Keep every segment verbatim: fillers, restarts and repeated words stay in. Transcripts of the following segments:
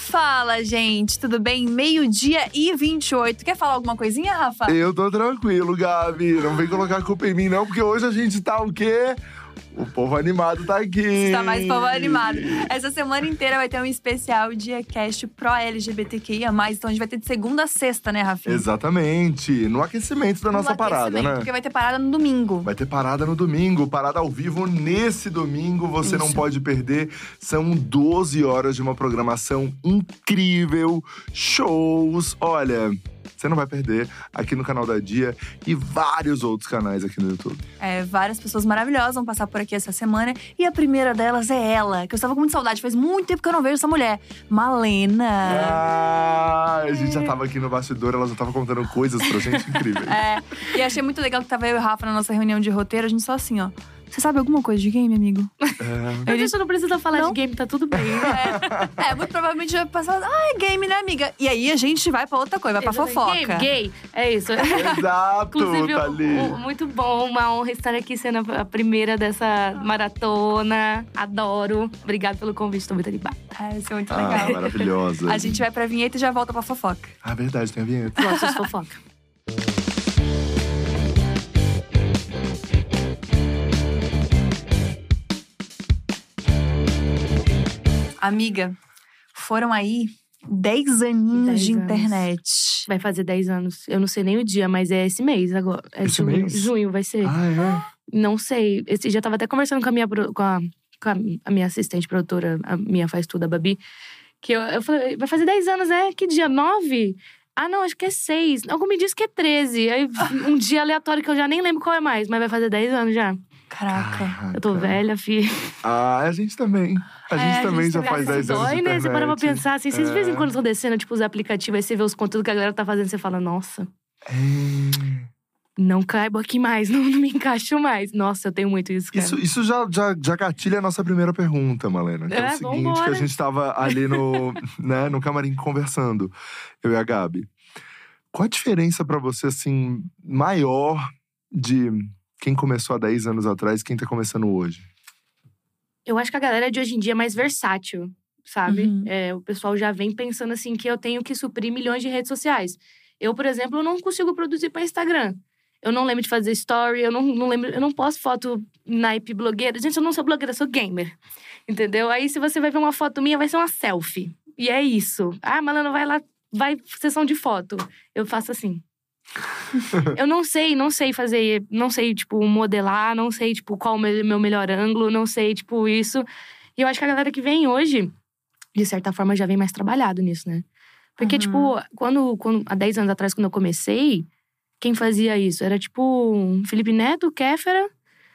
Fala, gente, tudo bem? Meio-dia e vinte e oito. Quer falar alguma coisinha, Rafa? Eu tô tranquilo, Gabi. Não vem colocar a culpa em mim, não, porque hoje a gente tá o quê? O povo animado tá aqui. Está mais povo animado. Essa semana inteira vai ter um especial DiaCast Pro L G B T Q I A mais. Então a gente vai ter de segunda a sexta, né, Rafinha? Exatamente. No aquecimento da No nossa aquecimento, parada, né? Porque vai ter parada no domingo. Vai ter parada no domingo, parada ao vivo nesse domingo. Você Isso. não pode perder. São doze horas de uma programação incrível. Shows. Olha, você não vai perder aqui no canal da Dia e vários outros canais aqui no YouTube. É, várias pessoas maravilhosas vão passar por aqui essa semana. E a primeira delas é ela, que eu estava com muita saudade. Faz muito tempo que eu não vejo essa mulher. Malena. Ah, a gente já tava aqui no bastidor, ela já tava contando coisas pra gente incríveis. É, e achei muito legal que tava eu e o Rafa na nossa reunião de roteiro. A gente só assim, ó. Você sabe alguma coisa de game, amigo? É. A gente não precisa falar Não? de game, tá tudo bem. É, é, muito provavelmente vai passar… Ah, é game, né, amiga? E aí a gente vai pra outra coisa, vai pra fofoca. Game, gay, é isso. Exato, Inclusive, tá ali. o- o- muito bom, uma honra estar aqui sendo a primeira dessa maratona. Adoro. Obrigada pelo convite, tô muito animada. É, isso é muito Ah, legal. maravilhosa. A gente vai pra vinheta e já volta pra fofoca. Ah, verdade, tem a vinheta. Gosto de fofoca. Amiga, foram aí dez aninhos Dez de anos. internet. Vai fazer dez anos. Eu não sei nem o dia, mas é esse mês agora. É Esse junho, mês? junho vai ser. Ah, Não sei. Esse já tava até conversando com a minha, pro- com a, com a, a minha assistente produtora, a minha faz tudo, a Babi. Que eu, eu falei, vai fazer dez anos, é? Que dia? nove? Ah, não, acho que é seis. Algum me disse que é treze. Aí um dia aleatório que eu já nem lembro qual é mais, mas vai fazer dez anos já. Caraca. é? Eu tô velha, fi. Ah, a gente também. A É, gente a também gente já também. faz dez anos de Dói, né? Você para pra internet. pensar assim. Vocês de vez em É. quando estão descendo, tipo, os aplicativos, aí você vê os conteúdos que a galera tá fazendo, você fala, nossa, É. não caibo aqui mais, não, não me encaixo mais. Nossa, eu tenho muito isso, cara. Isso, isso já, já, já gatilha a nossa primeira pergunta, Malena. Que é, É, o seguinte, vambora. que a gente tava ali no, né, no camarim conversando, eu e a Gabi. Qual a diferença pra você, assim, maior de quem começou há dez anos atrás e quem tá começando hoje? Eu acho que a galera de hoje em dia é mais versátil, sabe? Uhum. É, o pessoal já vem pensando assim que eu tenho que suprir milhões de redes sociais. Eu, por exemplo, não consigo produzir para Instagram. Eu não lembro de fazer story, eu não, não lembro, eu não posto foto naipe blogueira. Gente, eu não sou blogueira, eu sou gamer. Entendeu? Aí se você vai ver uma foto minha, vai ser uma selfie. E é isso. Ah, Malena, vai lá, vai sessão de foto. Eu faço assim. Eu não sei, não sei fazer, não sei, tipo, modelar, não sei, tipo, qual o meu meu melhor ângulo, não sei, tipo, isso. E eu acho que a galera que vem hoje, de certa forma, já vem mais trabalhado nisso, né? Porque, Uhum. tipo, quando, quando, há dez anos atrás, quando eu comecei, quem fazia isso? Era, tipo, um Felipe Neto, Kéfera.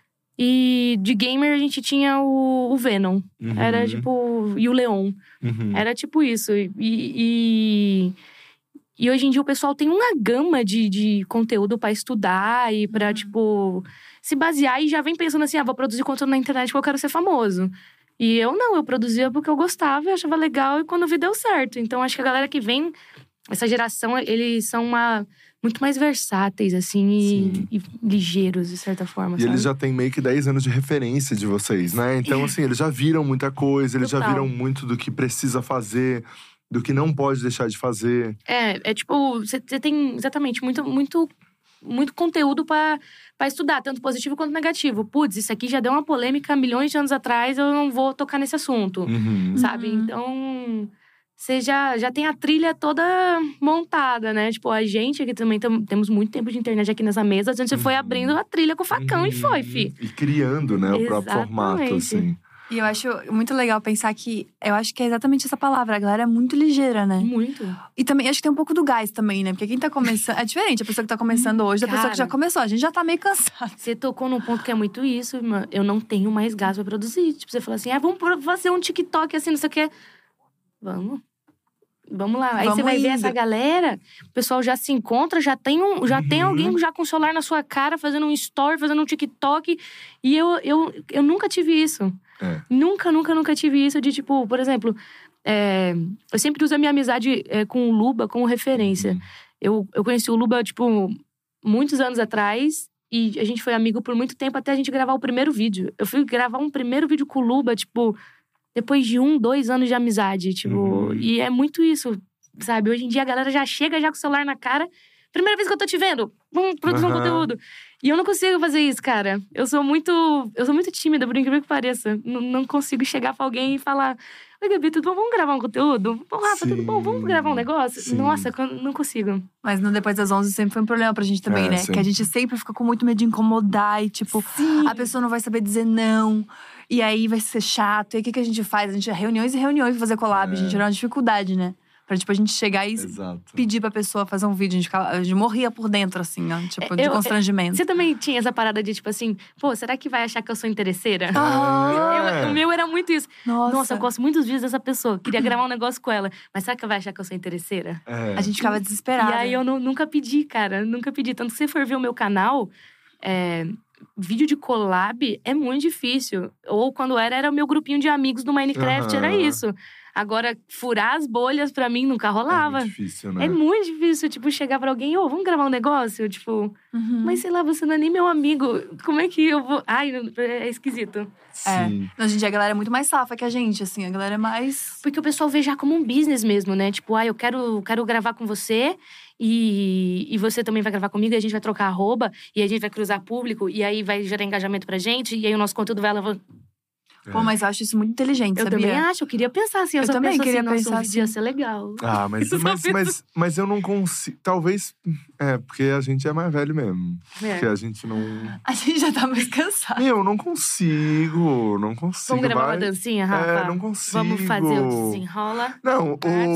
E de gamer, a gente tinha o, o Venom. Era, tipo… E o Leon. Uhum. Era tipo isso. E, e, e hoje em dia o pessoal tem uma gama de, de conteúdo pra estudar e pra, Uhum. tipo, se basear. E já vem pensando assim, ah, vou produzir conteúdo na internet porque eu quero ser famoso. E eu não, eu produzia porque eu gostava, eu achava legal e quando vi deu certo. Então acho que a galera que vem, essa geração, eles são uma… muito mais versáteis, assim, Sim. e, e ligeiros, de certa forma, E sabe? eles já têm meio que dez anos de referência de vocês, né? Então, assim, eles já viram muita coisa, eles já Total. viram muito do que precisa fazer, do que não pode deixar de fazer. É, é tipo, você tem exatamente muito, muito, muito conteúdo pra, pra estudar, tanto positivo quanto negativo. Putz, isso aqui já deu uma polêmica milhões de anos atrás, eu não vou tocar nesse assunto, Uhum. sabe? Uhum. Então, você já, já tem a trilha toda montada, né? Tipo, a gente aqui também tam, temos muito tempo de internet aqui nessa mesa, a gente foi Uhum. abrindo a trilha com o facão e foi, fi. E criando, né, o próprio formato, Exatamente. assim. E eu acho muito legal pensar que… Eu acho que é exatamente essa palavra. A galera é muito ligeira, né? Muito. E também, acho que tem um pouco do gás também, né? Porque quem tá começando… É diferente a pessoa que tá começando hoje da pessoa que já Cara. começou. A gente já tá meio cansado. Você tocou num ponto que é muito isso, irmã. Eu não tenho mais gás pra produzir. Tipo, você fala assim, ah, vamos pro- fazer um TikTok assim, não sei o quê. Vamos. Vamos lá. Aí Vamos você vai ver indo. essa galera, o pessoal já se encontra, já tem, um, já tem Uhum. alguém já com o celular na sua cara, fazendo um story, fazendo um TikTok. E eu, eu, eu nunca tive isso. É. Nunca, nunca, nunca tive isso de, tipo, por exemplo… é, eu sempre uso a minha amizade é, com o Luba como referência. Uhum. Eu, eu conheci o Luba, tipo, muitos anos atrás. E a gente foi amigo por muito tempo até a gente gravar o primeiro vídeo. Eu fui gravar um primeiro vídeo com o Luba, tipo… depois de um, dois anos de amizade, tipo… Uhum. E é muito isso, sabe? Hoje em dia a galera já chega já com o celular na cara. Primeira vez que eu tô te vendo, vamos produzir Uhum. um conteúdo. E eu não consigo fazer isso, cara. Eu sou muito… Eu sou muito tímida, por incrível que pareça. N- não consigo chegar pra alguém e falar… Oi, Gabi, tudo bom? Vamos gravar um conteúdo? Ô, Rafa, tudo bom? Vamos gravar um negócio? Sim. Nossa, eu não consigo. Mas no Depois das onze sempre foi um problema pra gente também, É, né? sempre. Que a gente sempre fica com muito medo de incomodar. E tipo, Sim. a pessoa não vai saber dizer não. E aí vai ser chato. E aí o que, que a gente faz? A gente reuniões e reuniões pra fazer collab. É. Gente, era uma dificuldade, né? Pra tipo, a gente chegar e Exato. pedir pra pessoa fazer um vídeo. A gente, ficava, a gente morria por dentro, assim, ó. Tipo, de Eu- constrangimento. Você também tinha essa parada de, tipo assim… Pô, será que vai achar que eu sou interesseira? Aham. É. Eu- o meu era muito isso. Nossa. Nossa, eu gosto muito dos vídeos dessa pessoa. Queria gravar um negócio com ela. Mas será que ela vai achar que eu sou interesseira? É. A gente ficava desesperada. E aí eu nu- nunca pedi, cara. Nunca pedi. Tanto que se você for ver o meu canal… é, vídeo de collab é muito difícil. Ou quando era, era o meu grupinho de amigos do Minecraft. Aham. Era isso. Agora, furar as bolhas pra mim nunca É rolava. muito difícil, né? É muito difícil, tipo, chegar pra alguém… Ô, vamos gravar um negócio? Tipo… Uhum. Mas sei lá, você não é nem meu amigo. Como é que eu vou… Ai, é esquisito. Sim. Hoje em dia a galera é muito mais safa que a gente, assim. A galera é mais… Porque o pessoal vê já como um business mesmo, né? Tipo, ah, eu quero, quero gravar com você e, e você também vai gravar comigo e a gente vai trocar arroba e a gente vai cruzar público e aí vai gerar engajamento pra gente e aí o nosso conteúdo vai levar… Pô, mas eu acho isso muito inteligente, Eu sabia? também acho, eu queria pensar assim. Eu, Eu só também penso queria assim, nossa, pensar um vídeo ia assim. ser legal. Ah, mas, Eu só mas, penso- mas, mas eu não consigo… Talvez… É, porque a gente é mais velho mesmo. É. Porque a gente não… A gente já tá mais cansado. Meu, não consigo. Não consigo. Vamos gravar vai- uma dancinha, Rafa? É, não consigo. Vamos fazer o desenrola. Não,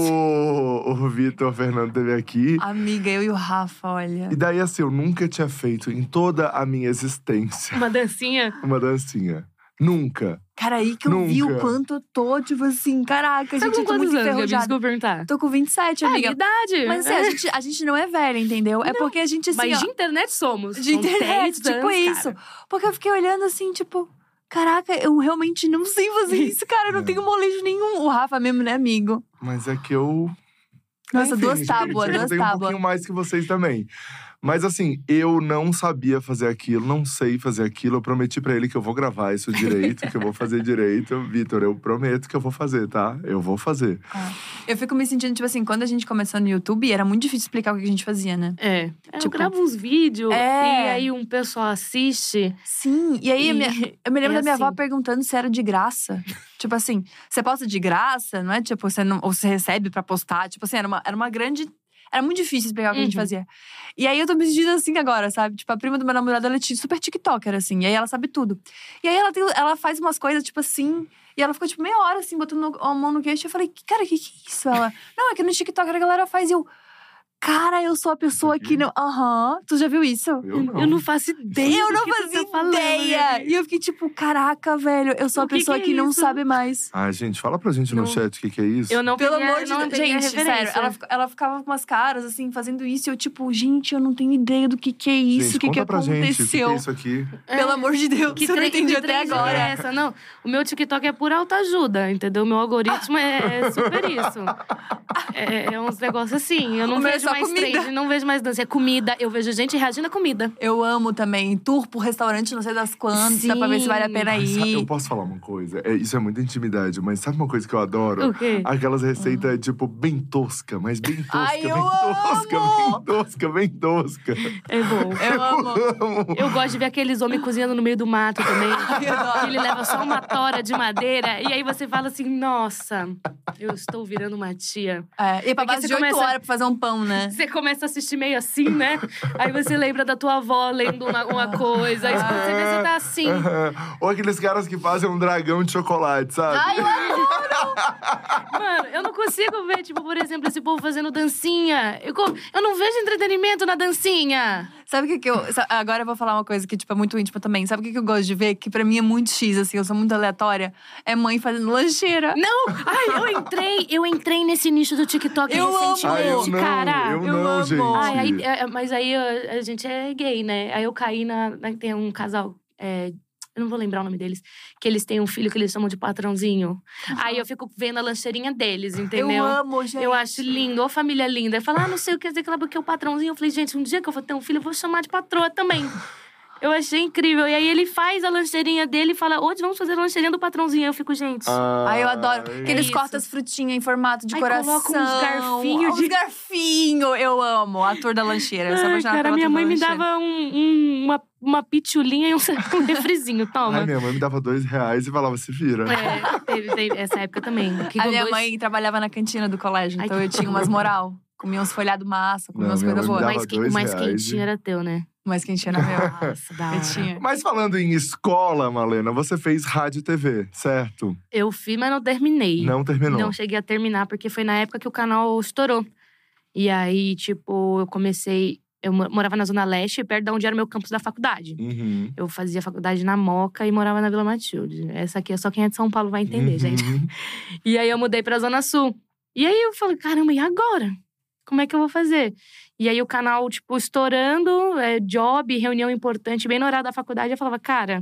o, o Vitor Fernando teve aqui. Amiga, eu e o Rafa, olha. E daí, assim, eu nunca tinha feito em toda a minha existência Uma dancinha. uma dancinha. Nunca. Cara, aí que eu vi o Nunca. quanto eu tô, tipo assim, caraca, a Sabe gente com é muito quantos anos, Gabi? enferrujada. Desculpa perguntar. Tô com vinte e sete, É a amiga. minha idade. Mas assim, a gente, a gente não é velha, entendeu? É porque a gente, assim, Mas ó, de internet somos. de São internet, dez tipo anos, isso. cara. Porque eu fiquei olhando assim, tipo… Caraca, eu realmente não sei fazer isso, cara. Eu não É. tenho molejo nenhum. O Rafa mesmo, né, amigo? Mas é que eu… Nossa, Enfim, duas gente, tábuas, eu duas tenho um tábuas. pouquinho mais que vocês também. Mas assim, eu não sabia fazer aquilo, não sei fazer aquilo. Eu prometi pra ele que eu vou gravar isso direito, que eu vou fazer direito. Vitor, eu prometo que eu vou fazer, tá? Eu vou fazer. Eu fico me sentindo, tipo assim, quando a gente começou no YouTube, era muito difícil explicar o que a gente fazia, né? É. Eu Tipo, gravo uns vídeos é. e aí um pessoal assiste. Sim, e aí E a minha- eu me lembro é da minha avó assim. perguntando se era de graça. Tipo assim, você posta de graça, não é? Tipo, você não, ou você recebe pra postar. Tipo assim, era uma, era uma grande… Era muito difícil explicar o que a gente Uhum. fazia. E aí eu tô me sentindo assim agora, sabe? Tipo, a prima do meu namorado, ela é super tiktoker, assim. E aí ela sabe tudo. E aí ela, tem, ela faz umas coisas, tipo assim… E ela ficou, tipo, meia hora, assim, botando a mão no queixo. Eu falei, cara, o que que é isso? Ela, não, é que no TikTok a galera faz. E eu… Cara, eu sou a pessoa que não… Aham. Tu já viu isso? Eu não. Eu não faço ideia. Eu do não que tu fazia tá falando, ideia! Gabi. E eu fiquei tipo, caraca, velho, eu sou O a que pessoa que que, é não isso? sabe mais. Ai, gente, fala pra gente no Não. chat o que, que é isso. Eu não Pelo peguei- amor de não Deus. peguei a Gente, sério, referência. ela, fica- ela ficava com umas caras, assim, fazendo isso. E eu, tipo, gente, eu não tenho ideia do que que é isso, Gente, o que que conta pra gente o que, que aconteceu. é isso aqui. Pelo amor de Deus, Que eu não tre- entendi que até trend agora. é essa? Não, o meu TikTok é por autoajuda, entendeu? O meu algoritmo é, é super isso. É, é uns negócios assim. Eu não O meu é vejo só mais comida. trend, não vejo mais dança. É comida. Eu vejo gente reagindo a comida. Eu amo também. Tour pro restaurante, não sei das quantas, dá pra ver se vale a pena Ai, sa- ir. eu posso falar uma coisa? É, isso é muita intimidade, mas sabe uma coisa que eu adoro? O quê? Aquelas receitas, tipo, bem tosca, mas bem tosca, Ai, bem eu tosca, amo! bem tosca, bem tosca. É bom. Eu amo. Amo. Eu gosto de ver aqueles homens cozinhando no meio do mato também. eu adoro. Que ele leva só uma tora de madeira. E aí você fala assim, nossa, eu estou virando uma tia. É, e pra Porque base você de oito começa- horas pra fazer um pão, né? Você começa a assistir meio assim, né? Aí você lembra da tua avó lendo uma, uma coisa. Aí quando você vê, você tá assim. Ou aqueles caras que fazem um dragão de chocolate, sabe? Ai, eu adoro! Mano, eu não consigo ver, tipo, por exemplo, esse povo fazendo dancinha. Eu, co- eu não vejo entretenimento na dancinha. Sabe o que que eu… sa- Agora eu vou falar uma coisa que, tipo, é muito íntima também. Sabe o que que eu gosto de ver? Que pra mim é muito X, assim, eu sou muito aleatória. É mãe fazendo lancheira. Não! Ai, eu entrei, eu entrei nesse nicho do TikTok Eu amo! recentemente, Ai, eu não, cara. eu eu não, amo. gente. Ai, aí, é, mas aí a, a gente é gay, né? Aí eu caí na. na- tem um casal. é, eu não vou lembrar o nome deles. Que eles têm um filho que eles chamam de patrãozinho. Aí eu fico vendo a lancheirinha deles, entendeu? Eu amo, gente. Eu acho lindo, ó, família linda. Aí fala, ah, não sei o que dizer que ela porque é o patrãozinho. Eu falei, gente, um dia que eu vou ter um filho, eu vou chamar de patroa também. Eu achei incrível. E aí ele faz a lancheirinha dele e fala, hoje vamos fazer a lancheirinha do patrãozinho. Eu fico, gente… Ah, Ai, eu adoro. Que eles isso. cortam as frutinhas em formato de Aí coração. coloca uns garfinhos de- Uns garfinhos. Eu amo. Ator da lancheira. Eu sou Ai, apaixonada cara, pelo minha ator mãe da me lancheira. dava um, um- uma, uma pitulinha e um, um refrizinho. Toma. Ai, minha mãe me dava dois reais e falava, se vira. É, teve, teve essa época também. Que A com minha dois- mãe trabalhava na cantina do colégio, Ai, então que eu tinha umas moral. Comia uns folhados massa, comia Não, umas minha coisas mãe me boas. dava mais, que- dois o mais reais quentinho e- era teu, né? Mas quem tinha era meu. Nossa, da Eu hora. tinha. Mas falando em escola, Malena, você fez rádio e T V, certo? Eu fiz, mas não terminei. Não terminou. Não cheguei a terminar, porque foi na época que o canal estourou. E aí, tipo, eu comecei… Eu mo- morava na Zona Leste, perto de onde era o meu campus da faculdade. Uhum. Eu fazia faculdade na Moca e morava na Vila Matilde. Essa aqui é só quem é de São Paulo vai entender, Uhum. gente. E aí eu mudei pra Zona Sul. E aí eu falei, caramba, e agora? Como é que eu vou fazer? E aí o canal, tipo, estourando, é, job, reunião importante, bem no horário da faculdade. Eu falava, cara,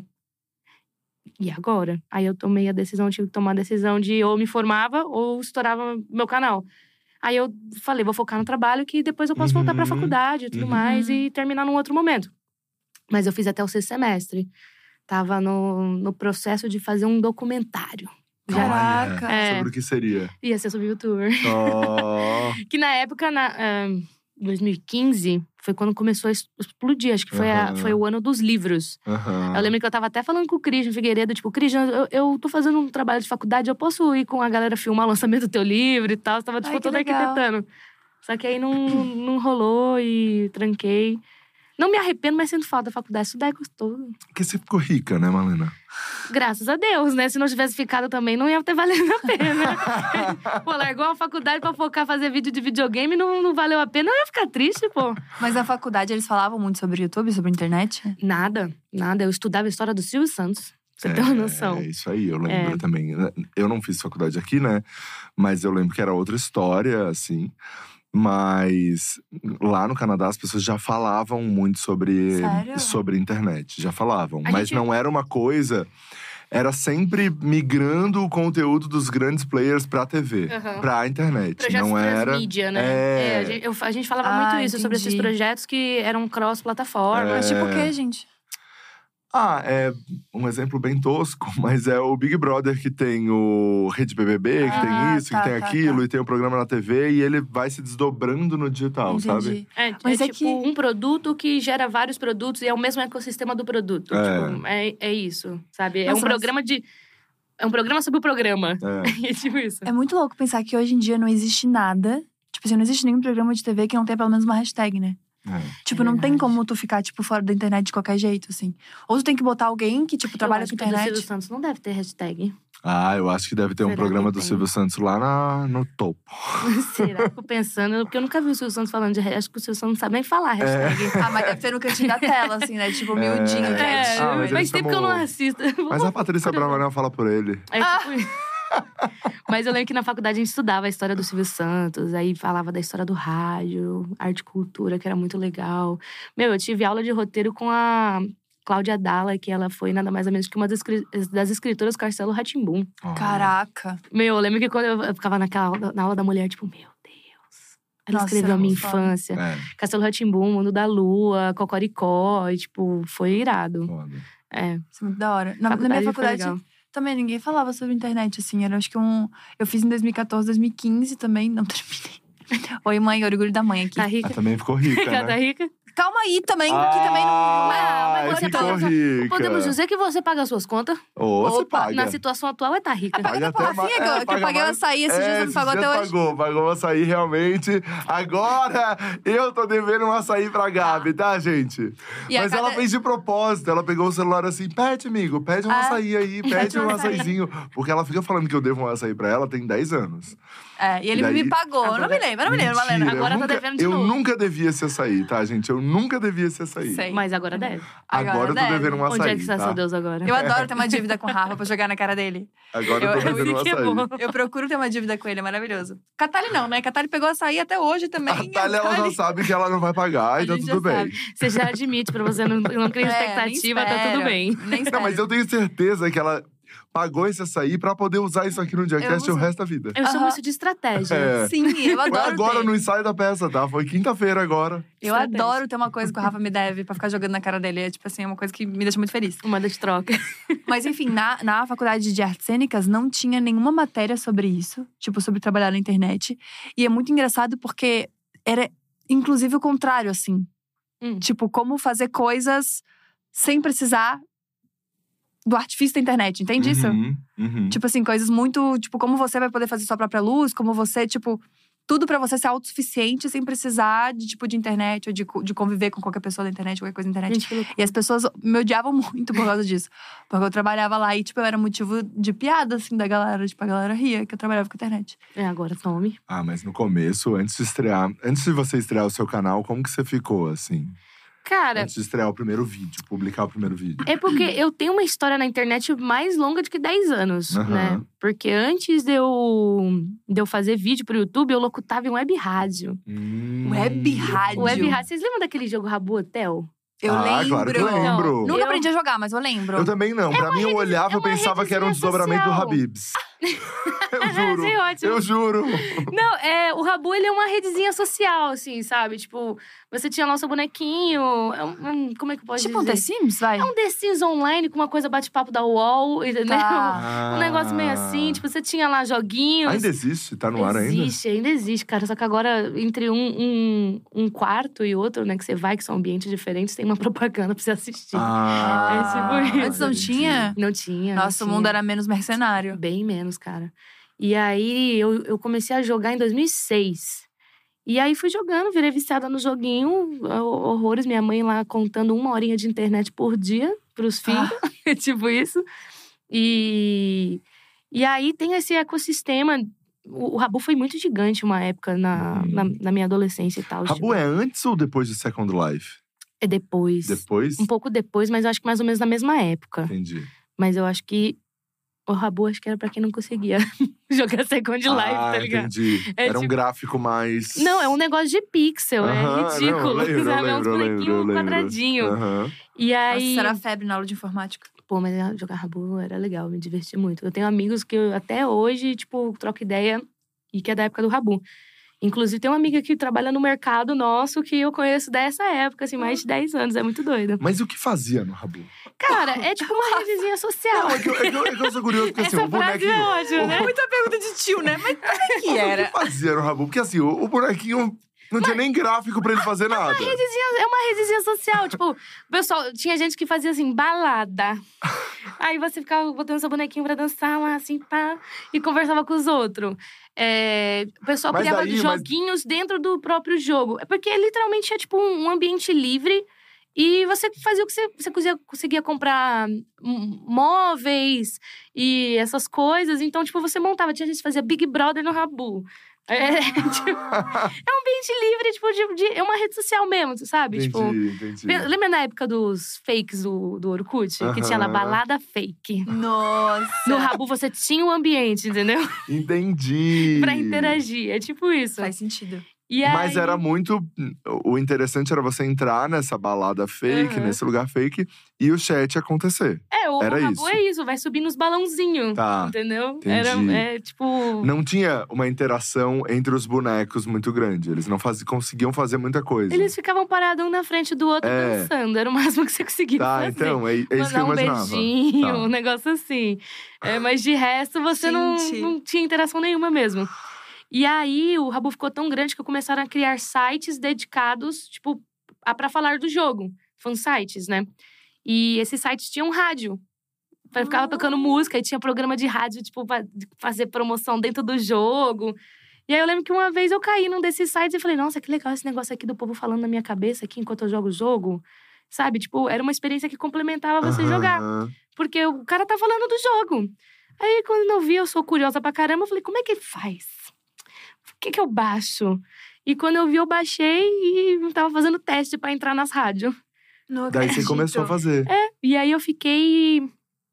e agora? Aí eu tomei a decisão, tive que tomar a decisão de ou me formava ou estourava meu canal. Aí eu falei, vou focar no trabalho que depois eu posso voltar pra Uhum. faculdade e tudo Uhum. mais e terminar num outro momento. Mas eu fiz até o sexto semestre. Tava no, no processo de fazer um documentário. Caraca. Olha, É. sobre o que seria? Ia ser sobre youtuber. Oh. Que na época, na, ah, dois mil e quinze, foi quando começou a es- explodir. Acho que foi, a- Aham. foi o ano dos livros. Aham. Eu lembro que eu tava até falando com o Christian Figueiredo. Tipo, Christian, eu, eu tô fazendo um trabalho de faculdade. Eu posso ir com a galera filmar o lançamento do teu livro e tal. Eu tava, tipo, Ai, que toda legal. arquitetando. Só que aí não, não rolou e tranquei. Não me arrependo, mas sinto falta da faculdade. Estudar é gostoso. Porque você ficou rica, né, Malena? Graças a Deus, né? Se não tivesse ficado também, não ia ter valido a pena. Pô, largou a faculdade pra focar fazer vídeo de videogame, não, não valeu a pena. Eu ia ficar triste, pô. Mas na faculdade eles falavam muito sobre o YouTube, sobre a internet? Nada, nada. Eu estudava a história do Silvio Santos. Pra você ter uma noção. É isso aí, eu lembro É. também. Eu não fiz faculdade aqui, né? Mas eu lembro que era outra história, assim. Mas lá no Canadá as pessoas já falavam muito sobre, Sério? sobre internet. Já falavam. A Mas gente- não era uma coisa… Era sempre migrando o conteúdo dos grandes players pra T V, Aham. pra internet. Projetos não era… transmídia, né? É. É, a, gente, eu- a gente falava Ah, muito isso, sobre esses entendi. projetos que eram cross-plataforma. É. Mas tipo o quê, gente? Ah, é um exemplo bem tosco, mas é o Big Brother que tem o Rede B B B, que Ah, tem isso, tá, que tem tá, aquilo, tá. e tem o programa na T V, e ele vai se desdobrando no digital, sabe? Entendi. É, Mas é é tipo que- um produto que gera vários produtos e é o mesmo ecossistema do produto. É. Tipo, é, é isso, sabe? É Nossa, um mas- programa de… É um programa sobre o programa. É. É tipo isso. É muito louco pensar que hoje em dia não existe nada. Tipo assim, não existe nenhum programa de T V que não tenha pelo menos uma hashtag, né? É. Tipo, É não tem verdade. como tu ficar, tipo, fora da internet de qualquer jeito, assim. Ou tu tem que botar alguém que, tipo, trabalha eu acho com que a do internet. Silvio Santos não deve ter hashtag. Ah, eu acho que deve ter um Será programa que do tem? Silvio Santos lá na, no topo. Será? Fico pensando, porque eu nunca vi o Silvio Santos falando de hashtag. Acho que o Silvio Santos não sabe nem falar hashtag. Ah, mas deve ter no cantinho da tela, assim, né? Tipo, miudinho, É. É, quietinho. Ah, mas faz eles tempo que eu não chamam- assisto. Mas a Patrícia Bravanel fala por ele. É tipo isso. Mas eu lembro que na faculdade a gente estudava a história do Silvio Santos, aí falava da história do rádio, arte e cultura, que era muito legal. Meu, eu tive aula de roteiro com a Cláudia Dalla, que ela foi nada mais ou menos que uma das, escri- das escritoras Castelo Rá-Tim-Bum. Caraca. Meu, eu lembro que quando eu eu ficava naquela aula, na aula da mulher, tipo, meu Deus. Ela Nossa, escreveu a era minha muito foda. infância. É, Castelo Rá-Tim-Bum, Mundo da Lua, Cocoricó, e tipo, foi irado. foda. É. Isso é muito da hora. Na, na minha foi faculdade legal. também ninguém falava sobre internet, assim. Era acho que um. Eu fiz em dois mil e quatorze, dois mil e quinze também, não terminei. Oi, mãe, orgulho da mãe aqui. Tá Ah, rica? também ficou rica, Tá né? rica? Calma aí também, que também não. Ah, mas ficou podemos- rica. Podemos dizer que você paga as suas contas? Ou você Opa, paga. Na situação atual é tá rica. Paga Paga pra até Rafinha, mais- que eu- é, que eu paga paguei o mais- açaí, esses é, dias você não pagou esses até dias hoje. Pagou, pagou o açaí realmente. Agora eu tô devendo um açaí pra Gabi, tá, gente? E a Mas cada- ela fez de propósito. Ela pegou o celular assim, pede, amigo, pede um Ah, açaí aí, pede pede um um açaí. açaizinho. Porque ela fica falando que eu devo um açaí pra ela tem dez anos. É, e ele E daí- me pagou. Eu não me lembro, eu não me lembro, Valena. Mentira, eu Agora tá nunca- devendo de Eu novo. nunca devia esse açaí, tá, gente? Eu nunca devia esse açaí. Sei. Mas agora deve. Agora, eu tô deve. devendo um açaí, Onde é que está tá? seu Deus agora? Eu adoro ter uma dívida com o Rafa pra jogar na cara dele. Agora eu tô Eu- eu devendo um vi que é açaí. bom. Eu procuro ter uma dívida com ele, é maravilhoso. Catali não, né? Catali pegou açaí até hoje também. A Thalia, ela já sabe que ela não vai pagar, A então gente tudo já bem. sabe. Você já admite pra você não, não criar É, nem expectativa, tá espero, tudo bem. Nem Não, mas espero. eu tenho certeza que ela… pagou esse açaí pra poder usar isso aqui no Diacast o uso. resto da vida. Eu chamo Aham. isso de estratégia. É. Sim, eu Foi adoro agora ter. no ensaio da peça, tá? Foi quinta-feira agora. Eu Estratégia. adoro ter uma coisa que o Rafa me deve pra ficar jogando na cara dele. É tipo assim, é uma coisa que me deixa muito feliz. Moeda de troca. Mas enfim, na, na faculdade de artes cênicas não tinha nenhuma matéria sobre isso. Tipo, sobre trabalhar na internet. E é muito engraçado porque era, inclusive, o contrário, assim. Hum. Tipo, como fazer coisas sem precisar do artifício da internet, entende isso? Uhum, uhum. Tipo assim, coisas muito… Tipo, como você vai poder fazer sua própria luz, como você, tipo… Tudo pra você ser autossuficiente sem precisar de, tipo, de internet ou de, co- de conviver com qualquer pessoa da internet, qualquer coisa da internet. Gente, que loucura. E as pessoas me odiavam muito por causa disso. Porque eu trabalhava lá e, tipo, eu era motivo de piada, assim, da galera. Tipo, a galera ria que eu trabalhava com a internet. É, agora tome. Ah, mas no começo, antes de estrear… Antes de você estrear o seu canal, como que você ficou, assim? Cara, Antes de estrear o primeiro vídeo, publicar o primeiro vídeo. é porque eu tenho uma história na internet mais longa do que dez anos, Aham. né? Porque antes de eu, de eu fazer vídeo pro YouTube, eu locutava em web rádio. Hum. Web rádio. Web rádio, vocês lembram daquele jogo Rabu Hotel? Eu Ah, lembro. claro que eu lembro. Nunca Eu- aprendi a jogar, mas eu lembro. Eu também não. Pra mim, eu rede- olhava é e uma pensava que era um redezinha desdobramento do social. Habibs. Eu juro. Achei ótimo. Eu juro. Não, é, o Rabu, ele é uma redezinha social, assim, sabe? Tipo, você tinha lá o seu bonequinho. É um, um- como é que eu posso Tipo um dizer? The Sims, vai. É um The Sims online com uma coisa bate-papo da U O L, entendeu? Tá. Um negócio meio assim, tipo, você tinha lá joguinhos. Ainda existe? Tá no ar ainda? Existe, ainda existe, cara. Só que agora, entre um, um, um quarto e outro, né, que você vai, que são ambientes diferentes, tem uma propaganda pra você assistir. Ah, É tipo isso. Antes não entendi. tinha? Não tinha. não Nossa, o tinha. mundo era menos mercenário. Bem menos, cara. E aí, eu, eu comecei a jogar em dois mil e seis. E aí, fui jogando, virei viciada no joguinho. Horrores, minha mãe lá contando uma horinha de internet por dia pros filhos. tipo isso. E… E aí, tem esse ecossistema… O, o Rabu foi muito gigante uma época na, Hum. na, na minha adolescência e tal. Rabu tipo, é antes ou depois de Second Life? é depois. Depois? Um pouco depois, mas eu acho que mais ou menos na mesma época. Entendi. Mas eu acho que o Rabu, acho que era pra quem não conseguia jogar Second Life, ah, tá ligado? entendi. É Era um tipo- gráfico mais… Não, é um negócio de pixel, Aham, é não, ridículo. eu lembro, eu sabe? É uns lembro, eu lembro, eu bonequinhos lembro. quadradinhos. Aham. E aí. Nossa, era febre na aula de informática. Pô, mas jogar Rabu era legal, me diverti muito. Eu tenho amigos que eu, até hoje, tipo, troco ideia e que é da época do Rabu. Inclusive, tem uma amiga que trabalha no mercado nosso que eu conheço dessa época, assim, mais de dez anos. É muito doido. Mas o que fazia no Rabu? Cara, é tipo uma redezinha social. Não, é que, eu- é que eu, é que eu sou curioso, porque assim, Essa o frase bonequinho… é ótima, né? Muita pergunta de tio, né? Mas como é que O era? que fazia no Rabu? Porque assim, o, o bonequinho não tinha nem gráfico pra ele fazer nada. Redezinha- é uma redezinha social. Tipo, o pessoal, tinha gente que fazia assim, balada. Aí você ficava botando seu bonequinho pra dançar lá, assim, pá, e conversava com os outros. É, o pessoal Mas criava daí, mas- joguinhos dentro do próprio jogo. É porque literalmente é tipo um ambiente livre. E você fazia o que você, você conseguia, conseguia comprar hum, móveis e essas coisas. Então, tipo, você montava. Tinha gente que fazia Big Brother no Rabu. É, tipo, é um ambiente livre, tipo, de, de- é uma rede social mesmo, sabe? Entendi, Tipo, entendi. Pe- lembra na época dos fakes do, do Orkut? Que tinha lá Aham. balada fake. Nossa. No Rabu você tinha o ambiente, entendeu? Entendi. pra interagir. É tipo isso. Faz sentido. E aí, Mas era muito… O interessante era você entrar nessa balada fake, Aham. nesse lugar fake, e o chat acontecer. É, o, era o Rabu isso. é isso, vai subir nos balãozinhos. Tá, Entendeu? entendi. Era, é, tipo… Não tinha uma interação entre os bonecos muito grande. Eles não faz, conseguiam fazer muita coisa. Eles ficavam parados um na frente do outro É. dançando. Era o máximo que você conseguia Tá, fazer. então, é, é isso que eu Mandar um imaginava. beijinho, Tá. um negócio assim. É, mas de resto, você não, Gente. não tinha interação nenhuma mesmo. E aí, o Rabu ficou tão grande que começaram a criar sites dedicados, tipo, a, pra falar do jogo. Fansites, né? E esses sites tinham rádio. Ficava tocando música e tinha programa de rádio, tipo, pra fazer promoção dentro do jogo. E aí, eu lembro que uma vez eu caí num desses sites e falei, nossa, que legal esse negócio aqui do povo falando na minha cabeça aqui enquanto eu jogo o jogo. Sabe? Tipo, era uma experiência que complementava você Aham, jogar. aham. Porque o cara tá falando do jogo. Aí, quando eu vi, eu sou curiosa pra caramba, eu falei, como é que faz? O que que eu baixo? E quando eu vi, eu baixei e tava fazendo teste pra entrar nas rádios. Não Daí você acredito. começou a fazer. É, e aí eu fiquei…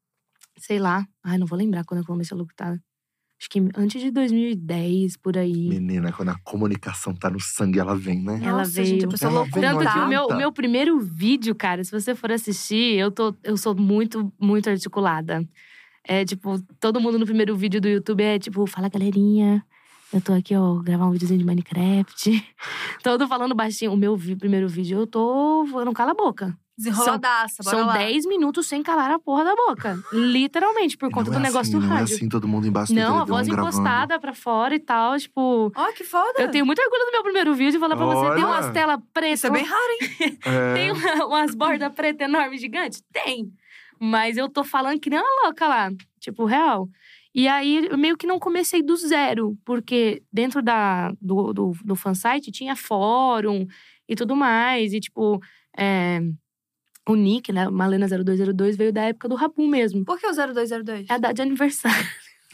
Sei lá. Ai, não vou lembrar quando eu comecei a locutar. Acho que antes de dois mil e dez, por aí. Menina, quando a comunicação tá no sangue, ela vem, né? Ela Nossa, veio. gente, a pessoa Ela loucura. veio, Tanto que o meu, adianta. o meu primeiro vídeo, cara, se você for assistir, eu, tô, eu sou muito, muito articulada. É, tipo, todo mundo no primeiro vídeo do YouTube é, tipo, fala, galerinha. Eu tô aqui, ó, gravar um videozinho de Minecraft. Todo falando baixinho. O meu vi- primeiro vídeo, eu tô… Eu não cala a boca. Desenroladaça, bora São lá. dez minutos sem calar a porra da boca. Literalmente, por conta não do é negócio assim, do não rádio. é assim, todo mundo embaixo do Não, a televisão voz gravando. impostada pra fora e tal, tipo… Ó, que foda. Eu tenho muito orgulho do meu primeiro vídeo. Falar pra você, tem Olha. umas telas pretas… Isso é bem raro, hein? É. Tem uma- umas bordas pretas enormes, gigantes? Tem. Mas eu tô falando que nem uma louca lá. Tipo, real. E aí, eu meio que não comecei do zero. Porque dentro da, do, do, do fansite tinha fórum e tudo mais. E tipo, é, o nick, né? Malena zero dois zero dois, veio da época do Rabum mesmo. Por que o zero dois zero dois? É a data de aniversário.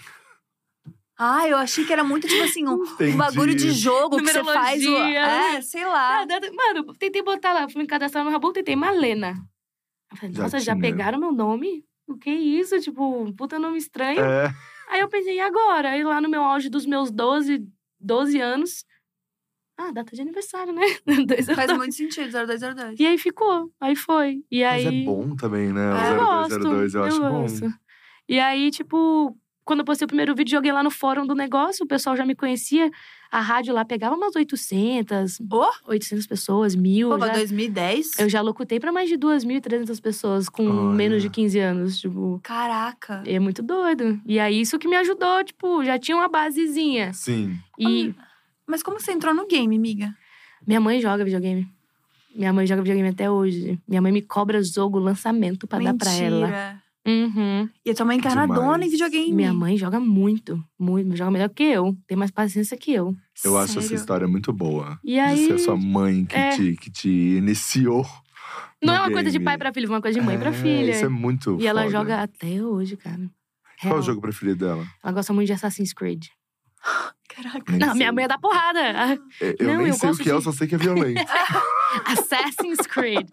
Ah, eu achei que era muito, tipo assim, um, Entendi. um bagulho de jogo que você faz. O, Numerologia. é, sei lá. Ah, data- Mano, tentei botar lá, fui me cadastrar no Rabum, tentei Malena. Eu falei, Já nossa, já tinha. pegaram meu nome? O que é isso? Tipo, puta nome estranho. É. Aí eu pensei, e agora? Aí lá no meu auge dos meus doze, doze anos… Ah, data de aniversário, né? dois zero Faz dois. muito sentido, zero dois zero dois. E aí ficou, aí foi. E Mas aí… é bom também, né? É, O Eu zero dois gosto, zero dois, eu acho bom. gosto. E aí, tipo, quando eu postei o primeiro vídeo, joguei lá no fórum do negócio, o pessoal já me conhecia. A rádio lá pegava umas oitocentas, Oh, oitocentas pessoas, mil. pô, Eu pra já, dois mil e dez? eu já locutei pra mais de duas mil e trezentas pessoas com Olha. menos de quinze anos, tipo… Caraca. É muito doido. E aí, isso que me ajudou, tipo, já tinha uma basezinha. Sim. E Mas como você entrou no game, amiga? minha mãe joga videogame. Minha mãe joga videogame até hoje. Minha mãe me cobra jogo lançamento pra dar pra ela. Mentira. Uhum. E a tua mãe encarnadona Demais. em videogame. Minha mãe joga muito, muito. Joga melhor que eu. Tem mais paciência que eu. Eu acho essa Sério? história muito boa. E aí… De ser sua mãe que, é. te, que te iniciou. Não no é uma coisa de game. pai pra filho, é uma coisa de mãe pra É, filha. Isso é muito E ela foda. joga até hoje, cara. Qual é Real. o jogo preferido dela? Ela gosta muito de Assassin's Creed. Caraca. Nem Não, sei. minha mãe é da porrada. É, Eu Não, nem eu sei o gosto que é, eu de- só sei que é violento. Assassin's Creed.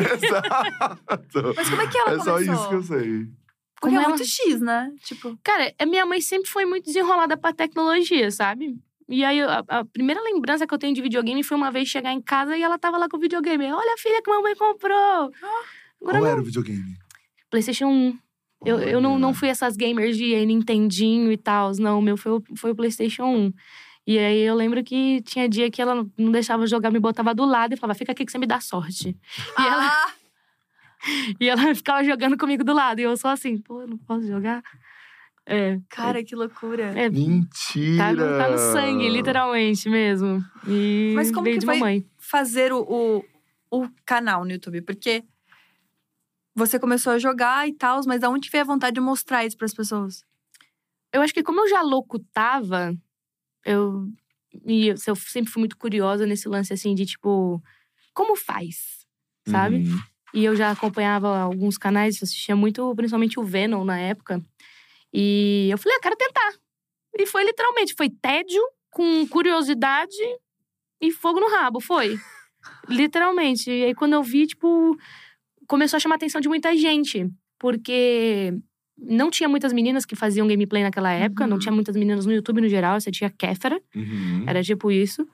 Exato. Mas como é que ela É só começou? isso que eu sei. Porque Como é ela- muito X, né? Tipo, Cara, a minha mãe sempre foi muito desenrolada pra tecnologia, sabe? E aí, a, a primeira lembrança que eu tenho de videogame foi uma vez chegar em casa e ela tava lá com o videogame. Olha a filha que a mamãe comprou! Agora Qual não. era o videogame? PlayStation um. Eu, eu não, não Olha. fui essas gamers de Nintendinho e tal. Não, o meu foi, o- foi o PlayStation um. E aí, eu lembro que tinha dia que ela não deixava eu jogar, me botava do lado e falava, fica aqui que você me dá sorte. E, ela, ah, e ela ficava jogando comigo do lado. E eu só assim, pô, eu não posso jogar? É. cara, que loucura. É, Mentira! tá, no, tá no sangue, literalmente mesmo. E Mas como veio que de foi- mamãe. Fazer o, o, o canal no YouTube, porque você começou a jogar e tal, mas da onde veio a vontade de mostrar isso pras pessoas? Eu acho que como eu já locutava, eu, e eu eu sempre fui muito curiosa nesse lance, assim, de tipo… Como faz? Sabe? Uhum. E eu já acompanhava alguns canais, assistia muito, principalmente o Venom na época. E eu falei, ah, quero tentar. E foi literalmente, foi tédio com curiosidade e fogo no rabo, foi. Literalmente. E aí quando eu vi, tipo, começou a chamar a atenção de muita gente. Porque não tinha muitas meninas que faziam gameplay naquela época. Uhum. Não tinha muitas meninas no YouTube no geral. Você tinha Kéfera. Uhum. Era tipo isso.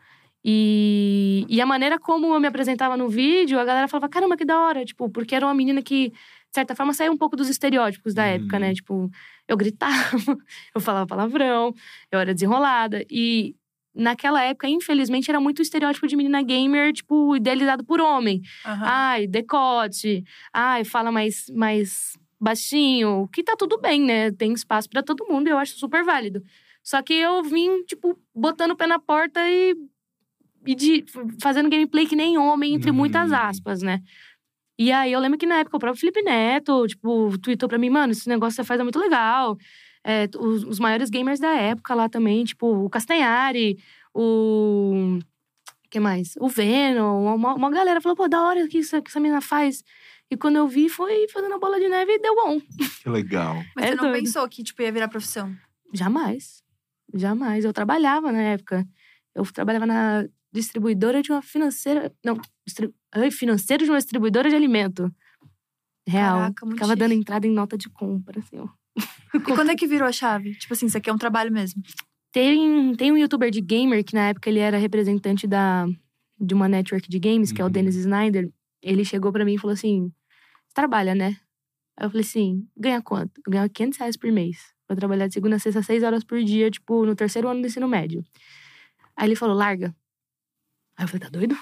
E, e a maneira como eu me apresentava no vídeo, a galera falava, caramba, que da hora. Tipo, porque era uma menina que, de certa forma, saiu um pouco dos estereótipos da Uhum. época, né? Tipo, eu gritava, eu falava palavrão, eu era desenrolada. E naquela época, infelizmente, era muito o estereótipo de menina gamer, tipo, idealizado por homem. Aham. Ai, decote. Ai, fala mais, mais baixinho. Que tá tudo bem, né? Tem espaço pra todo mundo e eu acho super válido. Só que eu vim, tipo, botando o pé na porta e, e de, fazendo gameplay que nem homem, entre Uhum. muitas aspas, né? E aí, eu lembro que na época o próprio Felipe Neto, tipo, tweetou pra mim, mano, esse negócio que você faz é muito legal. É, os, os maiores gamers da época lá também, tipo, o Castanhari, o… que mais? O Venom, uma, uma galera falou, pô, da hora que, isso, que essa menina faz. E quando eu vi, foi fazendo a bola de neve e deu bom. Que legal. Mas é você não doido. pensou que, tipo, ia virar profissão? Jamais. Jamais. Eu trabalhava na época. Eu trabalhava na distribuidora de uma financeira… Não, distri, ai, financeiro de uma distribuidora de alimento. Real. Caraca, muito Ficava chique. dando entrada em nota de compra, assim, ó. E quando é que virou a chave? Tipo assim, isso aqui é um trabalho mesmo. Tem, tem um youtuber de gamer que na época ele era representante da, de uma network de games, que é o Uhum. Dennis Snyder. Ele chegou pra mim e falou assim, você trabalha, né? Aí eu falei assim, ganha quanto? Eu ganhava quinhentos reais por mês. Pra trabalhar de segunda a sexta, seis horas por dia, tipo, no terceiro ano do ensino médio. Aí ele falou, larga. Aí eu falei, tá doido?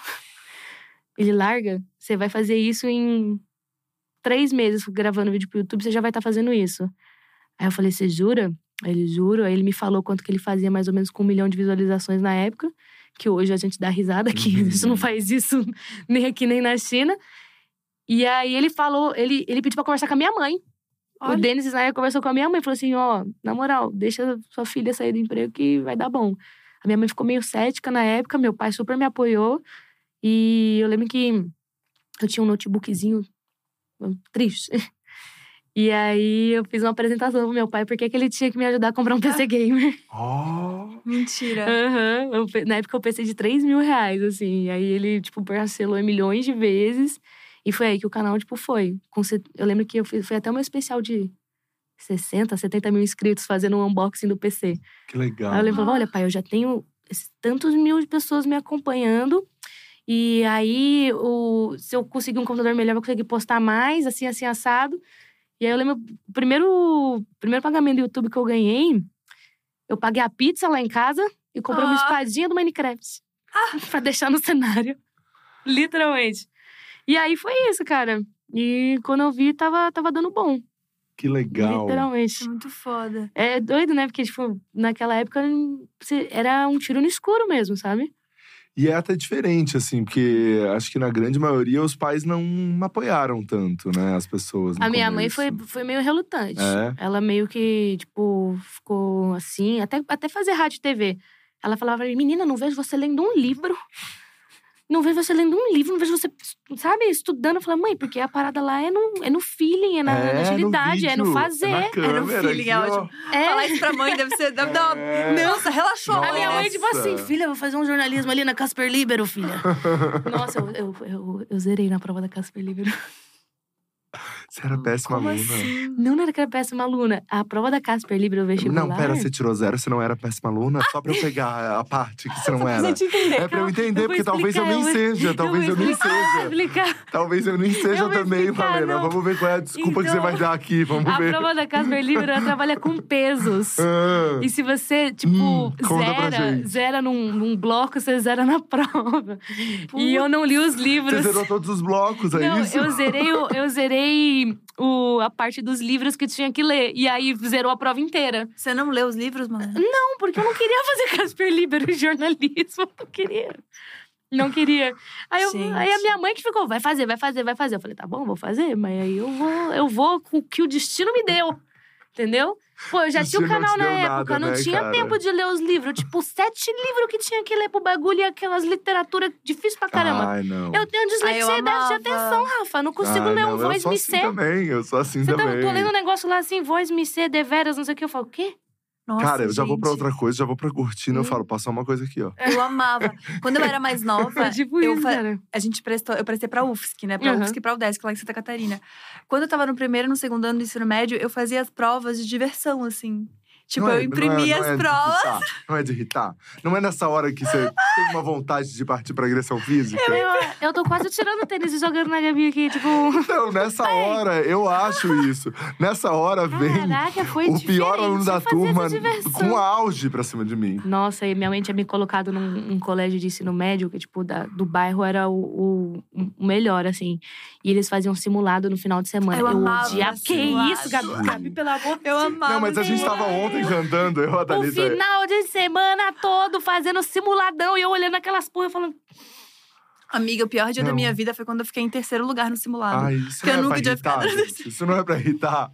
Ele larga, você vai fazer isso em três meses gravando vídeo pro YouTube, você já vai estar tá fazendo isso. Aí eu falei, você jura? Aí ele, juro. Aí ele me falou quanto que ele fazia mais ou menos com um milhão de visualizações na época. Que hoje a gente dá risada, que Uhum. a gente não faz isso nem aqui nem na China. E aí ele falou, ele, ele pediu pra conversar com a minha mãe. Olha. O Denis Snyder conversou com a minha mãe e falou assim, ó, na moral, deixa sua filha sair do emprego que vai dar bom. A minha mãe ficou meio cética na época, meu pai super me apoiou. E eu lembro que eu tinha um notebookzinho triste. E aí eu fiz uma apresentação pro meu pai, porque que ele tinha que me ajudar a comprar um P C gamer. Oh. Mentira. Aham. Uhum. Na época eu pensei de três mil reais, assim. Aí ele, tipo, parcelou em milhões de vezes. E foi aí que o canal, tipo, foi. Com, eu lembro que eu fiz, foi até um especial de sessenta, setenta mil inscritos fazendo um unboxing do P C. Que legal. Aí eu lembro, olha, pai, eu já tenho tantos mil de pessoas me acompanhando. E aí, o, se eu conseguir um computador melhor, eu vou conseguir postar mais, assim, assim, assado. E aí eu lembro, o primeiro, o primeiro pagamento do YouTube que eu ganhei, eu paguei a pizza lá em casa e comprei ah. uma espadinha do Minecraft. Ah. Pra deixar no cenário. Literalmente. E aí foi isso, cara. E quando eu vi, tava, tava dando bom. Que legal. Literalmente. É muito foda. É doido, né? Porque, tipo, naquela época era um tiro no escuro mesmo, sabe? E é até diferente, assim, porque acho que na grande maioria os pais não apoiaram tanto, né, as pessoas. No a minha começo. mãe foi, foi meio relutante. É? Ela meio que, tipo, ficou assim, até, até fazer rádio e T V. Ela falava pra mim, menina, não vejo você lendo um livro. Não vejo você lendo um livro, não vejo você, sabe, estudando. Eu falei, mãe, porque a parada lá é no, é no feeling, é na, é, na agilidade, no é no fazer. É, na câmera, é no feeling, é ótimo. É. Falar isso pra mãe deve ser… Deve dar uma… É. Nossa, relaxou. A minha mãe, Nossa. tipo assim, filha, vou fazer um jornalismo ali na Casper Libero, filha. Nossa, eu, eu, eu, eu zerei na prova da Casper Libero. Você era péssima Como aluna. assim? Não, não era que era péssima aluna. A prova da Casper Libero vestibular… Não, pera, você tirou zero, você não era péssima aluna? Só pra eu pegar a parte que você não era. Pra gente entender. É pra eu entender, Eu vou porque talvez eu explicar, nem eu vou- seja. Talvez eu, vou nem explicar, seja. explicar. Talvez eu nem seja Eu vou também, explicar, Malena. não. Vamos ver qual é a desculpa que você Então, vai dar aqui. Vamos A ver. prova da Casper Libero, ela trabalha com pesos. Ah, E se você, tipo, Hum, conta pra zera, gente. zera num, num bloco, você zera na prova. E eu não li os livros. você zerou todos os blocos, é Não, isso? eu zerei, o, eu zerei o, a parte dos livros que tinha que ler. E aí zerou a prova inteira. Você não leu os livros, mano? Não, porque eu não queria fazer Casper Libero em jornalismo. Eu não queria. Não queria. Aí, eu, Gente. aí a minha mãe que ficou, vai fazer, vai fazer, vai fazer. Eu falei, tá bom, vou fazer. Mas aí eu vou, eu vou com o que o destino me deu. Entendeu? Pô, eu já tinha o Destino não canal te na deu época, nada, não né, tinha cara? tempo de ler os livros. Tipo, sete livros que tinha que ler pro bagulho e aquelas literaturas difíceis pra caramba. Ai, não. Eu tenho dislexia Ai, eu e déficit de amava. atenção, Rafa. Não consigo Ah, ler não, um voz eu sou me assim ser. também, eu sou assim Você tá, também. tô lendo um negócio lá assim, voz me ser, deveras, não sei o que. Eu falo, o quê? Nossa, Cara, eu já vou pra gente. outra coisa, já vou pra cortina, eu Hum. falo, passar uma coisa aqui, ó. Eu amava. Quando eu era mais nova, É tipo eu isso, fa- cara. a gente prestou, eu prestei pra U F S C, né? Pra Uhum. U F S C e pra UDESC, lá em Santa Catarina. Quando eu tava no primeiro e no segundo ano do ensino médio, eu fazia as provas de diversão, assim. Tipo, Não é- eu imprimia não é- não é as de provas. irritar, não é de irritar. Não é nessa hora que você tem uma vontade de partir pra agressão física. Eu, eu tô quase tirando o tênis e jogando na Gabi aqui, tipo… Então, nessa hora, eu acho isso. Nessa hora vem Caraca, foi o pior diferente aluno da fazer turma essa diversão. com auge pra cima de mim. Nossa, e minha mãe tinha me colocado num, num colégio de ensino médio, que, tipo, da, do bairro era o, o, o melhor, assim. E eles faziam simulado no final de semana. Eu amava odiava. Que simulado. isso, Gabi? Gabi, pelo amor de Eu Deus. amava. Não, mas a gente tava ontem jantando, eu, a O Thalita. final de semana todo fazendo simuladão e eu olhando aquelas porra falando. Amiga, o pior dia da Não. minha vida foi quando eu fiquei em terceiro lugar no simulado. Ai, isso Porque não eu é nunca pra tinha irritar, ficado gente. Isso não é pra irritar.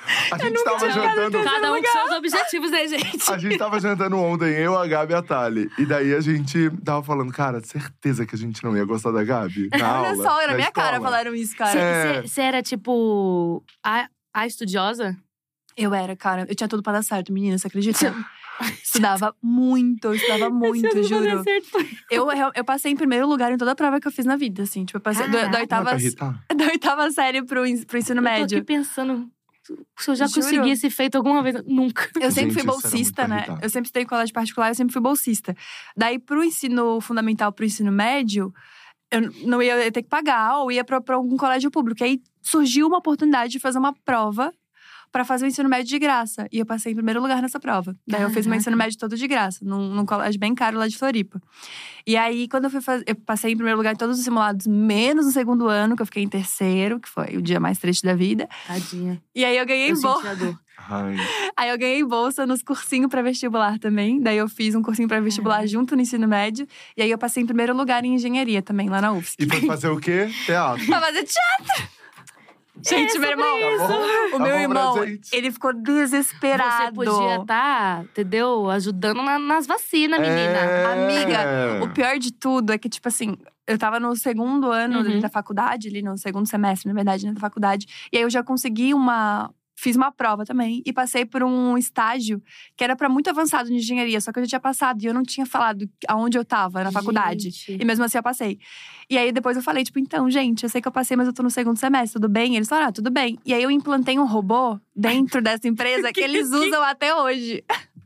A gente tava tinha ficado jantando. Cada um com seus objetivos, né, gente? A gente tava jantando ontem, eu, a Gabi e a Thali. E daí a gente tava falando, cara, certeza que a gente não ia gostar da Gabi na aula. Olha só, na na minha cara escola. falaram isso, cara. É. Você era, tipo, a, a estudiosa? Eu era, cara. Eu tinha tudo pra dar certo, menina, você acredita? Estudava muito, eu estudava muito, juro. Eu, eu, eu passei em primeiro lugar em toda a prova que eu fiz na vida, assim. Tipo, eu passei da, da, Caraca. oitava, Não é pra irritar? da oitava série pro, en- pro ensino Eu tô médio. aqui pensando se eu já Juro. consegui esse feito alguma vez. Nunca. Eu sempre Gente, fui isso era bolsista, muito pra né? irritar. Eu sempre estudei em colégio particular, eu sempre fui bolsista. Daí, pro ensino fundamental, pro ensino médio, eu não ia ter que pagar, ou ia pra, pra algum colégio público. Aí, surgiu uma oportunidade de fazer uma prova pra fazer o ensino médio de graça. E eu passei em primeiro lugar nessa prova. Daí eu fiz meu ensino médio todo de graça, num, num colégio bem caro lá de Floripa. E aí, quando eu fui fazer… Eu passei em primeiro lugar em todos os simulados, menos no segundo ano, que eu fiquei em terceiro. Que foi o dia mais triste da vida. Tadinha. E aí eu ganhei Eu bolsa. senti a dor. Ai. Aí eu ganhei bolsa nos cursinhos pra vestibular também. Daí eu fiz um cursinho pra vestibular junto no ensino médio. E aí eu passei em primeiro lugar em engenharia também, lá na U F S C. E foi fazer o quê? Teatro. Pra fazer teatro! Gente, É meu irmão, sobre isso. o Tá meu bom pra irmão, gente. ele ficou Você desesperado. podia estar, entendeu? Ajudando na- nas vacinas, menina. É. Amiga, o pior de tudo é que, tipo assim, eu tava no segundo ano Uhum. da faculdade, ali no segundo semestre, na verdade, né, da faculdade. E aí eu já consegui uma… Fiz uma prova também e passei por um estágio que era pra muito avançado de engenharia, só que eu já tinha passado e eu não tinha falado aonde eu tava na faculdade. Gente. E mesmo assim eu passei. E aí depois eu falei, tipo, então, gente, eu sei que eu passei, mas eu tô no segundo semestre, tudo bem? E eles falaram, ah, tudo bem. E aí eu implantei um robô dentro dessa empresa que eles usam até hoje.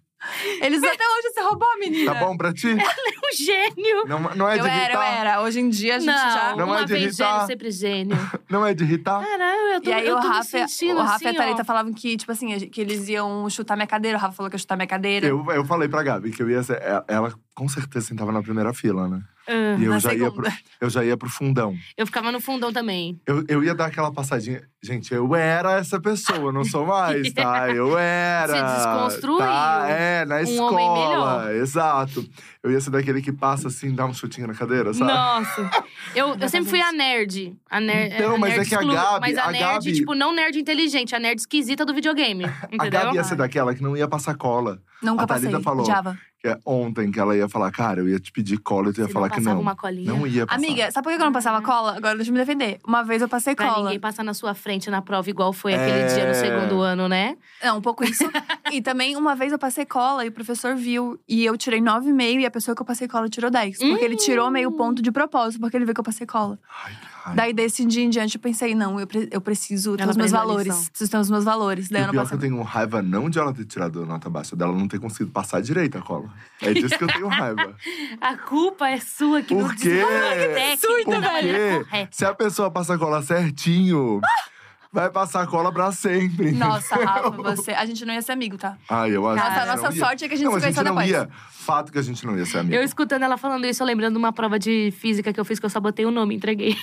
Eles usam até hoje esse robô, menina. Tá bom pra ti? Um gênio. Não, não é de Eu era, eu irritar? era. Hoje em dia a gente Não, já… Não uma é de vez irritar? gênio, sempre gênio. Não é de irritar? Caralho, eu tô, E aí eu o tô me Rafa, sentindo o Rafa assim, e a Thalita ó. falavam que, tipo assim, que eles iam chutar minha cadeira. O Rafa falou que ia chutar minha cadeira. Eu, eu falei pra Gabi que eu ia ser… Ela com certeza sentava na primeira fila, né? Ah, E eu na já, ia pro, segunda. eu já ia pro fundão. eu ficava no fundão também. Eu, eu ia dar aquela passadinha. Gente, eu era essa pessoa, não sou mais, tá? Eu era. Se desconstruiu. Tá? É, na Um escola. homem melhor. Exato. Eu ia ser daquele que passa assim, dá um chutinho na cadeira, sabe? Nossa. Eu, eu sempre fui a nerd. A ner Então, a mas nerd é que a exclu- Gabi- Mas a, a nerd, Gabi- tipo, não nerd inteligente, a nerd esquisita do videogame. A Entendeu? Gabi ia ser daquela que não ia passar cola. Nunca a Thalita passei. falou. Odiava. Que é ontem que ela ia falar, cara, eu ia te pedir cola e tu ia Você falar não que passava não. uma colinha? Não ia passar. Amiga, sabe por que eu não passava cola? Agora deixa eu me defender. Uma vez eu passei Pra cola. ninguém passar na sua frente na prova, igual foi aquele É. dia no segundo ano, né? Não, um pouco isso. E também, uma vez eu passei cola e o professor viu. E eu tirei nove e meio e a pessoa que eu passei cola tirou dez. Porque ele tirou meio ponto de propósito, porque ele viu que eu passei cola. Ai, que raiva. Daí, desse dia em diante, eu pensei, não, eu, pre- eu preciso ter Ela os meus aprendeu a valores. lição. Preciso ter os meus valores. E Daí eu o não pior é que eu passei. tenho raiva não de ela ter tirado nota baixa, dela não ter conseguido passar direito a cola. É disso que eu tenho raiva. A culpa é sua que Por não quê? técnica não é Porque correta. se a pessoa passa a cola certinho, vai passar a cola pra sempre. Nossa, Rafa, você… A gente não ia ser amigo, tá? Ai, eu acho Nossa, que a não nossa ia. sorte é que a gente não, se a gente conheceu não depois. ia. Fato que a gente não ia ser amigo. Eu escutando ela falando isso, eu lembrando de uma prova de física que eu fiz, que eu só botei o nome e entreguei.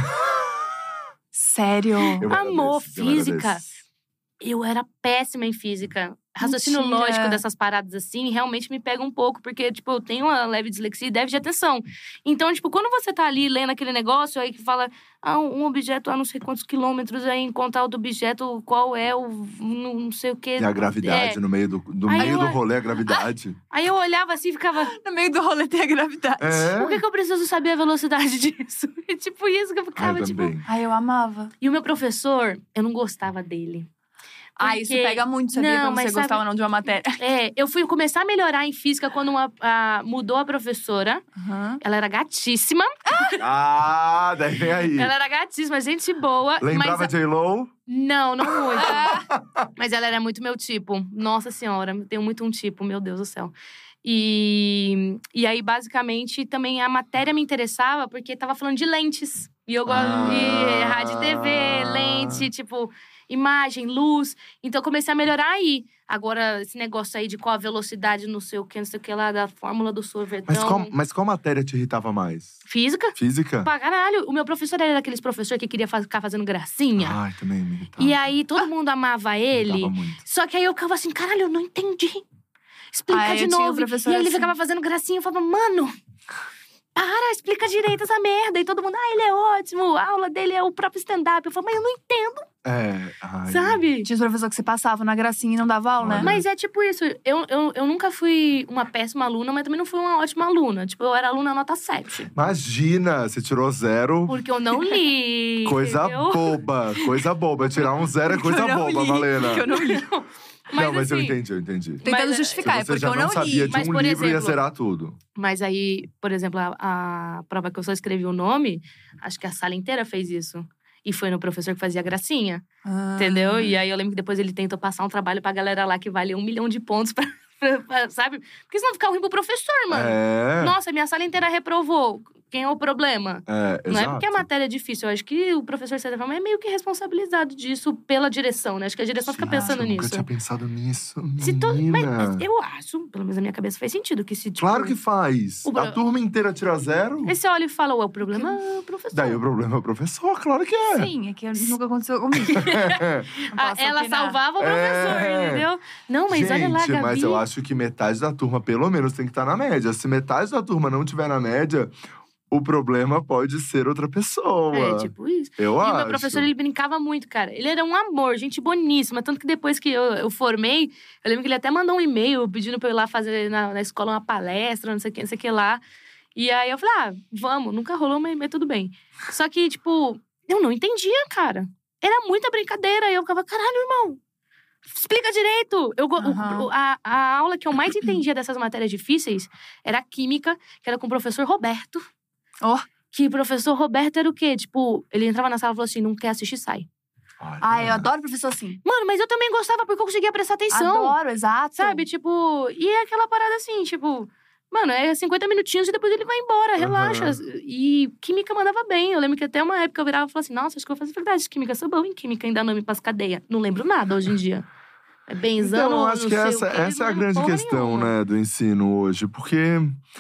Sério? Eu era Amor, desses, eu era física. desses. Eu era péssima em física. Raciocínio Mentira. lógico dessas paradas assim, realmente me pega um pouco. Porque, tipo, eu tenho uma leve dislexia e déficit de atenção. Então, tipo, quando você tá ali lendo aquele negócio, aí que fala… Ah, um objeto a não sei quantos quilômetros, aí encontrar outro objeto, qual é o… não, não sei o quê. E a gravidade, É. no meio do, do Aí meio eu- do rolê, a gravidade. Aí eu olhava assim e ficava… No meio do rolê tem a gravidade. É? Por que, que eu preciso saber a velocidade disso? E tipo isso que eu Ai, ficava, tipo… também. Ai, eu amava. E o meu professor, eu não gostava dele. Ai, isso Porque- pega muito, sabia? Não, Quando mas você sabe- gostava ou não de uma matéria. É, eu fui começar a melhorar em física quando uma, a- mudou a professora. Aham. Ela era gatíssima. Ah, daí vem aí. Ela era gatíssima, gente boa. Lembrava mas, de J-Lo? Não, não muito. Mas ela era muito meu tipo. Nossa senhora, eu tenho muito um tipo, meu Deus do céu. E, e aí, basicamente, também a matéria me interessava porque tava falando de lentes. E eu gosto Ah. de rádio, T V, lente, tipo, imagem, luz. Então, eu comecei a melhorar aí. Agora, esse negócio aí de qual a velocidade, não sei o que, não sei o que lá, da fórmula do sorvetão. Mas qual, mas qual matéria te irritava mais? Física? Física? Pra caralho. O meu professor era daqueles professores que queria fa- ficar fazendo gracinha. Ai, também me irritava. E aí, todo mundo amava Me ele. irritava muito. Só que aí eu ficava assim, caralho, eu não entendi. Explica Ah, eu de tinha um novo. professor E aí ele assim. ficava fazendo gracinha. Eu falava, mano, para, explica direito essa merda. E todo mundo, ah, ele é ótimo. A aula dele é o próprio stand-up. Eu falava, mas eu não entendo, É, ai. sabe? Tinha os professores que se passavam na gracinha e não dava aula, né? Olha. Mas é tipo isso. Eu, eu, eu nunca fui uma péssima aluna, mas também não fui uma ótima aluna. Tipo, eu era aluna nota sete. Imagina, você tirou zero. Porque eu não li. Coisa entendeu? boba, coisa boba. Tirar um zero é coisa Eu não boba, li, Valena. porque eu não li. Mas, não, mas eu assim, entendi, eu entendi. Tentando Mas, justificar, é Se você porque já eu não não sabia li. de Mas, um por livro, ia exemplo, zerar tudo. Mas aí, por exemplo, a, a prova que eu só escrevi o nome, acho que a sala inteira fez isso. E foi no professor que fazia gracinha, Ah. entendeu? E aí eu lembro que depois ele tentou passar um trabalho pra galera lá que valia um milhão de pontos, pra, pra- pra- sabe? Porque senão fica ruim pro professor, mano. É. Nossa, minha sala inteira reprovou. quem é o problema? É, Não é exato. porque a matéria é difícil. Eu acho que o professor, de certa forma, é meio que responsabilizado disso pela direção, né? Acho que a direção fica Gente, pensando eu nunca nisso. tinha pensado nisso, Se to- menina. Mas eu acho, pelo menos na minha cabeça, faz sentido que se, tipo… Claro que faz. O A pro- turma inteira tira zero. Aí você olha e fala, ué, o problema é o professor. Daí o problema é o professor, claro que é. Sim, é que nunca aconteceu comigo. Não Ah, posso ela opinar. salvava o professor, É. entendeu? Não, mas Gente, olha lá, Gabi. mas eu acho que metade da turma, pelo menos, tem que estar na média. Se metade da turma não tiver na média, o problema pode ser outra pessoa. É, tipo isso. Eu E acho. o meu professor, ele brincava muito, cara. Ele era um amor, gente boníssima. Tanto que depois que eu, eu formei, eu lembro que ele até mandou um e-mail pedindo pra eu ir lá fazer na, na escola uma palestra, não sei o que, não sei o que lá. E aí eu falei, ah, vamos. Nunca rolou, mas, mas tudo bem. Só que, tipo, eu não entendia, cara. Era muita brincadeira. E eu ficava, caralho, irmão. Explica direito! Eu, go- Aham. o- a, a aula que eu mais entendia dessas matérias difíceis era a química, que era com o professor Roberto. Oh. Que o professor Roberto era o quê? Tipo, ele entrava na sala e falou assim, não quer assistir, sai. Olha. Ai, eu adoro professor assim. Mano, mas eu também gostava porque eu conseguia prestar atenção. Adoro, exato. Sabe? Tipo, e é aquela parada assim, tipo… Mano, é cinquenta minutinhos e depois ele vai embora, relaxa. E química mandava bem. Eu lembro que até uma época eu virava e falava assim, nossa, acho que eu vou fazer faculdade de química. Sou boa em química, ainda nome pras cadeias. Não lembro nada hoje em dia. É benzão, Então, eu acho não que sei essa, o quê, essa é a não grande porra questão, nenhuma. né, do ensino hoje. Porque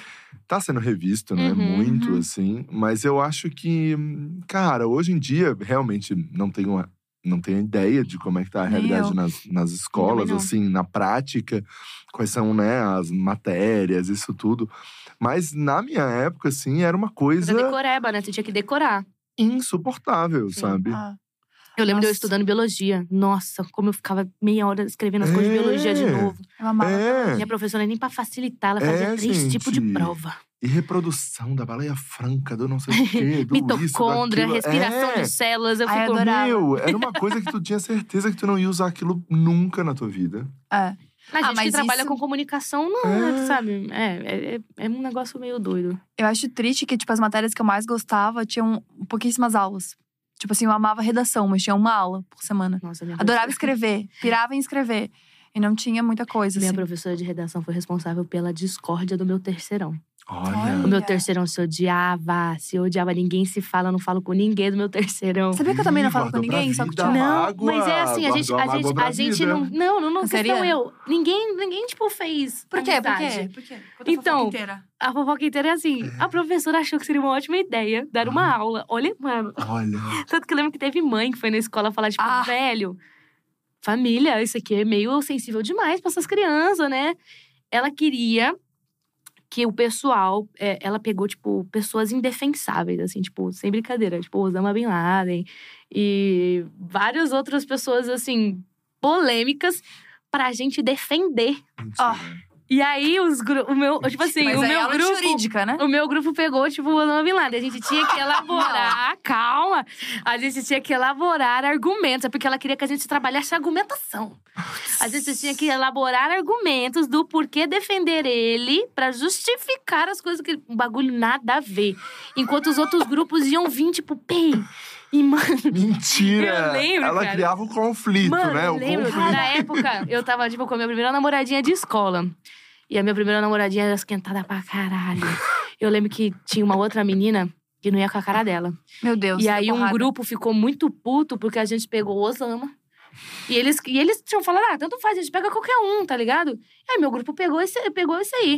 tá sendo revisto, né, Uhum, muito, uhum. assim. Mas eu acho que, cara, hoje em dia, realmente, não tenho, a- não tenho ideia de como é que tá a Nem realidade eu. nas, nas escolas, não. assim, na prática. Quais são, né, as matérias, isso tudo. Mas na minha época, assim, era uma Era coisa decoreba, né? Você tinha que decorar. insuportável, Sim. sabe? Ah. Eu lembro de eu Nossa. estudando biologia. Nossa, como eu ficava meia hora escrevendo as coisas de É. biologia de novo. Eu amava. É. Minha professora, nem pra facilitar, ela fazia É, três tipos de gente. prova. E reprodução da baleia franca, do não sei o quê, do isso, Mitocôndria, daquilo. respiração É. de células. Eu Ai, fico… eu adorava. Meu, era uma coisa que tu tinha certeza que tu não ia usar aquilo nunca na tua vida. É. A gente Ah, mas que trabalha isso- com comunicação, não, É. sabe? É, é, é um negócio meio doido. Eu acho triste que, tipo, as matérias que eu mais gostava tinham pouquíssimas aulas. Tipo assim, eu amava redação, mas tinha uma aula por semana. Nossa, minha Adorava professora- escrever, pirava em escrever. E não tinha muita coisa, Minha assim. professora de redação foi responsável pela discórdia do meu terceirão. Olha. Olha. O meu terceirão se odiava, se odiava. Ninguém se fala, não falo com ninguém do meu terceirão. Sabia que eu também não Ih, falo com guardou pra ninguém? Só com o vida. Thiago? Não, mágoa, mas é assim, a gente, guardou a a mágoa gente, pra a gente vida. não. Não, não, não Canceriana? questão eu. Ninguém, ninguém, tipo, fez. Por quê? Por amizade. quê? Por quê? Conta a Então, fofoca inteira. A fofoca inteira é assim: a professora achou que seria uma ótima ideia dar uma aula. Olha, mano. Olha. Tanto que eu lembro que teve mãe que foi na escola falar, tipo, Ah. velho, família, isso aqui é meio sensível demais pra essas crianças, né? Ela queria que o pessoal, é, ela pegou, tipo, pessoas indefensáveis, assim, tipo, sem brincadeira, tipo, Osama Bin Laden e várias outras pessoas, assim, polêmicas pra gente defender. Mentira. E aí, os gru- o meu, tipo assim, Mas o é meu aula grupo… jurídica, né? O meu grupo pegou, tipo, o Osama Bin Laden. A gente tinha que elaborar… Calma! A gente tinha que elaborar argumentos. É porque ela queria que a gente trabalhasse argumentação. A gente tinha que elaborar argumentos do porquê defender ele pra justificar as coisas que… Um bagulho nada a ver. Enquanto os outros grupos iam vir, tipo, pei… E, mano… Mentira! Eu lembro, Ela cara. criava o conflito, Mano, né? eu O lembro, conflito. na época, eu tava, tipo, com a minha primeira namoradinha de escola. E a minha primeira namoradinha era esquentada pra caralho. Eu lembro que tinha uma outra menina que não ia com a cara dela. Meu Deus. E deu aí um porrada. grupo ficou muito puto porque a gente pegou o Osama. E eles, e eles tinham falado, ah, tanto faz, a gente pega qualquer um, tá ligado? E aí meu grupo pegou esse, pegou esse aí.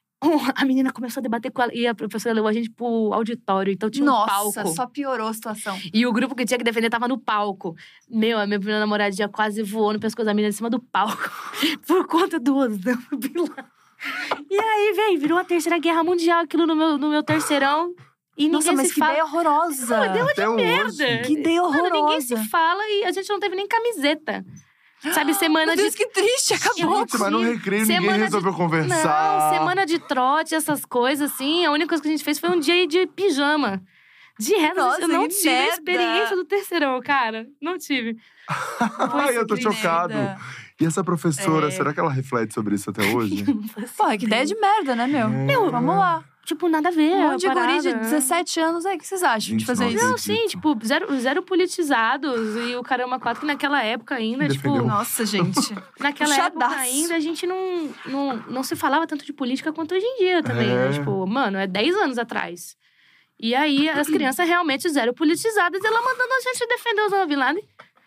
A menina começou a debater com ela. E a professora levou a gente pro auditório, então tinha um Nossa, palco. só piorou a situação. E o grupo que tinha que defender tava no palco. Meu, a minha primeira namoradinha quase voou no pescoço da menina em cima do palco. Por conta do Osama Bin Laden. E aí, vem, virou uma terceira guerra mundial aquilo no meu, no meu terceirão. E ninguém Nossa, mas se que fala. ideia horrorosa. Até merda. hoje. Que ideia Mano, horrorosa. ninguém se fala e a gente não teve nem camiseta. Sabe, semana Meu Deus, de… que triste, acabou. Gente, mas no recreio ninguém Semana de- resolveu conversar. Não, semana de trote, essas coisas, assim. A única coisa que a gente fez foi um dia de pijama. De resto, Nossa, eu não que tive a merda. experiência do terceirão, cara. Não tive. Ai, eu tô que chocado. merda. E essa professora, É. será que ela reflete sobre isso até hoje? Pô, que ideia de merda, né, meu? Meu, Vamos lá. Tipo, nada a ver. Um a monte de guri de parada. dezessete anos aí, o que vocês acham de Gente, fazer não isso? Não, acredito. sim, tipo, zero, zero politizados. E o caramba quatro, que naquela época ainda, Defendeu. tipo… Nossa, gente. Naquela época Puxadaço. ainda, a gente não, não, não se falava tanto de política quanto hoje em dia também, É. né? Tipo, mano, é dez anos atrás. E aí, as crianças realmente zero politizadas, ela mandando a gente defender Osama Bin Laden.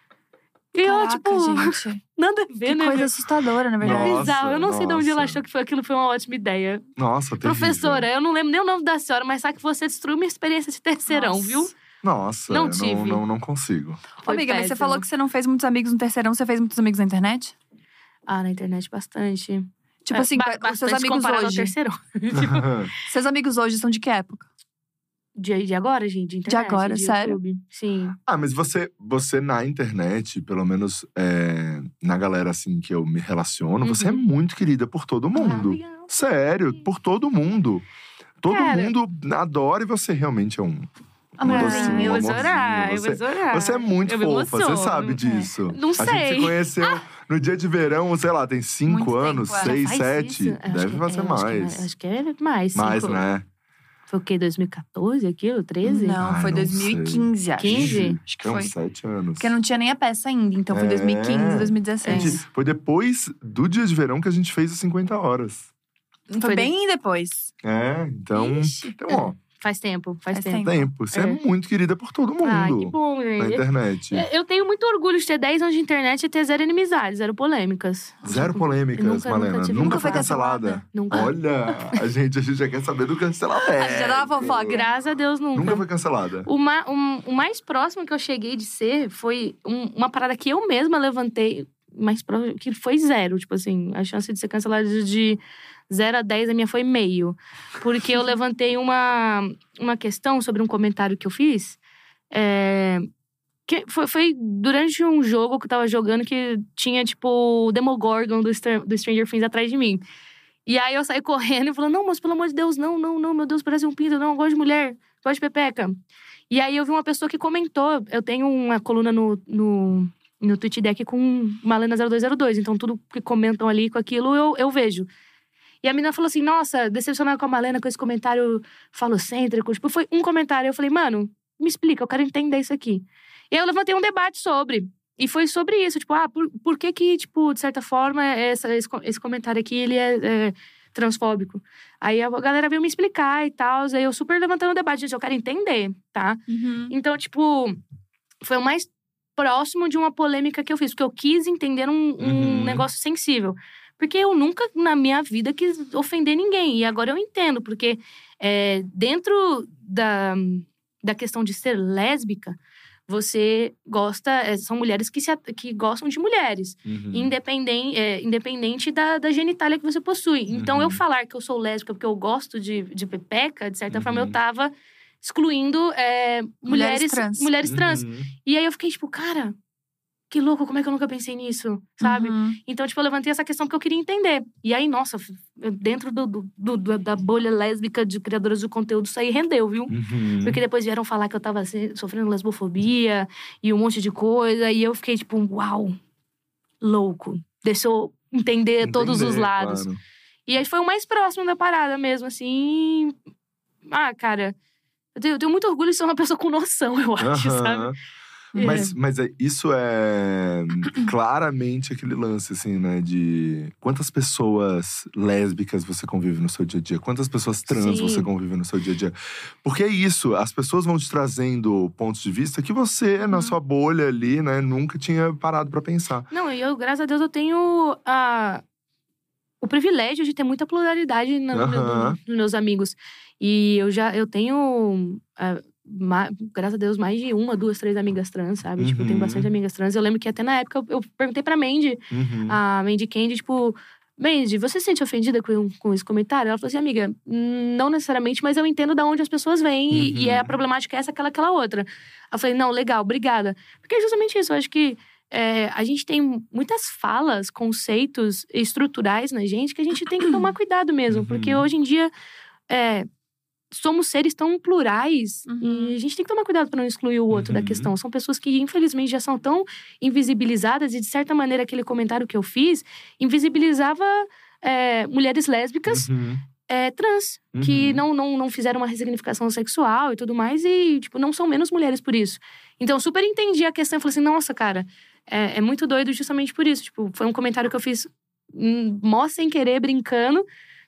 E eu, Caraca, tipo, gente. nada a ver, Que né? coisa meu? assustadora, na É verdade. Nossa, bizarro. Eu não sei de onde ela nossa. achou que foi aquilo, foi uma ótima ideia. Nossa, terrível. Professora, eu não lembro nem o nome da senhora, mas sabe que você destruiu minha experiência de terceirão, Nossa. viu? Nossa, Não eu tive. Não, não, não consigo. Ô, Foi amiga, mas você péssimo. falou que você não fez muitos amigos no terceirão. Você fez muitos amigos na internet? Ah, na internet, bastante. Tipo É, assim, ba- os seus bastante amigos comparado ao hoje. terceirão. Seus amigos hoje são de que época? De, de agora, gente? De internet, agora, de sério? YouTube. Sim. Ah, mas você, você na internet, pelo menos é, na galera assim que eu me relaciono, você é Uhum. muito querida por todo mundo. Ah, legal. Sério, por todo mundo. Todo Cara. mundo adora e você realmente é um. Amorzinho, um eu vou amorzinho. chorar, eu Você- vou chorar. Você é muito Eu me fofa, você emociono. sabe disso. Não A gente sei. se conheceu no dia de verão, sei lá, tem cinco Muito anos, tempo, é. seis, Faz sete. isso? Acho Deve que- fazer é, acho que é mais. Acho que é mais. Mais, cinco. né? Foi o quê? dois mil e catorze aquilo? treze? Não, Ai, foi não dois mil e quinze, acho. quinze? Acho que Tem foi. uns sete anos. Porque não tinha nem a peça ainda, então foi É. dois mil e quinze, dois mil e A dezesseis. gente- foi depois do dia de verão que a gente fez as cinquenta horas. Foi, Foi bem depois. É, então. Ixi. Então, ó, Faz tempo, faz, Faz tempo. tempo. tempo. Você é. É. muito querida por todo mundo Ah, que bom, na gente. internet. Eu- Eu tenho muito orgulho de ter dez anos de internet e ter zero inimizades, zero polêmicas. Zero polêmicas, Nunca- Malena. nunca tive- Nunca, Nunca foi foi cancelada. cancelada. Nunca. Olha, a gente, a gente já quer saber do cancelamento. A gente já dá uma fofoca. Graças a Deus, nunca. Nunca foi cancelada. O, ma- um- o mais próximo que eu cheguei de ser foi um- uma parada que eu mesma levantei, mais próximo, que foi zero. Tipo assim, a chance de ser cancelada de zero a dez, a minha foi meio. Porque eu levantei uma, uma questão sobre um comentário que eu fiz. É, que foi, foi durante um jogo que eu tava jogando que tinha, tipo, o Demogorgon do, Str- do Stranger Things atrás de mim. E aí eu saí correndo e falando, não, mas pelo amor de Deus, não, não, não, meu Deus, parece um pinto, não, eu gosto de mulher, gosto de pepeca. E aí eu vi uma pessoa que comentou, eu tenho uma coluna no, no, no TweetDeck com Malena zero dois zero dois, então tudo que comentam ali com aquilo eu, eu vejo. E a menina falou assim, nossa, decepcionada com a Malena com esse comentário falocêntrico. Tipo, foi um comentário, eu falei, mano, me explica, eu quero entender isso aqui. E aí eu levantei um debate sobre. E foi sobre isso, tipo, ah, por, por que que, tipo, de certa forma, essa, esse, esse comentário aqui, ele é, é transfóbico? Aí a galera veio me explicar e tal, aí eu super levantando o debate, gente, eu quero entender, tá? Uhum. Então, tipo, foi o mais próximo de uma polêmica que eu fiz, porque eu quis entender um, um Uhum. negócio sensível. Porque eu nunca, na minha vida, quis ofender ninguém. E agora eu entendo, porque é, dentro da, da questão de ser lésbica, você gosta… é, são mulheres que, se, at- que gostam de mulheres. Uhum. Independente, é, independente da, da genitália que você possui. Então, Uhum. eu falar que eu sou lésbica porque eu gosto de, de pepeca, de certa Uhum. forma, eu tava excluindo é, mulheres, Mulheres trans. mulheres trans. Uhum. E aí eu fiquei tipo, cara, que louco, como é que eu nunca pensei nisso, sabe? Uhum. Então, tipo, eu levantei essa questão porque eu queria entender. E aí, nossa, eu, dentro do, do, do- do- da bolha lésbica de criadoras de conteúdo, isso aí rendeu, viu? Uhum. Porque depois vieram falar que eu tava se- sofrendo lesbofobia e um monte de coisa. E eu fiquei tipo, uau, louco. Deixa eu entender todos os Entender, lados. claro. E aí foi o mais próximo da parada mesmo, assim. Ah, cara, eu tenho, eu tenho muito orgulho de ser uma pessoa com noção, eu acho, Aham. sabe? Mas, mas é- isso é claramente aquele lance, assim, né? De quantas pessoas lésbicas você convive no seu dia a dia? Quantas pessoas trans Sim. você convive no seu dia a dia? Porque é isso, as pessoas vão te trazendo pontos de vista que você, na Uhum. sua bolha ali, né? Nunca tinha parado pra pensar. Não, e eu, graças a Deus, eu tenho a, o privilégio de ter muita pluralidade na- no meu- Aham. no- nos meus amigos. E eu já eu tenho, ah, ma- graças a Deus, mais de uma, duas, três amigas trans, sabe? Tipo, eu tenho Uhum. bastante amigas trans. Eu lembro que até na época eu, eu perguntei pra Mandy, Uhum. a Mandy Candy, tipo… Mandy, você se sente ofendida com, com esse comentário? Ela falou assim, amiga, hum, não necessariamente, mas eu entendo de onde as pessoas vêm. E, e Uhum. é a problemática é essa, aquela, aquela outra. Eu falei, não, legal, obrigada. Porque é justamente isso, eu acho que é, a gente tem muitas falas, conceitos estruturais na gente que a gente tem que tomar cuidado mesmo. Uhum. Porque hoje em dia, é, somos seres tão plurais Uhum. e a gente tem que tomar cuidado para não excluir o outro da Uhum. questão. São pessoas que, infelizmente, já são tão invisibilizadas e, de certa maneira, aquele comentário que eu fiz invisibilizava é, mulheres lésbicas Uhum. é, trans, que Uhum. não, não, não fizeram uma ressignificação sexual e tudo mais e, tipo, não são menos mulheres por isso. Então, eu super entendi a questão e falei assim, nossa, cara, é, é muito doido justamente por isso. Tipo, foi um comentário que eu fiz hum, mó sem querer, brincando,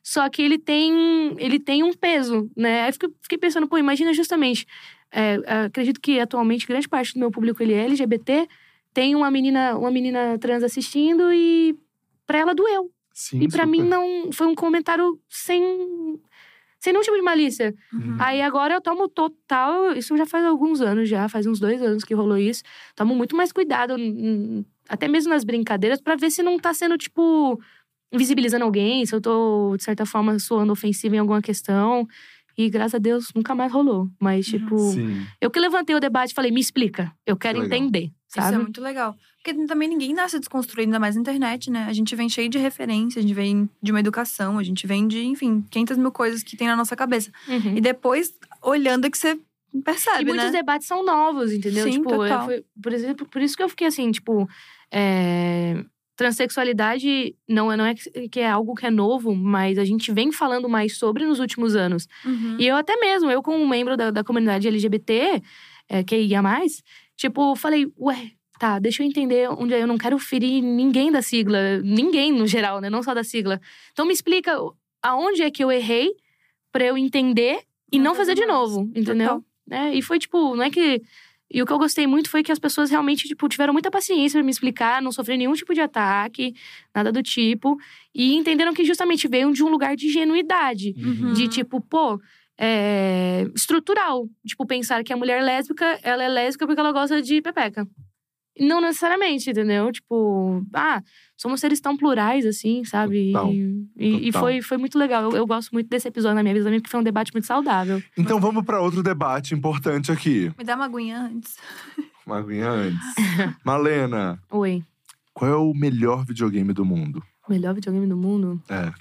Só que ele tem, ele tem um peso, né? Aí eu fiquei, fiquei pensando, pô, imagina justamente… É, acredito que atualmente grande parte do meu público ele é L G B T. Tem uma menina, uma menina trans assistindo e pra ela doeu. Sim, e pra super. mim não… Foi um comentário sem… Sem nenhum tipo de malícia. Uhum. Aí agora eu tomo total… Isso já faz alguns anos já. Faz uns dois anos que rolou isso. Tomo muito mais cuidado, até mesmo nas brincadeiras, pra ver se não tá sendo, tipo… Visibilizando alguém. Se eu tô, de certa forma, soando ofensiva em alguma questão. E, graças a Deus, nunca mais rolou. Mas, tipo… Sim. Eu que levantei o debate e falei, me explica. Eu quero Que legal. entender, sabe? Isso é muito legal. Porque também ninguém nasce desconstruído, ainda mais na internet, né? A gente vem cheio de referência, a gente vem de uma educação, a gente vem de, enfim, quinhentas mil coisas que tem na nossa cabeça. Uhum. E depois, olhando, é que você percebe, E muitos né? debates são novos, entendeu? Sim, tipo, total. eu fui- por exemplo, por isso que eu fiquei assim, tipo… É, transexualidade não é, não é que que é algo que é novo, mas a gente vem falando mais sobre nos últimos anos. Uhum. E eu até mesmo, eu como membro da, da comunidade L G B T, é, que ia mais, tipo, falei, ué… Tá, deixa eu entender onde eu não quero ferir ninguém da sigla. Ninguém, no geral, né? Não só da sigla. Então, me explica aonde é que eu errei pra eu entender e não, Não fazer de fazer mais. novo, entendeu? Total. É, e foi, tipo, não é que… E o que eu gostei muito foi que as pessoas realmente, tipo, tiveram muita paciência pra me explicar. Não sofri nenhum tipo de ataque, nada do tipo. E entenderam que justamente veio de um lugar de genuidade. Uhum. De, tipo, pô… É, estrutural. Tipo, pensar que a mulher lésbica, ela é lésbica porque ela gosta de pepeca. Não necessariamente, entendeu? Tipo, ah, somos seres tão plurais, assim, sabe? Total. E, e, e Total. foi, foi muito legal. Eu, eu gosto muito desse episódio na minha vida também, porque foi um debate muito saudável. Então vamos pra outro debate importante aqui. Me dá uma aguinha antes. Uma aguinha antes. Malena, Oi. qual é o melhor videogame do mundo? O melhor videogame do mundo? É.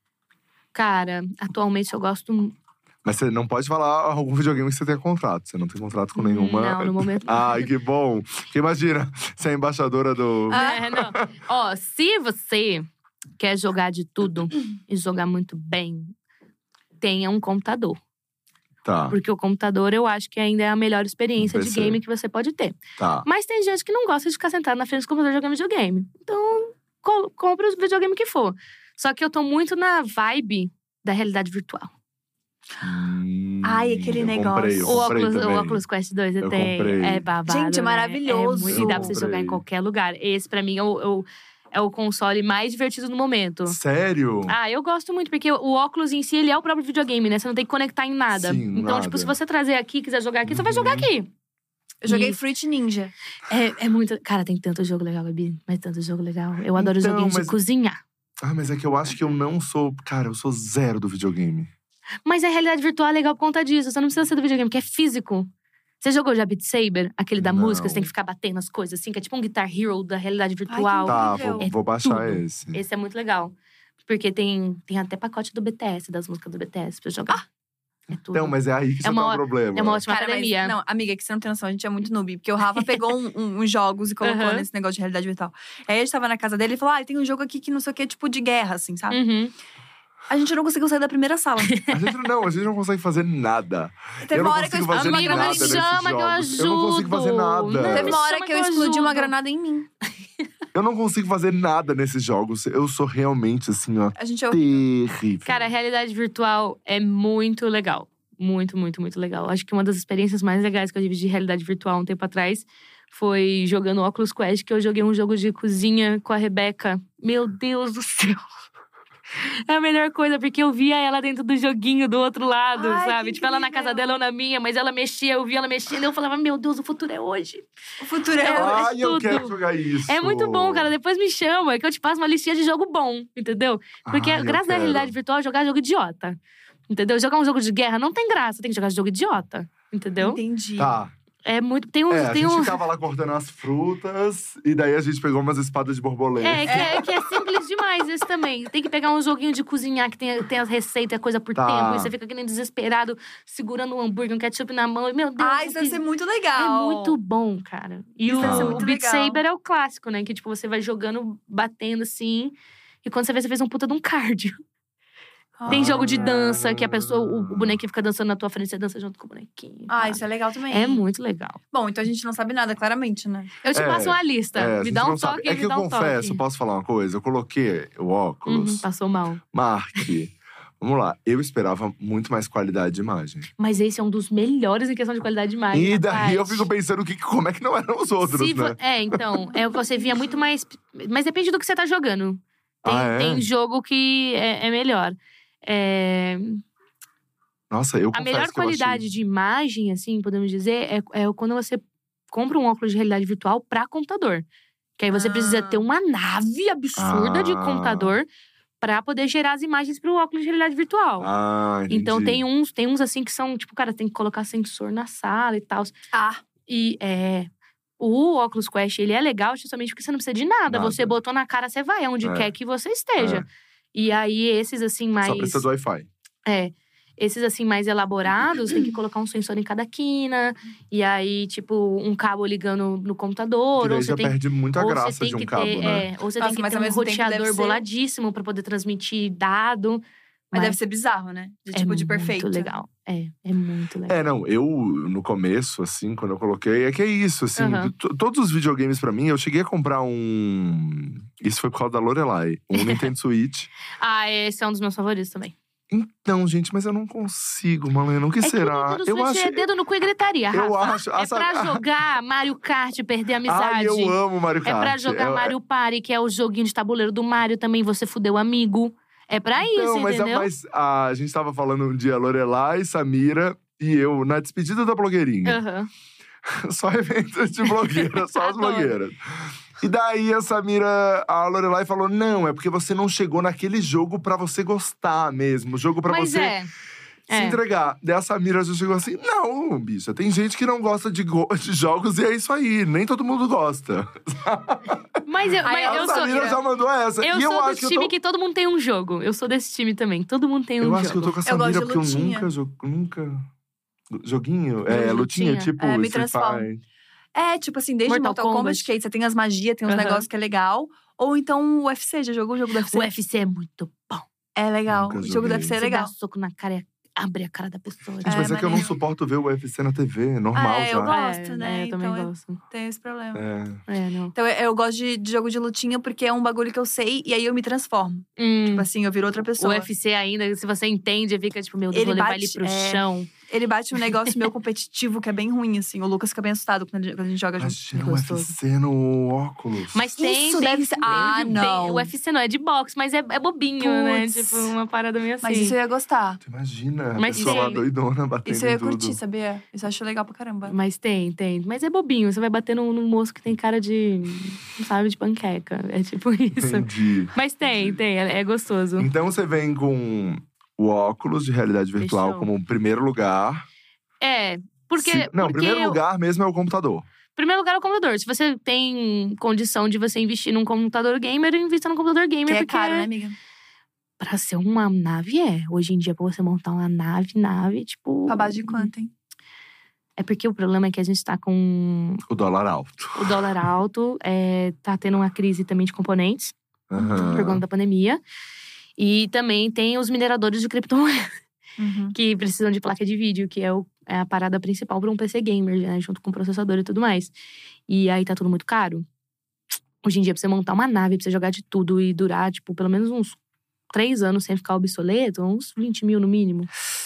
Cara, atualmente eu gosto… Mas você não pode falar algum videogame que você tenha contrato. Você não tem contrato com nenhuma. Não, no momento não. Ai, que bom. Porque imagina, você é a embaixadora do… É, não. Ó, se você quer jogar de tudo e jogar muito bem, tenha um computador. Tá, Porque o computador, eu acho que ainda é a melhor experiência Um de P C. game que você pode ter. tá. Mas tem gente que não gosta de ficar sentado na frente do computador jogando videogame. Então, co- compra o videogame que for. Só que eu tô muito na vibe da realidade virtual. Hum, Ai, aquele eu negócio. Comprei, eu O comprei Oculus, o também. Oculus Quest dois eu, Eu tenho. comprei. É babado, Gente, é né? maravilhoso. É muito, e dá pra você Eu jogar em comprei. qualquer lugar. Esse, pra mim, é o, é o, é o console mais divertido no momento. Sério? Ah, eu gosto muito, porque o óculos em si, ele é o próprio videogame, né? Você não tem que conectar em nada. Sim, então, nada. tipo, se você trazer aqui, quiser jogar aqui, você vai jogar Uhum. aqui. Eu joguei E- Fruit Ninja. É, é muito… Cara, tem tanto jogo legal, Gabi. Mas tanto jogo legal. Eu adoro Então, joguinhos mas- de cozinhar. Ah, mas é que eu acho que eu não sou… Cara, eu sou zero do videogame. Mas a realidade virtual é legal por conta disso. Você não precisa ser do videogame, porque é físico. Você jogou já Beat Saber? Aquele da Não. música, você tem que ficar batendo as coisas assim. Que é tipo um Guitar Hero da realidade virtual. Tá, Incrível. vou, É vou baixar tudo. esse. Esse é muito legal. Porque tem, tem até pacote do B T S, das músicas do B T S pra jogar. É tudo. Então, mas é aí que É você uma tá o ó- problema. é uma ótima Cara, mas, academia. não, amiga, que você não tem noção, a gente é muito noob. Porque o Rafa pegou um- um- uns jogos e colocou Aham. nesse negócio de realidade virtual. Aí a gente tava na casa dele e falou: ah, tem um jogo aqui que não sei o que, tipo de guerra, assim, sabe? Uhum. A gente não conseguiu sair da primeira sala. A gente não, a gente não consegue fazer nada. Teve eu não uma hora que eu consigo fazer explodi uma Amiga, nada me nesses granada. chama que eu jogos. Eu não consigo fazer ajudo. nada. Não, Teve me uma hora chama que eu que eu explodi uma ajudo. granada em mim. Eu não consigo fazer nada nesses jogos. Eu sou realmente, assim, ó, A gente é terrível. Cara, a realidade virtual é muito legal. Muito, muito, muito legal. Acho que uma das experiências mais legais que eu tive de realidade virtual um tempo atrás foi jogando Oculus Quest, que eu joguei um jogo de cozinha com a Rebeca. Meu Deus do céu! É a melhor coisa, porque eu via ela dentro do joguinho do outro lado, Ai, sabe? que Tipo, ela na incrível. casa dela ou na minha, mas ela mexia, eu via ela mexendo, eu falava, meu Deus, o futuro é hoje. O futuro é. É, Ai, eu tudo. quero jogar isso. É muito bom, cara. Depois me chama, que eu te passo uma listinha de jogo bom, entendeu? Porque, Ai, eu graças à quero. realidade virtual, jogar jogo idiota. Entendeu? Jogar um jogo de guerra não tem graça, tem que jogar jogo idiota. Entendeu? Entendi. Tá. É muito. Tem uns. É, a tem gente uns... tava lá cortando as frutas. E daí a gente pegou umas espadas de borboleta. É, que é, que é simples demais esse também. Tem que pegar um joguinho de cozinhar que tem, tem as receitas, coisa por Tá. tempo. E você fica que nem desesperado, segurando um hambúrguer, um ketchup na mão. E, meu Deus, Ah, eu isso deve fiz- ser muito é legal. muito bom, cara. E Isso o, deve ser o muito Beat legal. Saber é o clássico, né? Que tipo, você vai jogando, batendo assim. E quando você vê, você fez um puta de um cardio. Tem Ah. jogo de dança, que a pessoa, o, o bonequinho fica dançando na tua frente, você dança junto com o bonequinho. Ah, sabe? isso é legal também. É muito legal. Bom, então a gente não sabe nada, claramente, né? Eu te É, passo uma lista. É, a me gente dá um não sabe. toque, É me que eu dá um confesso, toque. posso falar uma coisa? Eu coloquei o Uhum, óculos. passou mal. Mark, Vamos lá, eu esperava muito mais qualidade de imagem. Mas esse é um dos melhores em questão de qualidade de imagem. E daí rapaz. eu fico pensando que, como é que não eram os outros, Se vo- né? É, então. É, você via muito mais… Mas depende do que você tá jogando. Tem, Ah, é? tem jogo que é, é melhor. É… Nossa, eu A confesso melhor que eu qualidade achei… de imagem, assim, podemos dizer, é, é quando você compra um óculos de realidade virtual pra computador. Que aí você Ah. precisa ter uma nave absurda de Ah. computador pra poder gerar as imagens pro óculos de realidade virtual. Ah, entendi. Então tem uns, tem uns assim que são, tipo, cara, tem que colocar sensor na sala e tal. Ah, E é… O Oculus Quest, ele é legal justamente porque você não precisa de nada. Nada. Você botou na cara, você vai aonde É. quer que você esteja. É. E aí, esses assim mais… Só precisa do Wi-Fi. É. Esses assim mais elaborados, tem que colocar um sensor em cada quina. E aí, tipo, um cabo ligando no computador. Que daí ou já você tem, perde muita ou graça você tem de um que cabo, ter, né? é, ou você Nossa, tem que mas ter ao um mesmo tempo deve roteador ser- boladíssimo pra poder transmitir dado. mas Mas deve ser bizarro, né? De é tipo, de muito perfeito. legal. É, é muito legal. É, não, eu no começo, assim, quando eu coloquei, é que é isso, assim, Aham. t- todos os videogames pra mim, eu cheguei a comprar um. Isso foi por causa da Lorelai, um Nintendo Switch. Ah, esse é um dos meus favoritos também. Então, gente, mas eu não consigo, Malena, o que É será? que o Nintendo eu Switch acho. é dedo no cu e gritaria, Rafa. Eu acho. É pra jogar Mario Kart e perder a amizade. Ai, eu amo Mario É Kart. pra jogar Eu- Mario Party, que é o joguinho de tabuleiro do Mario também, você fudeu o amigo. É pra isso, Não, mas, a, entendeu? mas a, a gente tava falando um dia, Lorelai, Samira e eu, na despedida da blogueirinha. Aham. Só eventos de blogueira, só as Adoro. blogueiras. E daí a Samira, a Lorelai falou: não, é porque você não chegou naquele jogo pra você gostar mesmo. Jogo pra Mas você é. se É. entregar. Daí a Samira já chegou assim: não, bicha, tem gente que não gosta de, go- de jogos e é isso aí. Nem todo mundo gosta. Mas eu, Ai, mas a eu sou. Samira já mandou essa. Eu e eu sou do acho que time eu tô. que todo mundo tem um jogo. Eu sou desse time também. Todo mundo tem um Eu jogo. acho que eu tô com a Eu gosto Samira de porque eu lutinha. nunca jogo. Nunca. Joguinho? Jogo É, de lutinha, lutinha? tipo É, me Street transformo. Fighter. É, tipo assim, desde Mortal Mortal, Kombat. Kombat, que aí você tem as magias, tem uns Aham. negócios que é legal. Ou então o U F C, já jogou o jogo do U F C? O U F C é muito bom. É legal. Nunca O jogo do joguei. U F C é Você legal. dá soco na cara e abre a cara da pessoa. Gente, mas é, É, que eu não maneiro. suporto ver o U F C na T V, normal Ah, é, já. eu gosto, É, né? é, eu também Então eu- gosto. Tem esse problema. É. É, não. Então eu, eu gosto de, de jogo de lutinha porque é um bagulho que eu sei e aí eu me transformo. Hum. Tipo assim, eu viro outra O pessoa. U F C ainda, se você entende, fica tipo, meu Deus, Ele vou levar bate- ele pro é. chão. Ele bate um negócio meio competitivo que é bem ruim, assim. O Lucas fica bem assustado quando a gente, quando a gente joga junto. Imagina um gostoso. U F C no óculos. Mas tem, Isso tem, deve ser- tem Ah, de- não. tem- O U F C não, é de boxe, mas é, é bobinho, né? Puts. Tipo, uma parada meio assim. Mas isso eu ia gostar. Tu imagina, a Mas pessoa lá sim. doidona batendo Isso eu ia em tudo. curtir, sabia? Isso eu acho legal pra caramba. Mas tem, tem. Mas é bobinho. Você vai bater num, num moço que tem cara de, sabe, de panqueca. É tipo isso. Entendi. Mas tem, tem. É, é gostoso. Então você vem com o óculos de realidade virtual Fechou. como primeiro lugar. É, porque… Se- Não, porque primeiro eu- lugar mesmo é o computador. Primeiro lugar é o computador. Se você tem condição de você investir num computador gamer, invista num computador gamer. Que é porque caro, né, amiga? Pra ser uma nave, é. Hoje em dia, pra você montar uma nave, nave, tipo… Pra base de quanto, hein? É porque o problema é que a gente tá com O dólar alto. o dólar alto, é, tá tendo uma crise também de componentes, Aham. por conta da pandemia. E também tem os mineradores de criptomoedas, Uhum. que precisam de placa de vídeo, que é, o- é a parada principal para um P C gamer, né? Junto com o processador e tudo mais. E aí tá tudo muito caro. Hoje em dia, pra você montar uma nave, pra você jogar de tudo e durar, tipo, pelo menos uns três anos sem ficar obsoleto, uns vinte mil no mínimo.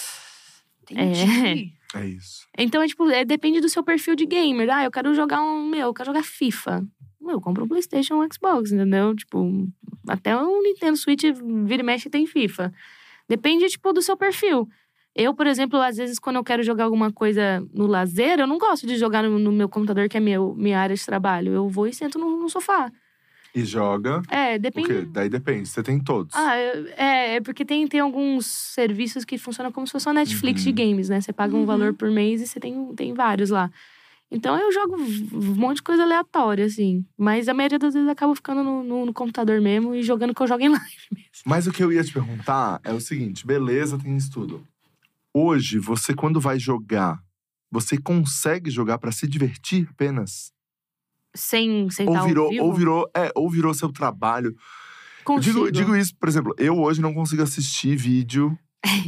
Entendi. É isso. Então, é tipo, é, depende do seu perfil de gamer. Ah, eu quero jogar um. Meu, eu quero jogar FIFA. Meu, eu compro um PlayStation, um Xbox, entendeu? Tipo, até o Nintendo Switch vira e mexe tem FIFA. Depende, tipo, do seu perfil. Eu, por exemplo, às vezes, quando eu quero jogar alguma coisa no lazer, eu não gosto de jogar no, no meu computador, que é meu, minha área de trabalho. Eu vou e sento no, no sofá. E joga. É, O depende. quê? Daí depende. Você tem todos. Ah, eu- é, é porque tem, tem alguns serviços que funcionam como se fosse uma Netflix Uhum. de games, né? Você paga um Uhum. valor por mês e você tem, tem vários lá. Então eu jogo um monte de coisa aleatória, assim. Mas a maioria das vezes eu acabo ficando no, no- no computador mesmo e jogando o que eu jogo em live mesmo. Mas o que eu ia te perguntar é o seguinte: beleza, tem isso tudo. Hoje, você quando vai jogar, você consegue jogar pra se divertir apenas? Sem, sem Ou estar virou, ao vivo. ou virou, é, ou virou seu trabalho? Eu Consigo. digo, digo isso, por exemplo, eu hoje não consigo assistir vídeo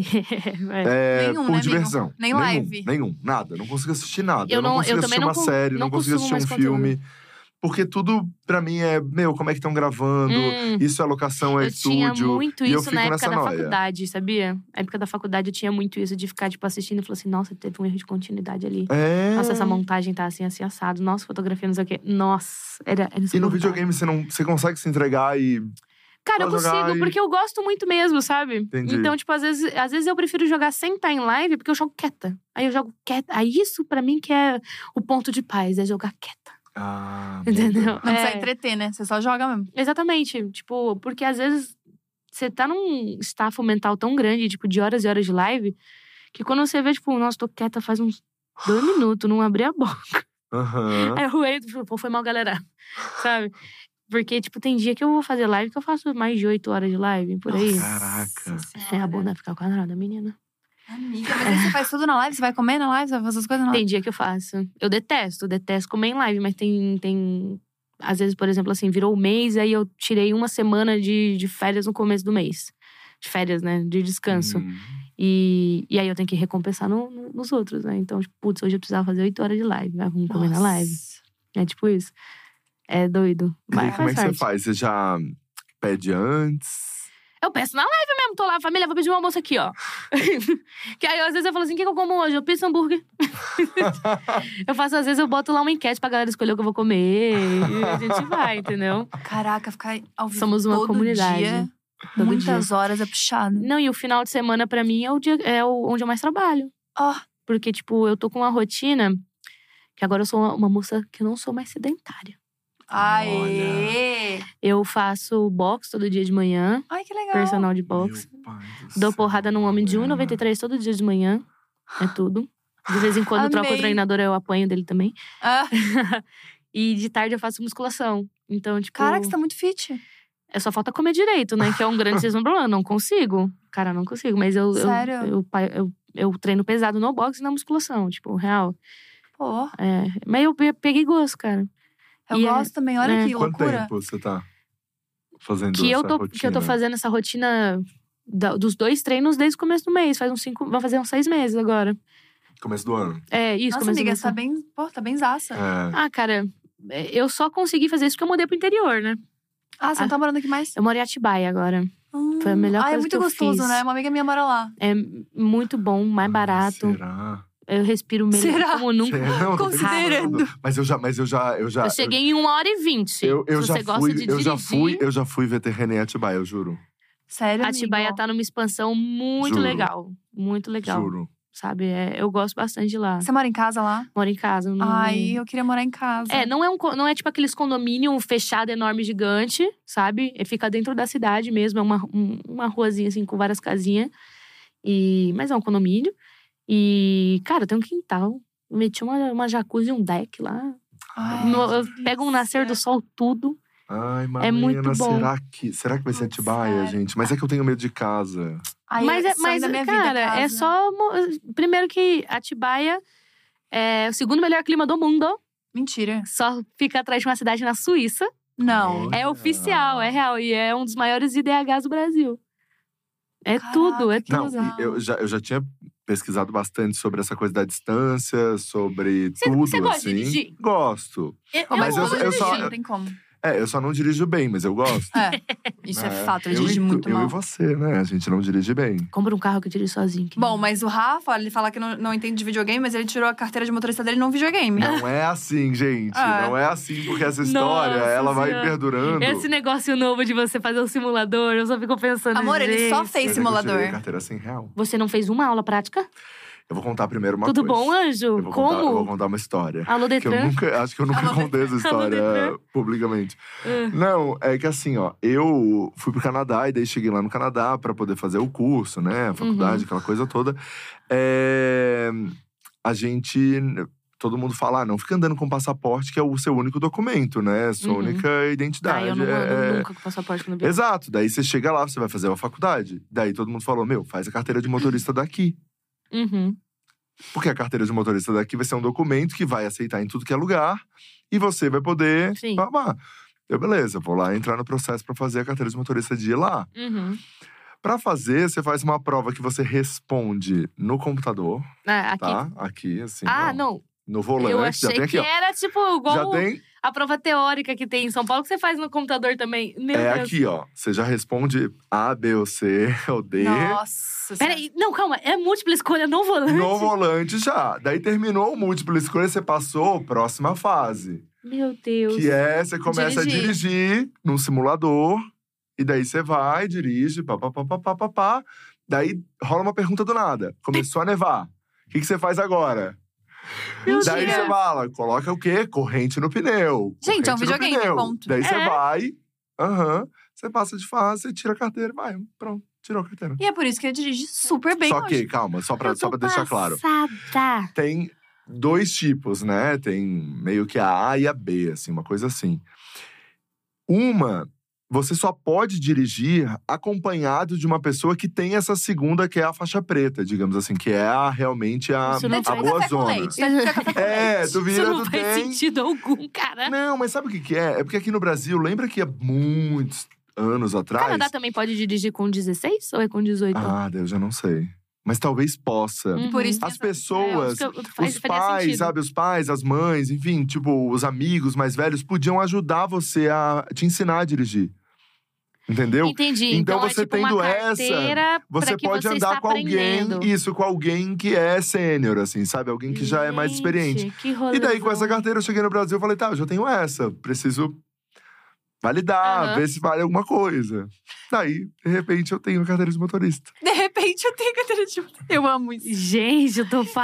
É. é, Nenhum, por né, amigo? diversão. Nem nenhum, live. Nenhum, nada. Não consigo assistir nada. Eu Eu não, não- consigo eu assistir também não uma con- série, não, não consigo assistir consumo um mais filme. Porque tudo, pra mim, é… Meu, como é que estão gravando? Hum. Isso é locação, é Eu tinha estúdio. muito e eu isso fico na época nessa da noia. faculdade, sabia? Na época da faculdade eu tinha muito isso de ficar, tipo, assistindo e falar assim, nossa, teve um erro de continuidade ali. É. Nossa, essa montagem tá assim, assim, assado. Nossa, fotografia, não sei o quê. Nossa, era, era E no insuportável. videogame, você, não, você consegue se entregar e… Cara, eu Pra jogar consigo, e- porque eu gosto muito mesmo, sabe? Entendi. Então, tipo, às vezes, às vezes eu prefiro jogar sem estar em live, porque eu jogo quieta. Aí eu jogo quieta. Aí isso, pra mim, que é o ponto de paz, é jogar quieta. Ah, Entendeu? Não precisa É. entreter, né? Você só joga mesmo. Exatamente. Tipo, porque às vezes você tá num estafo mental tão grande, tipo, de horas e horas de live, que quando você vê, tipo, nossa, tô quieta faz uns dois minutos, não abri a boca. Aham. Aí eu entro, pô, foi mal, galera. Sabe? Porque, tipo, tem dia que eu vou fazer live que eu faço mais de oito horas de live, por aí. Caraca. É, a bunda fica quadrada, menina. Amiga, mas aí você faz tudo na live? Você vai comer na live? Você vai fazer as coisas na live? Tem dia que eu faço. Eu detesto, detesto comer em live, mas tem, tem… Às vezes, por exemplo, assim, virou o mês, aí eu tirei uma semana de, de férias no começo do mês. De férias, né? De descanso. Hum. E, e aí eu tenho que recompensar no- no- nos outros, né? Então, tipo, putz, hoje eu precisava fazer oito horas de live. Vai, vamos comer na live. É tipo isso. É doido. E Mas aí, como é faz que você parte. faz? Você já pede antes? Eu peço na live mesmo. Tô lá, família, vou pedir um almoço aqui, ó. Que aí, às vezes, eu falo assim, o que que eu como hoje? Eu peço hambúrguer. Eu faço, às vezes, eu boto lá uma enquete pra galera escolher o que eu vou comer. E a gente vai, entendeu? Caraca, ficar ao vivo Somos uma todo comunidade. dia, Todo muitas horas é puxado. Não, e o final de semana, pra mim, é, o dia, é o, onde eu mais trabalho. Ó, Porque, tipo, eu tô com uma rotina… Que agora eu sou uma, uma moça que não sou mais sedentária. aê! Eu faço boxe todo dia de manhã. Ai, que legal. Personal de boxe. Meu pai do Dou céu, porrada num homem de um e noventa e Helena. três todo dia de manhã. É tudo. De vez em quando eu troco o Amei. treinador, eu apanho dele também. Ah, E de tarde eu faço musculação. Então, tipo… caraca, você tá muito fit. É só falta comer direito, né? Que é um grande problema. Não consigo. Cara, não consigo. Mas eu, eu, Sério? eu, eu, eu, eu treino pesado no boxe e na musculação. Tipo, real. Pô, É. Mas eu pe- peguei gosto, cara. eu E é- gosto também. Olha é. que Quanto loucura. tempo você tá fazendo Que eu, essa tô, rotina? que eu tô fazendo essa rotina da- dos dois treinos desde o começo do mês. Faz uns cinco… Vai fazer uns seis meses agora. Começo do ano. É, isso. Nossa, começo do amiga, mês. você tá bem… Pô, tá bem zaça. É. Ah, cara… Eu só consegui fazer isso porque eu mudei pro interior, né? Ah, você não tá morando aqui mais? Eu moro em Atibaia agora. Hum. Foi a melhor Ah, é coisa muito que eu gostoso, fiz. né? Uma amiga minha mora lá. É muito bom, mais barato. Será? Eu respiro melhor Será? como nunca. Será? Não, tô Considerando. pensando. Mas eu já, mas eu já, eu já. Eu cheguei em uma hora e vinte. Eu, eu Se já você gosta fui, de eu dirigir… já fui, eu já fui veterinário em Atibaia, eu juro. Sério, amigo? Atibaia tá numa expansão muito Juro. legal. Muito legal. Juro. Sabe? É, eu gosto bastante de lá. Você mora em casa lá? Moro em casa. Não… Ai, eu queria morar em casa. É, não é, um, co- não é tipo aqueles condomínio fechado, enorme, gigante, sabe? Ele fica dentro da cidade mesmo. É uma, um- uma ruazinha, assim, com várias casinhas. E, mas é um condomínio. E, cara, tem um quintal. Eu meti uma, uma jacuzzi e um deck lá. Ai, No- eu que pego um nascer do delícia. sol, tudo. Ai, Marina, É muito bom. será que, será que vai ser Putz, Atibaia, sério. gente? Mas é que eu tenho medo de casa. Ai, mas, é, sonho mas da minha vida, cara, é casa. só… mo- Primeiro que Atibaia é o segundo melhor clima do mundo. Mentira. Só fica atrás de uma cidade na Suíça. Não. Olha. É oficial, é real. E é um dos maiores I D Hs do Brasil. É Caraca, tudo, é que Não, tudo. legal. e eu já, eu já tinha pesquisado bastante sobre essa coisa da distância, sobre Cê- tudo, cê gosta assim. de dirigir? Gosto. Eu, Pô, mas eu- eu, eu só- não tem como. É, eu só não dirijo bem, mas eu gosto. É, isso é, É, fato. Ele eu dirige e tu- muito eu mal. e você, né? A gente não dirige bem. Compra um carro que eu dirijo sozinho. que- Bom, mas o Rafa, ele fala que não, não entende de videogame, mas ele tirou a carteira de motorista dele num videogame. Não é assim, gente. Ah. Não é assim, porque essa história, Nossa ela vai Senhora. perdurando. Esse negócio novo de você fazer um simulador, eu só fico pensando… Amor, ele só gente, fez Mas é que eu simulador. tirei a carteira sem real. Você não fez uma aula prática? Eu vou contar primeiro uma Tudo coisa. bom, anjo? Eu vou Como? Contar, eu vou contar uma história. Alô, Que eu Detran? nunca, acho que eu nunca Alô, contei essa história Detran. publicamente. Ah. Não, é que assim, ó, eu fui pro Canadá e daí cheguei lá no Canadá pra poder fazer o curso, né? A faculdade, Uhum. aquela coisa toda. É, a gente. Todo mundo fala, ah, não fica andando com passaporte, que é o seu único documento, né? Sua Uhum. única Ah, identidade. eu não ando é- nunca com passaporte quando viajo. Exato, daí você chega lá, você vai fazer a faculdade. Daí todo mundo falou, meu, faz a carteira de motorista daqui. Uhum. Porque a carteira de motorista daqui vai ser um documento que vai aceitar em tudo que é lugar. E você vai poder… Sim. Ah, eu, beleza, vou lá entrar no processo pra fazer a carteira de motorista de ir lá. Uhum. Pra fazer, você faz uma prova que você responde no computador, Ah, aqui. tá? Aqui, assim. Ah, ó. não. No volante. Eu já achei tem aqui, que ó. era tipo Já igual tem. a prova teórica que tem em São Paulo, que você faz no computador também. Meu É Deus. aqui, ó. Você já responde A, B ou C ou D. Nossa. Peraí, não, calma. É múltipla escolha no volante? No volante já. Daí terminou o múltipla escolha, você passou, próxima fase. Meu Deus. Que é, você começa Dirigir. a dirigir num simulador. E daí você vai, dirige, pá, pá, pá, pá, pá, pá, pá. Daí rola uma pergunta do nada. Começou a nevar. O que, que você faz agora? Meu Daí Deus. você fala, coloca o quê? Corrente no pneu. Gente, é um Corrente no videogame, pneu. ponto. Daí você É. vai, aham, você passa de fase, você tira a carteira, vai, pronto, tirou a carteira. E é por isso que ele dirige super bem Só hoje. que, calma, só pra, Eu só tô pra deixar claro. passada. Tem dois tipos, né? Tem meio que a A e a B, assim, uma coisa assim. Uma, você só pode dirigir acompanhado de uma pessoa que tem essa segunda, que é a faixa preta, digamos assim, que é a, realmente a, Isso não a faz boa café com zona. leite. Deve ser café com É, leite. tu vira, Isso não tu faz tem. sentido algum, cara. Não, mas sabe o que, que é? É porque aqui no Brasil, lembra que há muitos anos O atrás. Canadá também pode dirigir com dezesseis ou é com dezoito? Ah, eu já não sei. Mas talvez possa. Uhum. Por isso tem As essa- pessoas, É, acho que faz- os faria pais, sentido. sabe? Os pais, as mães, enfim, tipo, os amigos mais velhos podiam ajudar você a te ensinar a dirigir. Entendeu? Entendi. Então, Então, você é tipo tendo uma essa, carteira Você pra que pode você andar está com alguém, aprendendo. isso, com alguém que é sênior, assim, sabe? Alguém que já é mais experiente. Gente, que E daí, com essa rolezão. carteira, eu cheguei no Brasil e falei, tá, eu já tenho essa. Preciso validar, Aham. ver se vale alguma coisa. Daí, de repente, eu tenho a carteira de motorista. De repente eu tenho carteira de motorista. Eu amo isso. Gente, eu tô amo.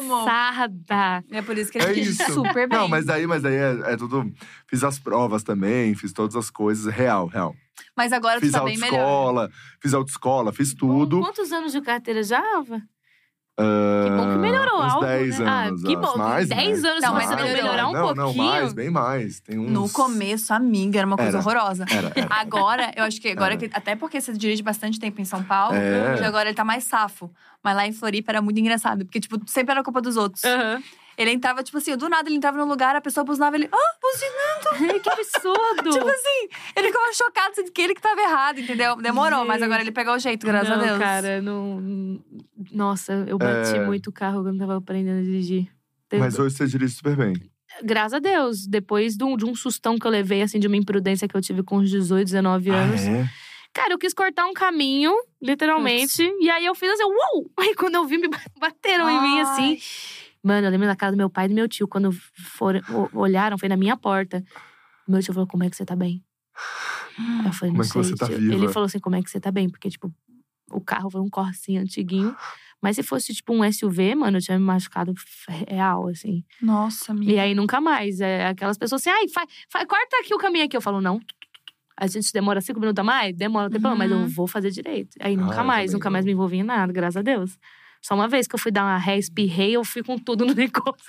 passada. É por isso que ele É dirige isso. super bem. Não, mas daí, mas daí é, é tudo… Fiz as provas também, fiz todas as coisas, real, real. Mas agora tu Fiz tá bem melhor. autoescola, fiz autoescola, fiz tudo. Com quantos anos de carteira já, Alva? Ah, Que bom que melhorou uns algo, dez né? anos. Ah, que acho. bom. Mais, dez mais. anos Não, você mas não melhorou. melhorar um não, pouquinho. Não, mais, bem mais. Tem uns… No começo, amiga, era uma coisa Era. horrorosa. Era, era. Agora, eu acho que agora, Era. que, até porque você dirige bastante tempo em São Paulo, É. que agora ele tá mais safo. Mas lá em Floripa era muito engraçado, porque, tipo, sempre era culpa dos outros. Aham. Ele entrava, tipo assim, do nada ele entrava num lugar, a pessoa buzinava, ele, ah, buzinando. Que absurdo. Tipo assim, ele ficava chocado de que ele que tava errado, entendeu? Demorou, mas Gente. agora ele pegou o jeito, graças não, a Deus. cara, não… Nossa, eu bati É. muito o carro quando tava aprendendo a dirigir. Teve- Mas hoje você dirige super bem. Graças a Deus. Depois de um, de um sustão que eu levei, assim, de uma imprudência que eu tive com uns dezoito, dezenove anos. Ah, é? Cara, eu quis cortar um caminho, literalmente. E aí eu fiz assim, uou! Aí quando eu vi, me bateram em mim, assim. Mano, eu lembro da casa do meu pai e do meu tio. Quando foram, o- olharam, foi na minha porta. Meu tio falou, como é que você tá bem? Aí eu falei, Como não é que sei, você tá tio. viva? Ele falou assim, como é que você tá bem? Porque, tipo, o carro foi um Corsinha antiguinho. Mas se fosse, tipo, um S U V, mano, eu tinha me machucado real, assim. Nossa, amiga. E aí, nunca mais. É aquelas pessoas assim, ai, faz, faz, corta aqui o caminho aqui. Eu falo, não. A gente demora cinco minutos a mais? Demora, não tem problema, mas Uhum. eu vou fazer direito. Aí, Ah, nunca eu mais, também nunca mais não. me envolvi em nada, graças a Deus. Só uma vez que eu fui dar uma ré, espirrei, eu fui com tudo no negócio.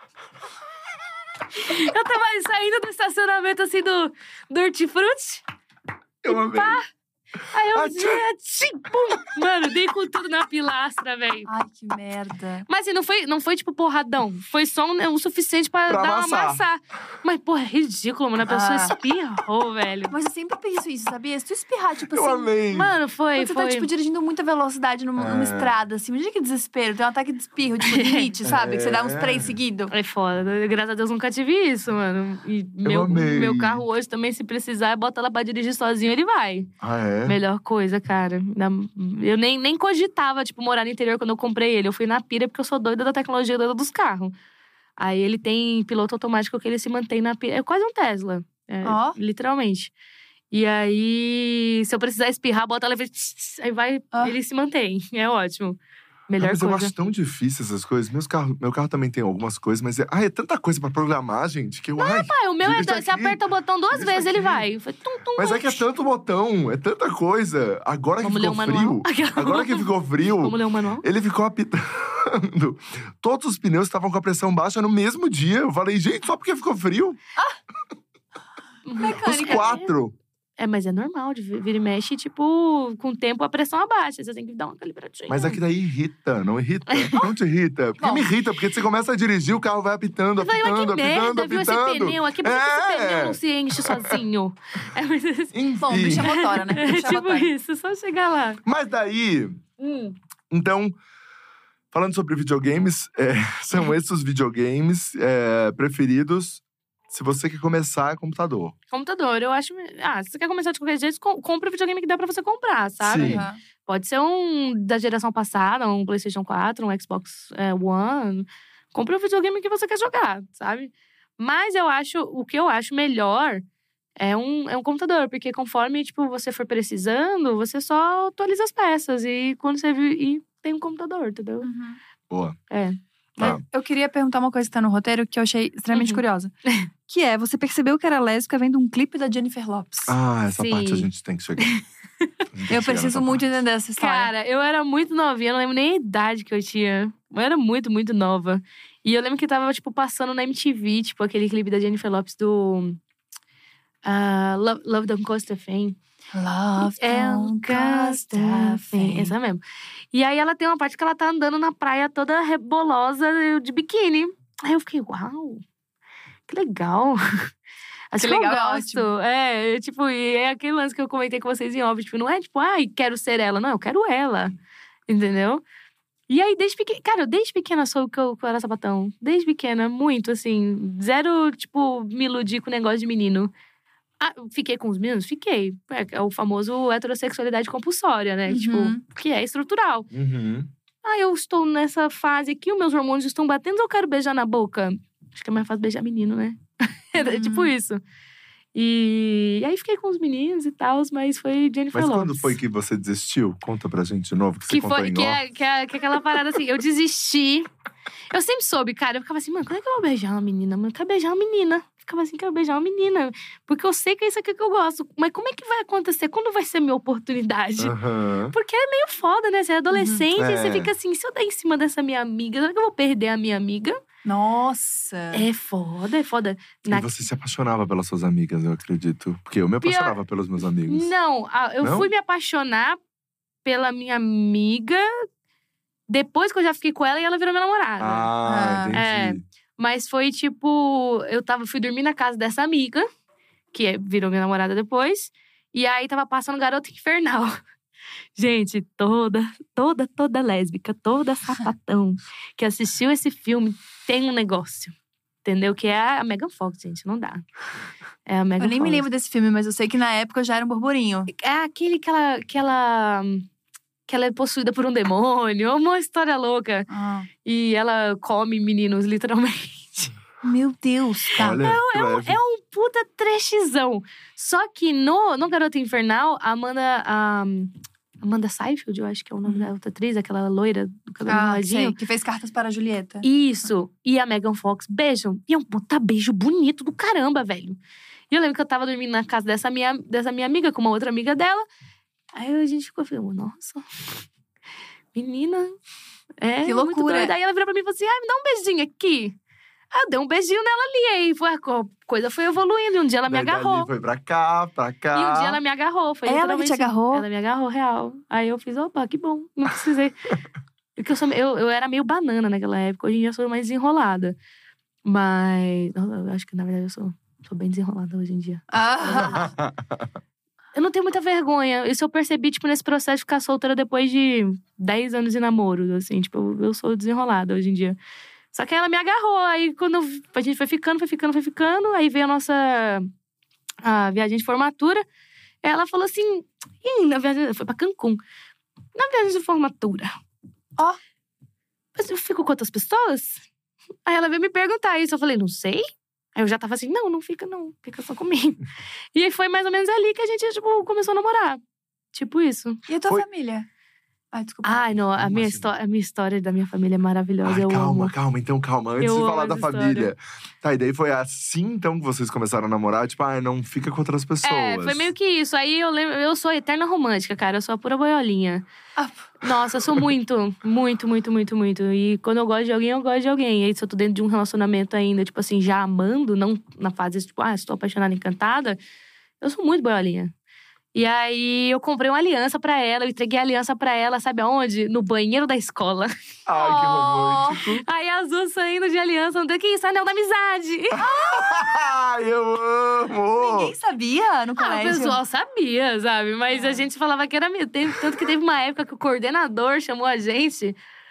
Eu tava saindo do estacionamento, assim, do, do Hortifruti. Eu amei. Aí eu, Atchim! tchim, pum. Mano, dei com tudo na pilastra, velho. Ai, que merda. Mas assim, não foi, não foi tipo porradão. Foi só um, o suficiente pra, Pra dar uma amassar. amassar. Mas, porra, é ridículo, mano. A pessoa Ah. espirrou, velho. Mas eu sempre penso isso, sabia? Se tu espirrar, tipo Eu assim… amei. Mano, foi, Quando você foi. tá, tipo, dirigindo muita velocidade numa, numa É. estrada, assim. Imagina que desespero. Tem um ataque de espirro, tipo, limite, sabe? Que você dá uns É. três seguidos. É foda. Graças a Deus nunca tive isso, mano. E meu, amei. meu carro hoje também, se precisar, bota lá pra dirigir sozinho, ele vai. Ah, é? Melhor coisa, cara. Na- Eu nem, nem cogitava, tipo, morar no interior quando eu comprei ele. Eu fui na pira porque eu sou doida da tecnologia, doida dos carros. Aí ele tem piloto automático que ele se mantém na pira. É quase um Tesla. É, Ó. Literalmente. E aí, se eu precisar espirrar, bota ela e faz… Aí vai, Ah. ele se mantém. É ótimo. Ah, Melhor mas eu coisa. acho tão difícil essas coisas. Meus carro, meu carro também tem algumas coisas, mas é, ai, é tanta coisa pra programar, gente, que eu… ai, Pai, o meu é… dirige Você aqui, aperta o botão duas dirige vezes, ele aqui. vai. Foi tum, tum, mas tum. é que é tanto botão, é tanta coisa. Agora que Vamos ler ficou o manual. frio, agora que ficou frio, Vamos ler o manual? ele ficou apitando. Todos os pneus estavam com a pressão baixa no mesmo dia. Eu falei, gente, só porque ficou frio? Os Mecânica. quatro. É, mas é normal, de vir e mexe, tipo, com o tempo a pressão abaixa. Você tem que dar uma calibradinha. Mas é que daí irrita, não irrita? Não te irrita. Porque Bom. me irrita, porque você começa a dirigir, o carro vai apitando, Eu falei, mas apitando, que apitando, merda, viu esse apitando. pneu aqui? Por que É. esse pneu não se enche sozinho? É, mas, Enfim. Bom, bicha motora, né? é Bicha tipo motora. isso, só chegar lá. Mas daí, Hum. então, Falando sobre videogames, é, são esses os videogames é, preferidos se você quer começar computador. Computador, eu acho… Ah, se você quer começar de qualquer jeito, com- compra o videogame que dá pra você comprar, sabe? Sim. Aham. Pode ser um da geração passada, um PlayStation quatro, um Xbox é, One. Compre o videogame que você quer jogar, sabe? Mas eu acho… O que eu acho melhor é um, é um computador. Porque conforme, tipo, você for precisando, você só atualiza as peças. E quando você… vi- E tem um computador, entendeu? Uhum. Boa. É. Tá. Eu queria perguntar uma coisa que tá no roteiro que eu achei extremamente Uhum. curiosa. Que é, você percebeu que era lésbica vendo um clipe da Jennifer Lopes. Ah, essa Sim. parte a gente tem que chegar. A gente tem que Eu chegar preciso nessa muito parte. entender essa história. Cara, eu era muito novinha, eu não lembro nem a idade que eu tinha. Eu era muito, muito nova. E eu lembro que tava, tipo, passando na M T V, tipo, aquele clipe da Jennifer Lopes do… ah, Love, Love Don't Cost a Thing. Love É um don't cost a thing. Essa mesmo. E aí ela tem uma parte que ela tá andando na praia toda rebolosa de biquíni. Aí eu fiquei, uau, que legal. Acho Que que, legal, eu é gosto. É, é, tipo, e é aquele lance que eu comentei com vocês em off. Tipo, não é tipo, ai, quero ser ela. Não, eu quero ela. Entendeu? E aí, desde pequena… Cara, eu desde pequena soube que eu, que eu era sapatão. Desde pequena, muito, assim. Zero, tipo, me iludir com o negócio de menino. Ah, fiquei com os meninos? Fiquei. É, é o famoso heterossexualidade compulsória, né? Uhum. Tipo, que é estrutural. Uhum. Ah, eu estou nessa fase aqui, os meus hormônios estão batendo, eu quero beijar na boca. Acho que é mais fácil beijar menino, né? É Uhum. tipo isso. E... e aí fiquei com os meninos e tal, mas foi Jennifer Mas Lopes. quando foi que você desistiu? Conta pra gente de novo, que você Que contou foi, em que off. é, que, é, que é aquela parada assim, eu desisti. Eu sempre soube, cara. Eu ficava assim, mano, quando é que eu vou beijar uma menina? Mano, eu quero beijar uma menina. Ficava assim, quero beijar uma menina. Porque eu sei que é isso aqui que eu gosto. Mas como é que vai acontecer? Quando vai ser minha oportunidade? Aham. Porque é meio foda, né? Você é adolescente Uhum. e você É. fica assim, se eu der em cima dessa minha amiga, será que eu vou perder a minha amiga? Nossa. É foda, é foda. Na- E você se apaixonava pelas suas amigas, eu acredito. Porque eu me Pior- apaixonava pelos meus amigos. Não, ah, eu Não? fui me apaixonar pela minha amiga depois que eu já fiquei com ela e ela virou minha namorada. Ah, Ah, entendi. Mas foi tipo, eu tava, fui dormir na casa dessa amiga, que é- virou minha namorada depois. E aí tava passando Garota Infernal. Gente, toda, toda, toda lésbica, toda sapatão que assistiu esse filme tem um negócio. Entendeu? Que é a Megan Fox, gente, não dá. É a Megan Eu nem me Fox. lembro desse filme, mas eu sei que na época já era um burburinho. É aquele que ela, que ela, que ela é possuída por um demônio, uma história louca. Ah. E ela come meninos, literalmente. Meu Deus, tá. Olha, que leve. É um puta trashzão. Só que no, no Garota Infernal, a Amanda… A, Amanda Seyfried, eu acho que é o nome da outra atriz, aquela loira do cabelo Ah, enroladinho. sei, que fez cartas para a Julieta. Isso. E a Megan Fox beijam. E é um puta beijo bonito do caramba, velho. E eu lembro que eu tava dormindo na casa dessa minha, dessa minha amiga, com uma outra amiga dela. Aí a gente ficou, falando, nossa, menina, é Que muito loucura. doida. Aí ela virou pra mim e falou assim, ai, me dá um beijinho aqui. Aí eu dei um beijinho nela ali. Aí foi, a co- coisa foi evoluindo. E um dia ela me Daí dali agarrou. foi pra cá, pra cá. E um dia ela me agarrou. Foi Ela que literalmente te agarrou? Ela me agarrou, real. Aí eu fiz, opa, que bom. Não precisei. Porque eu, sou, eu, eu era meio banana naquela época. Hoje em dia eu sou mais desenrolada. Mas… Eu acho que, na verdade, eu sou, sou bem desenrolada hoje em dia. Ah. Eu não tenho muita vergonha. Isso eu percebi, tipo, nesse processo de ficar solteira depois de dez anos de namoro. Assim, tipo, eu, eu sou desenrolada hoje em dia. Só que ela me agarrou. Aí, quando eu- a gente foi ficando, foi ficando, foi ficando. Aí veio a nossa a viagem de formatura. Ela falou assim… Ih, na viagem… Foi pra Cancún. Na viagem de formatura. Ó. Mas eu fico com outras pessoas? Aí ela veio me perguntar isso. Eu falei, não sei. Aí eu já tava assim, não, não fica não. Fica só comigo. E aí foi mais ou menos ali que a gente, tipo, começou a namorar. Tipo isso. E a tua Foi- família? Ai, desculpa. Ai, não, a Como minha, assim? histó- a minha história da minha família é maravilhosa. Ai, eu calma, amo. calma, então calma. Antes Eu de amo falar da essa família. Tá, e daí foi assim então que vocês começaram a namorar? Tipo, ai, não fica com outras pessoas. É, foi meio que isso. Aí eu lembro, eu sou eterna romântica, cara. Eu sou a pura boiolinha. Ah. Nossa, eu sou muito, muito, muito, muito, muito. E quando eu gosto de alguém, eu gosto de alguém. E aí, se eu tô dentro de um relacionamento ainda, tipo assim, já amando, não na fase, tipo, ah, estou apaixonada, encantada, eu sou muito boiolinha. E aí, eu comprei uma aliança pra ela, eu entreguei a aliança pra ela, sabe aonde? No banheiro da escola. Ai, que Oh. romântico. Aí, as duas saindo de aliança, não tem que isso, anel da amizade. Ai, eu amo! Ninguém sabia no Ah, o colégio. pessoal sabia, sabe? Mas É. a gente falava que era… Teve, tanto que teve uma época que o coordenador chamou a gente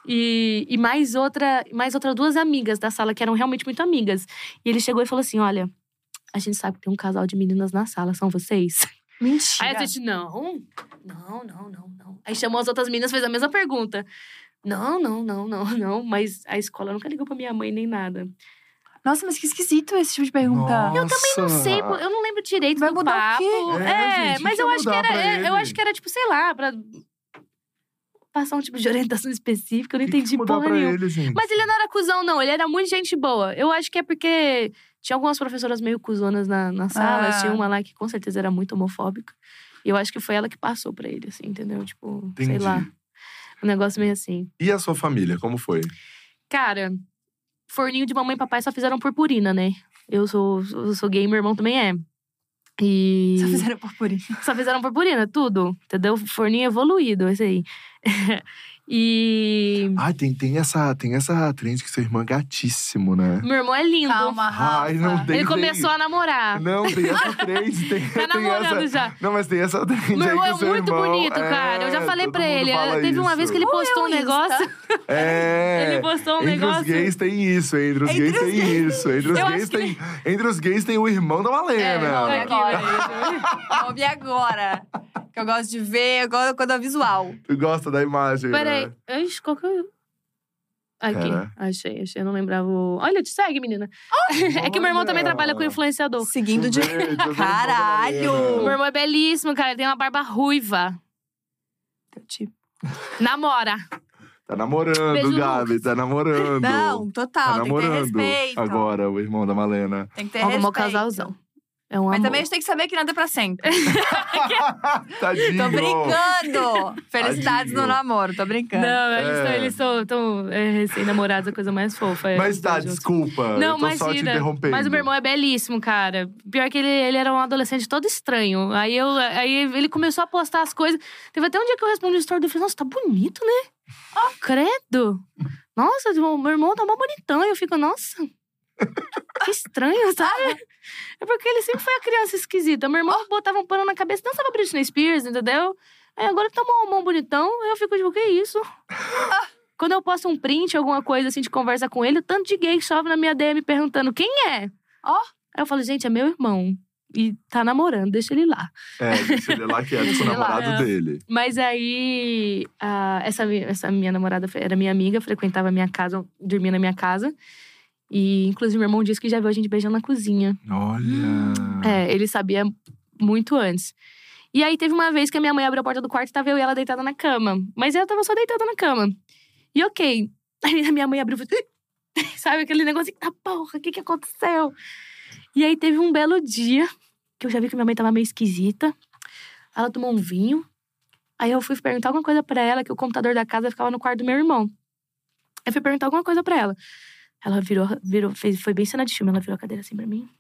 E, e mais outra, mais outra duas amigas da sala, que eram realmente muito amigas. E ele chegou e falou assim, olha, a gente sabe que tem um casal de meninas na sala, são vocês? Mentira. Aí a gente, não, não, não, não, não. Aí chamou as outras meninas, fez a mesma pergunta. Não, não, não, não, não. Mas a escola nunca ligou pra minha mãe nem nada. Nossa, mas que esquisito esse tipo de pergunta. Nossa. Eu também não sei, eu não lembro direito Vai do mudar o papo. quê? É, É, gente, mas que eu ia acho que mudar era, pra é, eu ele? acho que era tipo, sei lá, pra passar um tipo de orientação específica, eu não Que que entendi mudar porra pra nenhuma. ele, gente? Mas ele não era cuzão, não. Ele era muito gente boa. Eu acho que é porque tinha algumas professoras meio cuzonas na, na sala. Ah. Tinha uma lá que com certeza era muito homofóbica. E eu acho que foi ela que passou pra ele, assim, entendeu? Tipo, Entendi. sei lá. Um negócio meio assim. E a sua família, como foi? Cara, forninho de mamãe e papai só fizeram purpurina, né? Eu sou, eu sou gay, meu irmão também é. E… Só fizeram purpurina. Só fizeram purpurina, tudo. Entendeu? Forninho evoluído, esse aí. E… Ah, tem, tem, essa, tem essa trend que seu irmão é gatíssimo, né? Meu irmão é lindo. Calma, Rafa. Ai, não tem. Ele começou a namorar. Não, tem essa trend. Tem, Tá tem namorando essa... já. Não, mas tem essa trend Meu aí irmão que é o seu muito irmão- bonito, cara. Eu já É, falei todo pra mundo ele. fala Teve uma isso. vez que ele Qual postou é um o Insta? negócio. É. Ele postou um entre negócio. os gays tem isso, entre os Entre gays os tem gays. isso. Entre os Eu gays acho que tem. Entre os gays tem o irmão da Malena. É, Aqui, agora. velho. Vamos ver agora. Que eu gosto de ver, eu gosto quando é visual. Tu gosta da imagem, Peraí. né? Ixi, qual que eu… Aqui. Pera. Achei, achei. Eu não lembrava o… Olha, te segue, menina. É que meu irmão também trabalha com influenciador. Seguindo de… Deixa eu ver, deixa eu ver o irmão da Caralho! Malena. Meu irmão é belíssimo, cara. Ele tem uma barba ruiva. Tipo, Namora. Tá namorando, Beijo, Gabi, tá namorando. não, total. Tá tem que ter namorando respeito. agora, o irmão da Malena. Tem que ter Arrumou respeito. casalzão. É um Mas amor. também a gente tem que saber que nada é pra sempre. Tadinho. Tô brincando. Felicidades Tadinho. no namoro, tô brincando. Não, eles É. estão eles tão, tão, é, recém-namorados, a coisa mais fofa. é, Mas os tá, dois juntos. desculpa. Não, eu tô só te imagina. interrompendo. Mas o meu irmão é belíssimo, cara. Pior que ele, ele era um adolescente todo estranho. Aí, eu, aí ele começou a postar as coisas. Teve até um dia que eu respondi o story dele e falei, nossa, tá bonito, né? Ó, credo. Nossa, o meu irmão tá mó bonitão. E eu fico, nossa, que estranho, sabe? É porque ele sempre foi a criança esquisita. Meu irmão botava um pano na cabeça e dançava Britney Spears, entendeu? Aí agora que tá mó, mó bonitão, eu fico tipo, que isso? Quando eu posto um print, alguma coisa assim de conversa com ele, o tanto de gay que chove na minha D M perguntando quem é. Ó. Aí eu falo, gente, é meu irmão. E tá namorando, deixa ele lá. É, deixa ele lá que é Deixa com o ele lá, namorado é. dele. Mas aí, a- essa, mi- essa minha namorada era minha amiga, frequentava a minha casa, dormia na minha casa. E, inclusive, meu irmão disse que já viu a gente beijando na cozinha. Olha. É, ele sabia muito antes. E aí, teve uma vez que a minha mãe abriu a porta do quarto e tava eu e ela deitada na cama. Mas ela tava só deitada na cama. E ok. Aí a minha mãe abriu e falou… Sabe, aquele negócio assim, ah, porra, o que que aconteceu? E aí, teve um belo dia que eu já vi que minha mãe tava meio esquisita. Ela tomou um vinho. Aí eu fui perguntar alguma coisa pra ela, que o computador da casa ficava no quarto do meu irmão. Eu fui perguntar alguma coisa pra ela. Ela virou, virou fez, foi bem cena de filme. Ela virou a cadeira assim pra mim.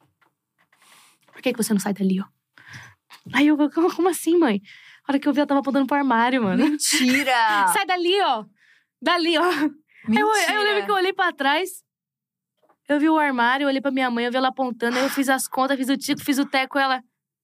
Por que, que você não sai dali, ó? Aí eu, como, como assim, mãe? A hora que eu vi, ela tava apontando pro armário, mano. Mentira! Sai dali, ó! Dali, ó! Aí eu, aí eu lembro que eu olhei pra trás. Eu vi o armário, eu olhei pra minha mãe, eu vi ela apontando. Aí eu fiz as contas, fiz o tico, fiz o teco. Ela…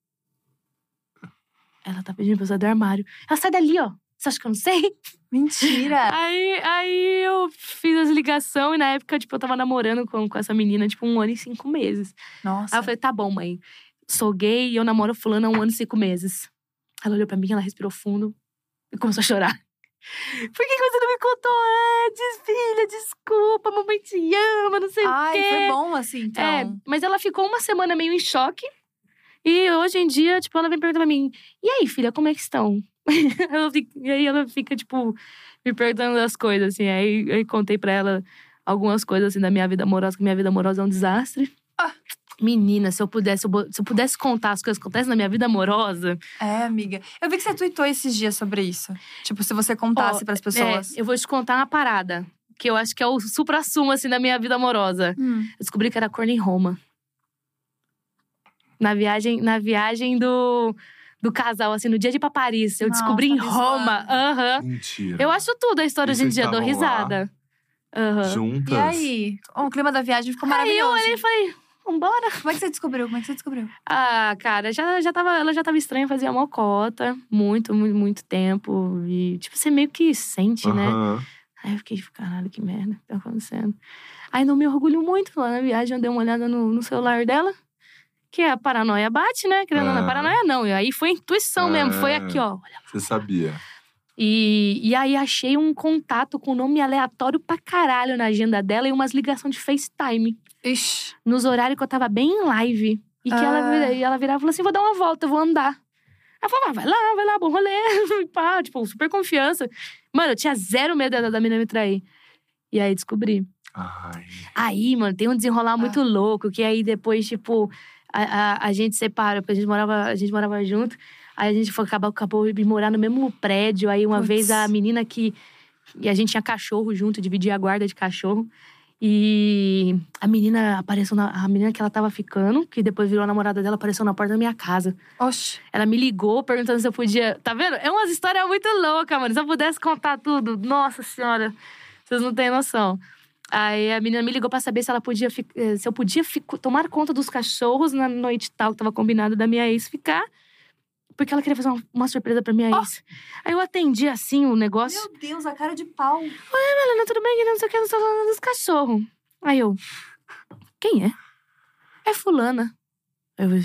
Ela tá pedindo pra eu sair do armário. Ela, sai dali, ó! Você acha que eu não sei? Mentira! Aí, aí eu fiz as ligações e na época, tipo, eu tava namorando com, com essa menina, tipo, um ano e cinco meses. Nossa. Aí eu falei, tá bom, mãe. Sou gay e eu namoro fulano há um ano e cinco meses. Ela olhou pra mim, ela respirou fundo e começou a chorar. Por que, que você não me contou antes, filha? Desculpa, mamãe te ama, não sei Ai, o quê. foi bom assim, então. É, mas ela ficou uma semana meio em choque. E hoje em dia, tipo, ela vem perguntar pra mim, e aí, filha, como é que estão? Ela fica- e aí ela fica, tipo, me perguntando as coisas, assim. Aí eu contei pra ela algumas coisas, assim, da minha vida amorosa, que minha vida amorosa é um desastre. Ah. Menina, se eu pudesse, eu bo- se eu pudesse contar as coisas que acontecem na minha vida amorosa… É, amiga. Eu vi que você tweetou esses dias sobre isso. Tipo, se você contasse Ó, pras pessoas. É, eu vou te contar uma parada. Que eu acho que é o supra-sumo, assim, da minha vida amorosa. Hum. Eu descobri que era corno em Roma. Na viagem, na viagem do, do casal, assim, no dia de ir pra Paris. Eu Nossa, descobri em me Roma. zoando. Aham. Mentira. Eu acho tudo a história E hoje em vocês dia, dou estavam lá? risada. Aham. Juntas? E aí? O clima da viagem ficou Aí eu maravilhoso. olhei e falei, vambora. Como é que você descobriu? Como é que você descobriu? Ah, cara, já, já tava, ela já tava estranha, fazia mó cota. Muito, muito, muito tempo. E, tipo, você meio que sente, né? Aham. Aí eu fiquei, caralho, que merda que tá acontecendo. Aí não me orgulho muito, lá na viagem eu dei uma olhada no, no celular dela. Que a paranoia bate, né? Querendo ou não, Ah. paranoia não. E aí foi intuição Ah. mesmo, foi aqui, ó. Você sabia. E, e aí achei um contato com nome aleatório pra caralho na agenda dela e umas ligações de FaceTime. Ixi. Nos horários que eu tava bem em live. E que Ah. ela, vira- e ela virava e falou assim, vou dar uma volta, eu vou andar. Ela falou, ah, vai lá, vai lá, bom rolê. E pá, tipo, super confiança. Mano, eu tinha zero medo da, da menina me trair. E aí descobri. Ai. Aí, mano, tem um desenrolar muito louco. Que aí depois, tipo, a, a, a gente separa. Porque a gente morava, a gente morava junto. Aí a gente foi, acabou, acabou de morar no mesmo prédio. Aí uma Puts. vez a menina que… E a gente tinha cachorro junto, dividia a guarda de cachorro. E a menina apareceu na… A menina que ela tava ficando, que depois virou a namorada dela, apareceu na porta da minha casa. Oxe. Ela me ligou perguntando se eu podia… Tá vendo? É umas histórias muito loucas, mano. Se eu pudesse contar tudo, nossa senhora, vocês não têm noção. Aí a menina me ligou pra saber se ela podia fi- eh, se eu podia fi- tomar conta dos cachorros na noite tal que tava combinado da minha ex ficar, porque ela queria fazer uma, uma surpresa pra minha ex. Aí eu atendi assim o negócio. Meu Deus, a cara de pau. Helena, tudo bem? Não sei o que, não tô falando dos cachorros. Aí eu, quem é? É fulana. Aí eu,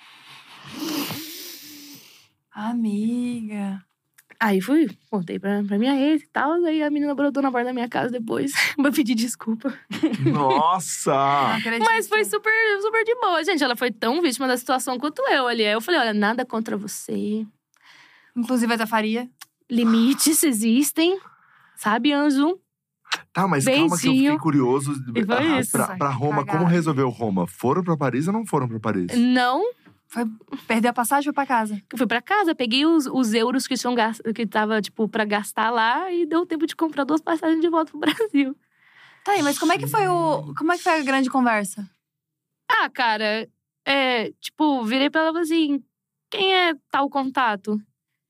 Amiga. aí fui, contei pra, pra minha ex e tal. Aí a menina brotou na porta da minha casa depois pra pedir desculpa. Nossa! Não acredito. Mas foi super, super de boa, gente. Ela foi tão vítima da situação quanto eu ali. Aí eu falei, olha, nada contra você. Inclusive, a faria. Limites existem. Sabe, anjo? Tá, mas calma que eu Beijinho. fiquei curioso. E foi Ah, isso. Pra, pra Roma, Cagada. como resolveu Roma? Foram pra Paris ou não foram pra Paris? Não. Perdeu a passagem e foi pra casa. Eu fui pra casa, peguei os, os euros que, tinham gast... que tava, tipo, pra gastar lá. E deu tempo de comprar duas passagens de volta pro Brasil. Tá aí, mas como é que foi o. Como é que foi a grande conversa? Ah, cara, é, tipo, virei pra ela e falei assim: quem é tal contato?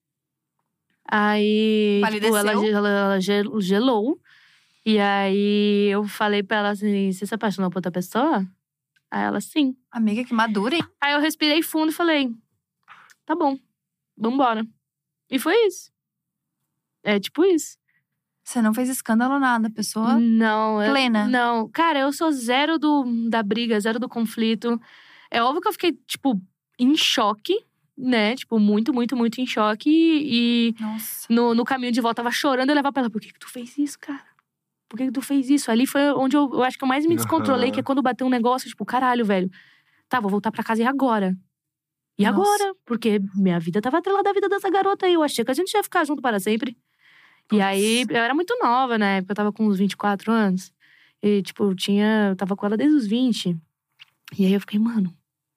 Aí, tipo, ela, Palideceu? ela, ela gel- gelou. E aí eu falei pra ela assim: você se apaixonou por outra pessoa? Aí ela, sim. Amiga, que madura, hein? Aí eu respirei fundo e falei: tá bom, vambora. E foi isso. É tipo isso. Você não fez escândalo nada, pessoa. Não, eu- plena. Não, cara, eu sou zero do, da briga, zero do conflito. É óbvio que eu fiquei, tipo, em choque, né? Tipo, muito, muito, muito em choque. E, e Nossa. no, no caminho de volta, tava chorando. Eu levava pra ela, por que que tu fez isso, cara? Por que que tu fez isso? Ali foi onde eu, eu acho que eu mais me descontrolei, Aham. que é quando bateu um negócio, tipo, caralho, velho. Tá, vou voltar pra casa e agora? E Nossa. agora? Porque minha vida tava atrelada à vida dessa garota aí. Eu achei que a gente ia ficar junto para sempre. E Putz. aí, eu era muito nova na época, eu tava com uns vinte e quatro anos. E, tipo, eu tinha. Eu tava com ela desde os vinte. E aí eu fiquei, mano.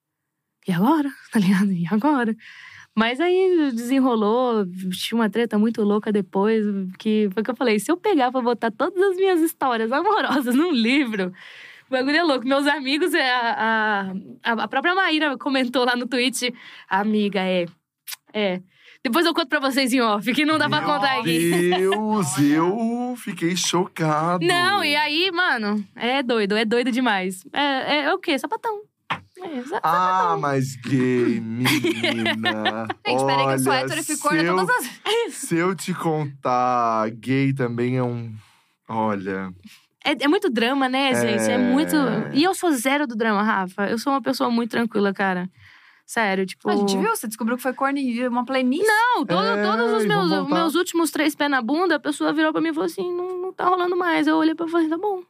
E agora? Tá ligado? E agora? Mas aí desenrolou, tinha uma treta muito louca depois, que foi o que eu falei: se eu pegar pra botar todas as minhas histórias amorosas num livro, o bagulho é louco. Meus amigos, é, a, a, a própria Maíra comentou lá no Twitch: amiga, é. É. Depois eu conto pra vocês em off, que não dá pra contar aqui. Meu Deus, eu fiquei chocado. Não, e aí, mano, é doido, é doido demais. É, é, é o quê? Sapatão. É, sa- Ah, mas gay, menina. Gente, peraí que eu sou Olha, hétero e fico se eu, todas as. se eu te contar, gay também é um… Olha… É, é muito drama, né, gente? É... É. muito. E eu sou zero do drama, Rafa. Eu sou uma pessoa muito tranquila, cara. Sério, tipo. A gente viu, você descobriu que foi corne, uma playlist. Não, todo, É, todos os e meus, vamos voltar. meus últimos três pés na bunda, a pessoa virou pra mim e falou assim: não, não tá rolando mais. Eu olhei pra ela e falei: tá bom.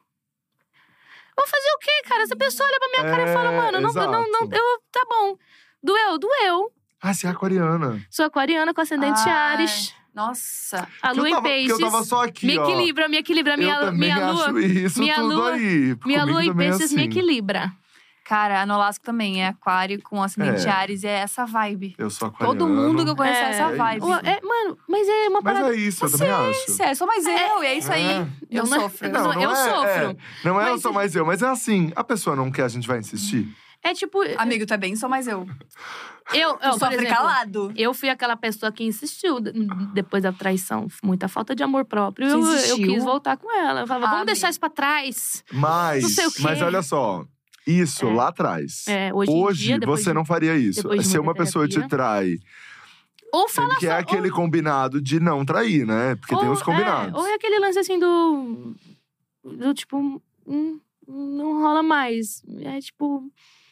Vou fazer o quê, cara? Essa pessoa olha pra minha cara e fala: mano, não, não, não, exato. eu, tá bom. Doeu, doeu. Ah, você é aquariana. Sou aquariana com ascendente Ai, Ares. Nossa. A Que eu lua em tava- que peixes. eu tava só aqui, me ó. equilibra, me equilibra. Minha, eu também minha lua. acho isso minha tudo lua- aí. Minha Comigo lua em também é peixes me assim. equilibra. Cara, a Nolasco também é aquário com ascendente É. Ares. E é essa vibe. Eu sou aquariano. Todo mundo que eu conheço é, É, essa é vibe. isso. É, mano, mas é uma Mas parada. é isso, eu também acho. É, sou mais eu, e é isso aí. É. Eu Eu não- sofro. Não, eu é, sofro. é. Não é eu Mas- sou mais eu, mas é assim. A pessoa não quer, a gente vai insistir. É tipo. Amigo, tu é bem, sou mais eu. Eu, Tu eu por sofre exemplo, calado. eu fui aquela pessoa que insistiu d- depois da traição. Muita falta de amor próprio. Você Eu, eu insistiu? quis voltar com ela. Eu falava, Ah, vamos deixar amiga. isso pra trás. Mas, Não sei o quê. mas olha só. Isso, É. lá atrás. É, hoje em Hoje, dia, depois você de- não faria isso. depois de Se muita uma pessoa te terapia. trai… Ou Sendo fala que só, é aquele ou, combinado de não trair, né? Porque tem ou- os combinados. É, ou é aquele lance assim do. Do tipo. Hum, não rola mais. É tipo.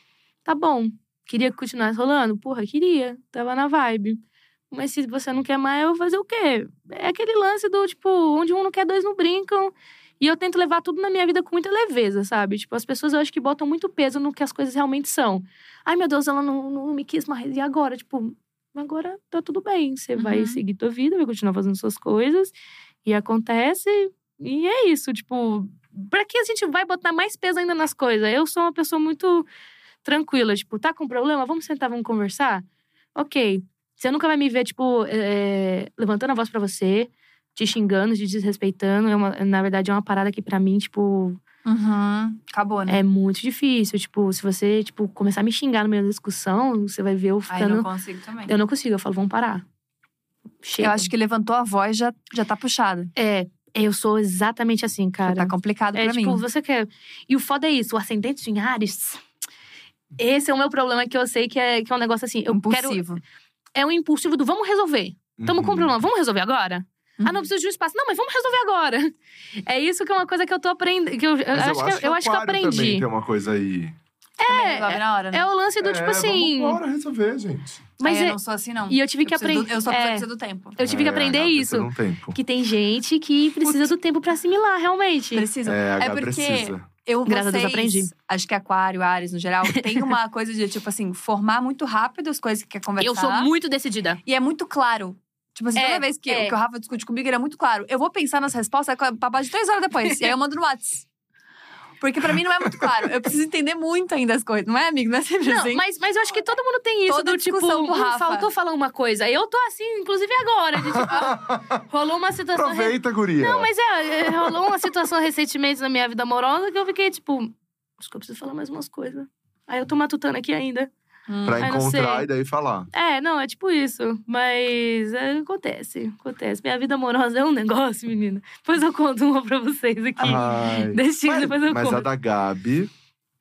Tá bom. Queria que continuasse rolando? Porra, queria. Tava na vibe. Mas se você não quer mais, eu vou fazer o quê? É aquele lance do, tipo, onde um não quer, dois não brincam. E eu tento levar tudo na minha vida com muita leveza, sabe? Tipo, as pessoas eu acho que botam muito peso no que as coisas realmente são. Ai, meu Deus, ela não, não me quis mais. E agora? Tipo, agora tá tudo bem. Você Uhum. vai seguir tua vida, vai continuar fazendo suas coisas. E acontece. E é isso, tipo… Pra que a gente vai botar mais peso ainda nas coisas? Eu sou uma pessoa muito tranquila. Tipo, tá com problema? Vamos sentar, vamos conversar? Ok. Você nunca vai me ver, tipo, é, levantando a voz pra você, te xingando, te desrespeitando. É uma, na verdade, é uma parada que pra mim, tipo… Uhum. Acabou, né? É muito difícil. Tipo, se você, tipo, começar a me xingar no meio da discussão, você vai ver eu Ai, ficando… não consigo também. Eu não consigo. Eu falo, vamos parar. Chega. Eu acho que levantou a voz, já, já tá puxado. É, eu sou exatamente assim, cara. Já tá complicado É pra tipo, mim. você quer… E o foda é isso, o ascendente em Áries… Esse é o meu problema, que eu sei que é, que é um negócio assim… Eu Impulsivo. quero… É um impulsivo do vamos resolver. Tamo com um Uhum. problema, vamos resolver agora? Uhum. Ah, não, preciso de um espaço. Não, mas vamos resolver agora. É isso que é uma coisa que eu tô aprendendo. Que eu, eu Mas acho, que, eu, eu acho que eu Aquário aprendi. também tem uma coisa aí. Também resolve na hora, né? É o lance do é, tipo assim… vamos embora resolver, gente. Mas Ai, é, eu não sou assim, não. e eu tive que preciso do- aprender- Eu sou a pessoa é. que precisa do tempo. eu tive que É, aprender a Gabi isso. precisa de um tempo. Que tem gente que precisa do tempo pra assimilar, realmente. Precisa. É, a É Gabi porque precisa. eu, Graças a Deus, vocês, aprendi. acho que Aquário, Áries, no geral, tem uma coisa de, tipo assim, formar muito rápido as coisas que quer conversar. Eu sou muito decidida. E é muito claro. Tipo assim, É, toda vez que, é. que o Rafa discute comigo, ele é muito claro. Eu vou pensar nas respostas papai de três horas depois. E aí eu mando no WhatsApp. Porque pra mim não é muito claro. Eu preciso entender muito ainda as coisas. Não é, amigo? Não é sempre Não, assim. mas, mas eu acho que todo mundo tem isso. Toda do tipo, discussão com o hum, Rafa. faltou falar uma coisa. Eu tô assim, inclusive agora. De, tipo, rolou uma situação… re- Aproveita, guria. Não, mas é, é, rolou uma situação recentemente na minha vida amorosa que eu fiquei, tipo… Acho que eu preciso falar mais umas coisas. Aí eu tô matutando aqui ainda. Hum. Pra Ai, não encontrar sei. e daí falar. É, não, é tipo isso. Mas é, acontece, acontece. Minha vida amorosa é um negócio, menina. Depois eu conto uma pra vocês aqui. Ai. Deixa, Mas, depois eu mas conto. a da Gabi…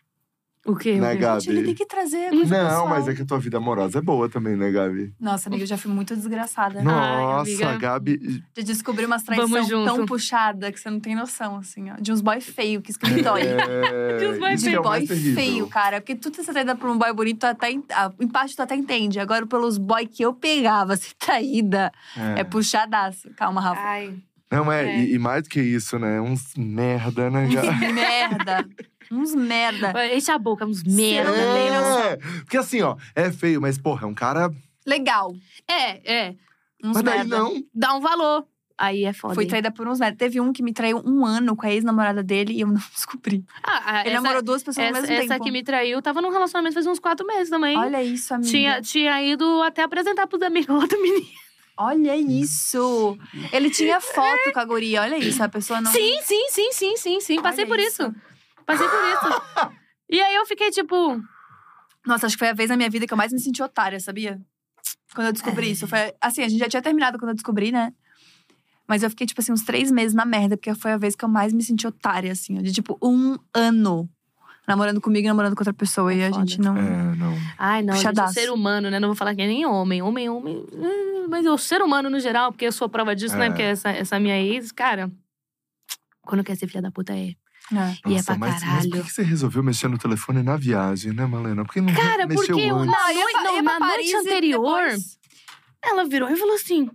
O quê? Né, O quê? Gabi? Gente, ele tem que trazer coisa Não, pessoal. mas é que a tua vida amorosa é boa também, né, Gabi? Nossa, amiga, eu já fui muito desgraçada. Nossa, amiga. a Gabi… De descobrir umas traições Vamos junto. tão puxada que você não tem noção, assim, ó. De uns boy feio, que isso que me dói. É, De uns boy isso De que é o boy mais terrível. feio, cara. Porque tu ser traída por um boy bonito, tu até, en- ah, em parte tu até entende. Agora, pelos boy que eu pegava, ser traída, é, É. puxadaço. Calma, Rafa. Ai. Não, é, É. E, e mais do que isso, né? Uns merda, né, Gabi? Uns merda. Uns merda. Enche a boca, uns merda. não tem noção. É, porque assim, ó, é feio, mas porra, é um cara… Legal. É, é. Uns Mas daí merda. não. Dá um valor. Aí é foda. Fui hein? traída por uns merda. Teve um que me traiu um ano com a ex-namorada dele e eu não descobri. Ah, ah, Ele essa, namorou duas pessoas ao essa, mesmo essa tempo. que me traiu tava num relacionamento faz uns quatro meses também. Olha isso, amiga. Tinha, tinha ido até apresentar pros amigos outra menina. Olha isso. Ele tinha foto com a guria. Olha isso, a pessoa não… Sim, sim, sim, sim, sim, sim. Passei Olha por isso. isso. Passei por isso. E aí eu fiquei tipo… Nossa, acho que foi a vez na minha vida que eu mais me senti otária, sabia? Quando eu descobri É. isso. Foi, assim, a gente já tinha terminado quando eu descobri, né? Mas eu fiquei, tipo assim, uns três meses na merda. Porque foi a vez que eu mais me senti otária, assim. ó, De, tipo, um ano. Namorando comigo e namorando com outra pessoa. E a Foda. gente não… É, não. Ai, não, gente, o Puxadaço. ser humano, né? Não vou falar que é nem homem. Homem, homem… eh, Mas o ser humano no geral, porque eu sou a prova disso, É. né? Porque essa, essa minha ex, cara… Quando quer ser filha da puta é… É. E é Nossa, pra mas, mas caralho. por que você resolveu mexer no telefone na viagem, né, Malena? Por que não Cara, mexeu porque eu- antes? na ia noite, pra- não, ia pra na Paris noite e anterior, depois- ela virou e falou assim: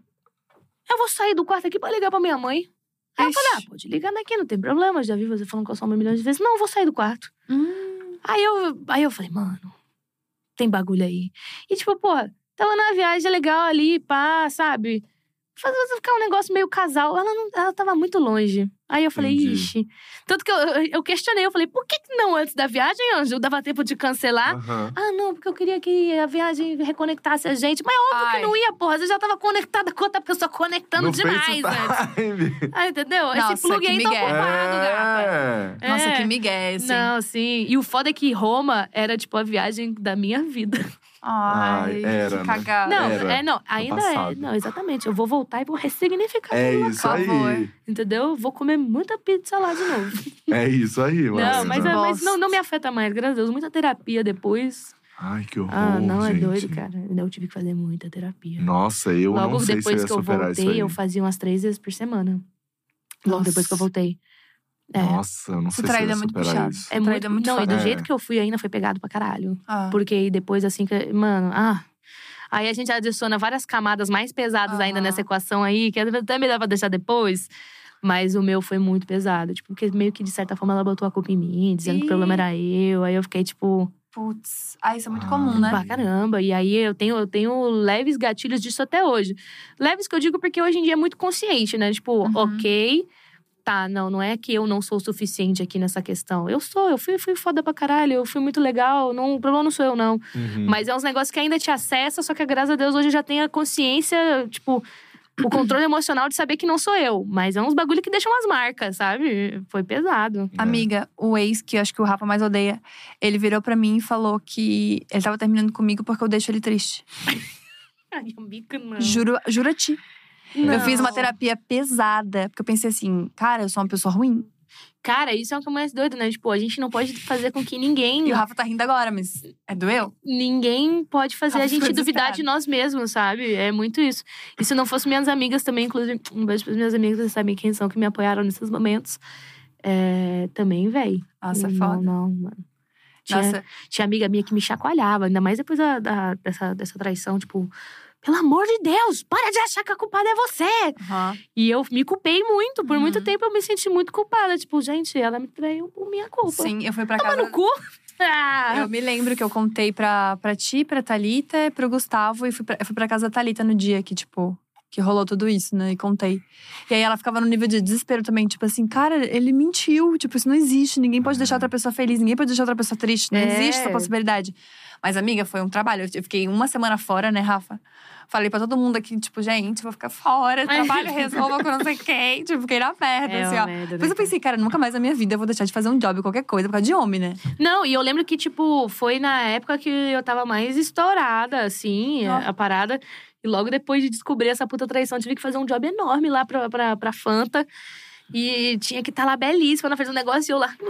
eu vou sair do quarto aqui pra ligar pra minha mãe. Aí eu Ixi. falei, ah, pode ligar daqui, não tem problema. Já vi você falando com a sua mãe milhões de vezes. Não, eu vou sair do quarto. Hum. Aí eu, aí eu falei, mano, tem bagulho aí. E tipo, porra, tava na viagem legal ali, pá, sabe? Fazer ficar um negócio meio casal. Ela, não, ela tava muito longe. Aí eu falei, Entendi. ixi. Tanto que eu, eu, eu questionei, eu falei, por que que não antes da viagem, Anjo? Dava tempo de cancelar? Aham. Ah, não, porque eu queria que a viagem reconectasse a gente. Mas óbvio Ai. que não ia, porra. Você já tava conectada com outra pessoa, conectando No demais antes. FaceTime. Ah, entendeu? Nossa, Esse plug que aí tá migué. ocupado, gata. É. Nossa, É. que migué, assim. Não, sim. E o foda é que Roma era, tipo, a viagem da minha vida. Ai, Ai, era, que né? cagada. Não, Era é, não. Ainda é. passado. Não, exatamente. Eu vou voltar e vou ressignificar. É aquele isso local, aí. Entendeu? Vou comer muita pizza lá de novo. É isso aí, Não, Malena. mas, é- mas Bosta. não, não me afeta mais, graças a Deus. Muita terapia depois. Ai, que horror, Ah, não, gente. é doido, cara. Eu tive que fazer muita terapia. Nossa, eu Logo não sei se eu depois ia que eu superar isso aí. voltei, eu fazia umas três vezes por semana. Logo Nossa. depois que eu voltei. É. Nossa, eu não Ser sei se eu traída ia é muito superar puxado. isso. É Traída muito, é muito não, e do foda. É. jeito que eu fui ainda foi pegado pra caralho. Ah. Porque aí depois, assim, que, mano, ah. Aí a gente adiciona várias camadas mais pesadas ainda Aham. nessa equação aí, que até melhor pra deixar depois. Mas o meu foi muito pesado. Tipo, porque meio que, de certa forma, ela botou a culpa em mim, dizendo que o problema Ih. era eu. Aí eu fiquei, tipo, Putz. Ah, isso é muito Ah. comum, né? pra caramba. E aí eu tenho, eu tenho leves gatilhos disso até hoje. Leves que eu digo porque hoje em dia é muito consciente, né? Tipo, Uhum. ok. Tá, não, não é que eu não sou o suficiente aqui nessa questão. Eu sou, eu fui, fui foda pra caralho, eu fui muito legal. Não, o problema não sou eu, não. Uhum. Mas é uns negócios que ainda te acessa, só que graças a Deus hoje eu já tenho a consciência, tipo, o controle emocional de saber que não sou eu. Mas é uns bagulho que deixam umas marcas, sabe? Foi pesado. É. Amiga, o ex, que eu acho que o Rafa mais odeia, ele virou pra mim e falou que ele tava terminando comigo porque eu deixo ele triste. Ai, amiga, não. Juro, juro a ti. Não. Eu fiz uma terapia pesada, porque eu pensei assim, cara, eu sou uma pessoa ruim. Cara, isso é o que é mais doido, né? Tipo, a gente não pode fazer com que ninguém… E o Rafa tá rindo agora, mas é doeu? Ninguém pode fazer Rafa a gente ficou duvidar desesperado. de nós mesmos, sabe? É muito isso. E se não fosse minhas amigas também, inclusive… Um beijo pras minhas amigas, vocês sabem quem são, que me apoiaram nesses momentos. É, também, véi. Nossa, é não, foda. Não, mano. Tinha, Nossa, tinha amiga minha que me chacoalhava. Ainda mais depois da, da- dessa, dessa traição. Tipo, pelo amor de Deus, para de achar que a culpada é você. aham. E eu me culpei muito. Por muito Uhum. tempo eu me senti muito culpada. Tipo, gente, ela me traiu por minha culpa. Sim, eu fui pra Toma casa… no cu. Ah. Eu me lembro que eu contei pra, pra ti, pra Thalita, pro Gustavo. E fui pra, eu fui pra casa da Thalita no dia que, tipo… Que rolou tudo isso, né? E contei. E aí ela ficava no nível de desespero também. Tipo assim, cara, ele mentiu. Tipo, isso não existe. Ninguém pode deixar outra pessoa feliz. Ninguém pode deixar outra pessoa triste. Não É. existe essa possibilidade. Mas, amiga, foi um trabalho. Eu fiquei uma semana fora, né, Rafa? Falei pra todo mundo aqui, tipo, gente, vou ficar fora. Trabalho, resolva com não sei quem. Tipo, fiquei na merda, É assim, uma ó. merda, né, Depois eu pensei, cara, nunca mais na minha vida eu vou deixar de fazer um job, qualquer coisa, por causa de homem, né? Não, e eu lembro que, tipo, foi na época que eu tava mais estourada, assim, Ó. a, a parada. E logo depois de descobrir essa puta traição, tive que fazer um job enorme lá pra, pra, pra Fanta. E tinha que estar lá belíssima na frente do negócio e eu lá.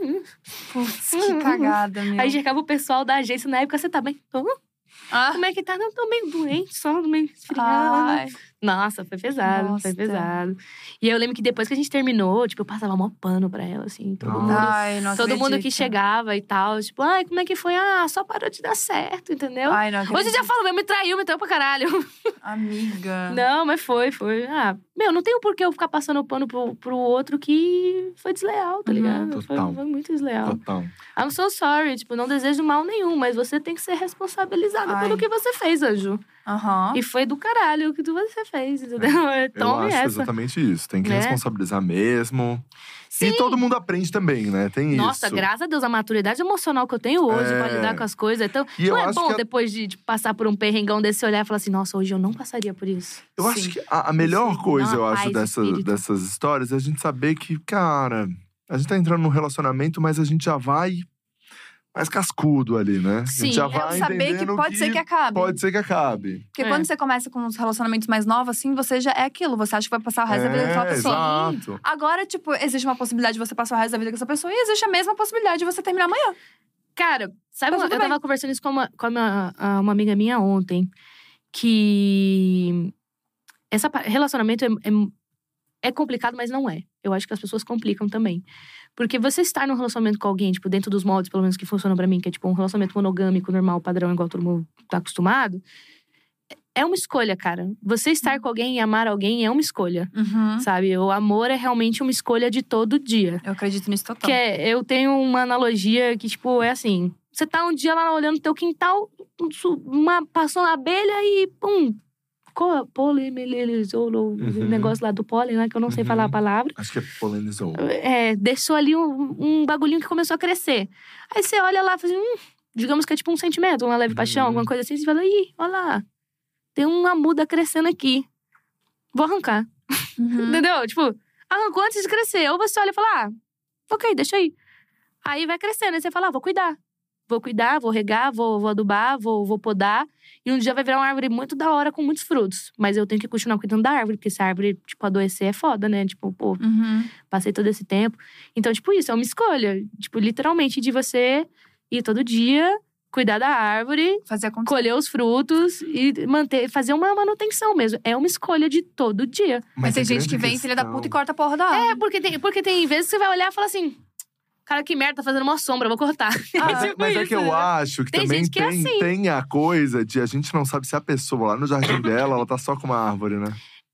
Putz, que cagada, meu. Aí chegava o pessoal da agência na época, você tá bem? Tô. Ah, Como é que tá? Não, tô meio doente, só meio esfriado. ai. Nossa, foi pesado, Nossa. foi pesado. E eu lembro que depois que a gente terminou, tipo, eu passava mó pano pra ela, assim. Todo Nossa. mundo, Ai, não todo mundo que acredito. chegava e tal. Tipo, ai, como é que foi? Ah, só parou de dar certo, entendeu? Ai, não Hoje em dia acredito. falo, me traiu, me traiu pra caralho. Amiga. Não, mas foi, foi. Ah, meu, não tem por que eu ficar passando pano pro, pro outro que foi desleal, tá Uhum. ligado? Foi, Total. foi muito desleal. Total. I'm so sorry, tipo, não desejo mal nenhum, mas você tem que ser responsabilizado Ai. pelo que você fez, Anjo. Aham. E foi do caralho o que tu você fez, entendeu? Eu Tome acho essa. exatamente isso. Tem que Né? responsabilizar mesmo. Sim. E todo mundo aprende também, né? Tem Nossa, isso. graças a Deus, a maturidade emocional que eu tenho hoje É. pra lidar com as coisas. Então, E eu não é acho bom que a- depois de, de passar por um perrengão desse olhar e falar assim, nossa, hoje eu não passaria por isso. Eu Sim. acho que a, a melhor Sim, coisa, dá eu uma acho, paz de dessas, espírito. dessas histórias é a gente saber que, cara, a gente tá entrando num relacionamento, mas a gente já vai mais cascudo ali, né? a Sim, gente já é É vai eu saber que entendendo pode ser que acabe. Pode ser que acabe. Porque É. quando você começa com uns relacionamentos mais novos, assim, você já é aquilo. Você acha que vai passar o resto da vida com aquela É, pessoa. exato. Agora, tipo, existe uma possibilidade de você passar o resto da vida com essa pessoa. E existe a mesma possibilidade de você terminar amanhã. Cara, sabe, Tá uma, tudo eu bem. tava conversando isso com uma, com uma, a- uma amiga minha ontem. Que essa pa- relacionamento é, é, é complicado, mas não é. Eu acho que as pessoas complicam também. Porque você estar num relacionamento com alguém, tipo, dentro dos moldes, pelo menos que funcionam pra mim, que é tipo um relacionamento monogâmico, normal, padrão, igual todo mundo tá acostumado. É uma escolha, cara. Você estar com alguém e amar alguém é uma escolha, Uhum. sabe? O amor é realmente uma escolha de todo dia. Eu acredito nisso total. Que é, eu tenho uma analogia que, tipo, é assim. Você tá um dia lá olhando teu quintal, um su- uma, passou uma abelha e pum. co- Polimerizou o Uhum. negócio lá do pólen, né? Que eu não sei Uhum. falar a palavra. Acho que é polinizou. É, deixou ali um, um bagulhinho que começou a crescer. Aí você olha lá e fala assim, hum, digamos que é tipo um sentimento, uma leve paixão, Uhum. alguma coisa assim. Você fala, ih, olha lá. Tem uma muda crescendo aqui. Vou arrancar. Uhum. Entendeu? Tipo, arrancou antes de crescer. Ou você olha e fala, ah, ok, deixa aí. Aí vai crescendo. Aí você fala, ah, vou cuidar. Vou cuidar, vou regar, vou, vou adubar, vou, vou podar. E um dia vai virar uma árvore muito da hora, com muitos frutos. Mas eu tenho que continuar cuidando da árvore. Porque se a árvore, tipo, adoecer é foda, né? Tipo, pô, Uhum. passei todo esse tempo. Então, tipo, isso é uma escolha. Tipo, literalmente, de você ir todo dia cuidar da árvore, Fazer acontecer. colher os frutos e manter, fazer uma manutenção mesmo. É uma escolha de todo dia. Mas tem a gente que grande vem, filha da questão- puta, e corta a porra da árvore. É, porque tem, porque tem vezes que você vai olhar e falar assim… Cara, que merda, tá fazendo uma sombra, vou cortar. Mas, é- tipo mas é isso, que eu né? acho que Tem também gente que é tem, assim. tem a coisa de a gente não sabe se a pessoa lá no jardim dela, ela tá só com uma árvore, né?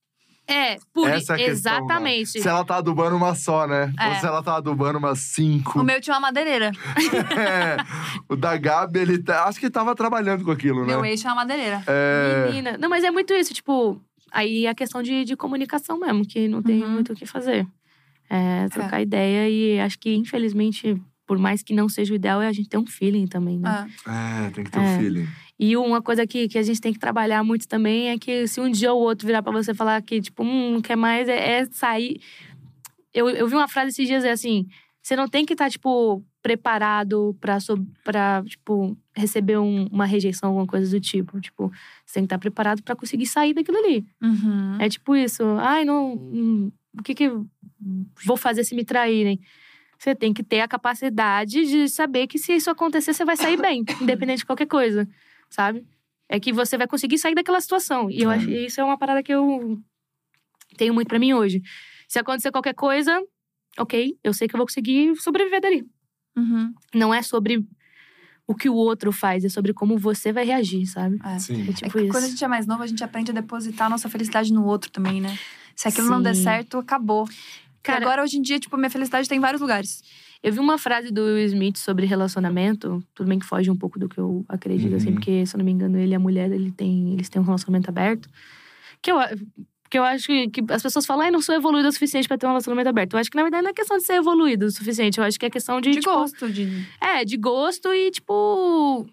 É, por Essa é a questão, né? exatamente. Se ela tá adubando uma só, né? É. Ou se ela tá adubando umas cinco. O meu tinha uma madeireira. É. O da Gabi, ele tá, acho que tava trabalhando com aquilo, né? Meu eixo é uma madeireira. É, Menina. Não, mas é muito isso, tipo… Aí é a questão de, de comunicação mesmo, que não tem Uhum. muito o que fazer. É, trocar ideia e acho que, infelizmente… Por mais que não seja o ideal, é a gente ter um feeling também, né? Ah. é, tem que ter um É. feeling. E uma coisa que, que a gente tem que trabalhar muito também é que se um dia ou outro virar pra você falar que, tipo, hum, não quer mais, é, é sair… Eu, eu vi uma frase esses dias, é assim… Você não tem que estar, tipo, preparado pra, so- pra tipo, receber um- uma rejeição, alguma coisa do tipo. Tipo, você tem que estar preparado pra conseguir sair daquilo ali. Uhum. É tipo isso. Ai, não… hum, o que que eu vou fazer se me traírem? Você tem que ter a capacidade de saber que se isso acontecer, você vai sair bem. Independente de qualquer coisa, sabe? É que você vai conseguir sair daquela situação. E eu É. acho que isso é uma parada que eu tenho muito pra mim hoje. Se acontecer qualquer coisa, ok, eu sei que eu vou conseguir sobreviver dali. Uhum. Não é sobre o que o outro faz, é sobre como você vai reagir, sabe? É. Sim. É É tipo que isso. quando a gente é mais novo, a gente aprende a depositar a nossa felicidade no outro também, né? Se aquilo não der Sim. certo, acabou. Porque Cara, agora, hoje em dia, tipo, minha felicidade tá em vários lugares. eu vi uma frase do Will Smith sobre relacionamento, tudo bem que foge um pouco do que eu acredito, Uhum. assim, porque, se eu não me engano, ele e a mulher, ele tem, eles têm um relacionamento aberto. Que eu, que eu acho que, que as pessoas falam, ai, não sou evoluída o suficiente pra ter um relacionamento aberto. Eu acho que, na verdade, não é questão de ser evoluído o suficiente. Eu acho que é questão de, De tipo, gosto, de… É, de gosto e, tipo…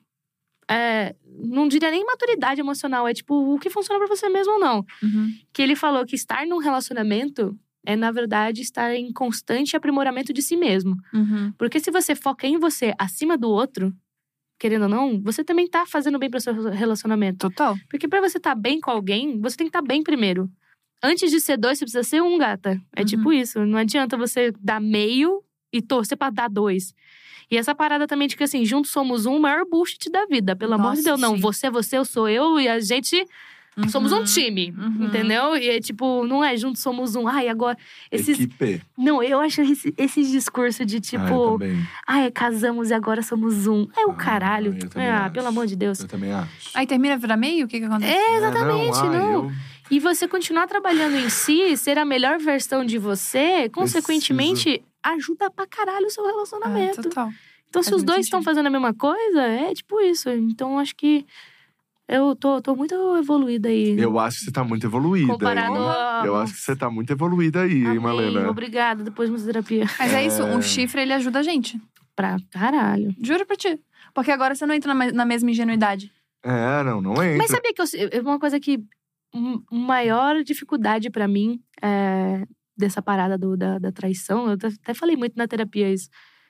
É, não diria nem maturidade emocional. É, tipo, o que funciona pra você mesmo ou não. Uhum. Que ele falou que estar num relacionamento é, na verdade, estar em constante aprimoramento de si mesmo. Uhum. Porque se você foca em você acima do outro, querendo ou não, você também tá fazendo bem pro seu relacionamento. Total. Porque pra você estar bem com alguém, você tem que estar bem primeiro. Antes de ser dois, você precisa ser um, gata. É Uhum. tipo isso. Não adianta você dar meio e torcer pra dar dois. E essa parada também de que, assim, juntos somos um, o maior bullshit da vida. Pelo amor de Nossa, Deus, não. sim. Você é você, eu sou eu. E a gente… Uhum. Somos um time, Uhum. entendeu? E é tipo, não é juntos somos um. Ai, agora… Esses… Equipe. Não, eu acho esse, esse discurso de Ah, eu tipo… também. Ai, casamos e agora somos um. É o Ah, caralho. eu também Ah, acho. pelo amor de Deus. Eu também acho. Aí termina, vira meio? O que que acontece? É, É, exatamente, ai, não. eu- E você continuar trabalhando em si, ser a melhor versão de você, consequentemente, ajuda pra caralho o seu É, relacionamento. total. Então, faz se os muito dois sentido. estão fazendo a mesma coisa, é tipo isso. Então, acho que eu tô, tô muito evoluída aí. Eu acho que você tá muito evoluída. Comparado hein? a… Eu acho que você tá muito evoluída aí, hein, Amém, Malena? obrigada, depois de terapia. Mas é, isso, É. o chifre, ele ajuda a gente. Pra caralho. Juro pra ti. Porque agora você não entra na, me- na mesma ingenuidade. É, não, não entra. Mas sabia que eu, eu- uma coisa que… um- maior dificuldade pra mim é, dessa parada do, da, da traição, eu até- até falei muito na terapia isso,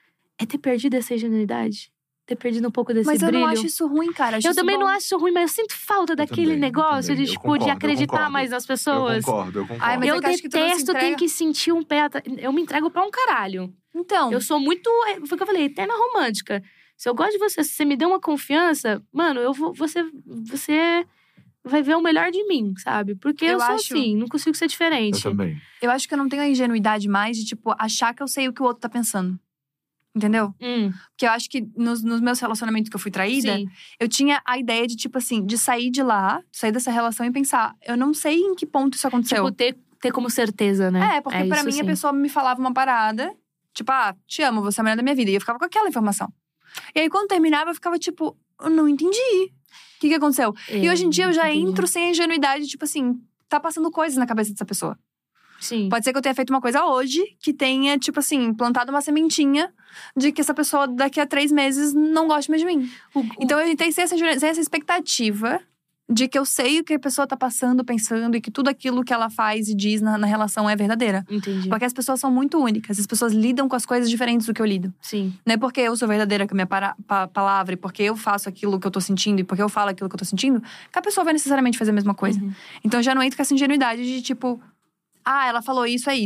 é ter perdido essa ingenuidade. Ter perdido um pouco desse Mas eu brilho. não acho isso ruim, cara. Acho Eu isso também bom. não acho ruim, mas eu sinto falta daquele também, eu negócio também. de, Eu tipo, concordo, de eu acreditar concordo. mais nas Eu pessoas. concordo, eu concordo. Ai, mas eu é que acho que tu não se detesto entrega. quem que sentir um pé atrás. Eu me entrego pra um caralho. Então, Eu sou muito… Foi o que eu falei, eterna romântica. Se eu gosto de você, se você me deu uma confiança, mano, eu vou… Você… Você… vai ver o melhor de mim, sabe? Porque eu, Eu sou acho- assim, não consigo ser Eu diferente. também. eu acho que eu não tenho a ingenuidade mais de, tipo, achar que eu sei o que o outro tá pensando. Entendeu? Hum, Porque eu acho que nos, nos meus relacionamentos que eu fui traída, sim. eu tinha a ideia de, tipo assim, de sair de lá, sair dessa relação e pensar, eu não sei em que ponto isso aconteceu. Tipo, ter, ter como certeza, né? é, porque pra isso mim sim. a pessoa me falava uma parada, tipo, ah, te amo, você é a mulher da minha vida. E eu ficava com aquela informação. E aí, quando terminava, eu ficava tipo, eu não entendi. O que que aconteceu? E hoje em dia eu já entendi. entro sem a ingenuidade, tipo assim, tá passando coisas na cabeça dessa pessoa. Sim. Pode ser que eu tenha feito uma coisa hoje que tenha, tipo assim, plantado uma sementinha de que essa pessoa daqui a três meses não goste mais de mim. O- o- Então eu tentei ser essa, ser essa expectativa de que eu sei o que a pessoa tá passando, pensando, e que tudo aquilo que ela faz e diz na, na relação é verdadeira. Entendi. Porque as pessoas são muito únicas, as pessoas lidam com as coisas diferentes do que eu lido. Sim. Não é porque eu sou verdadeira com a minha para- pa- palavra, e porque eu faço aquilo que eu tô sentindo, e porque eu falo aquilo que eu tô sentindo, que a pessoa vai necessariamente fazer a mesma coisa. Uhum. Então eu já não entro com essa ingenuidade de tipo, ah, ela falou isso, é isso.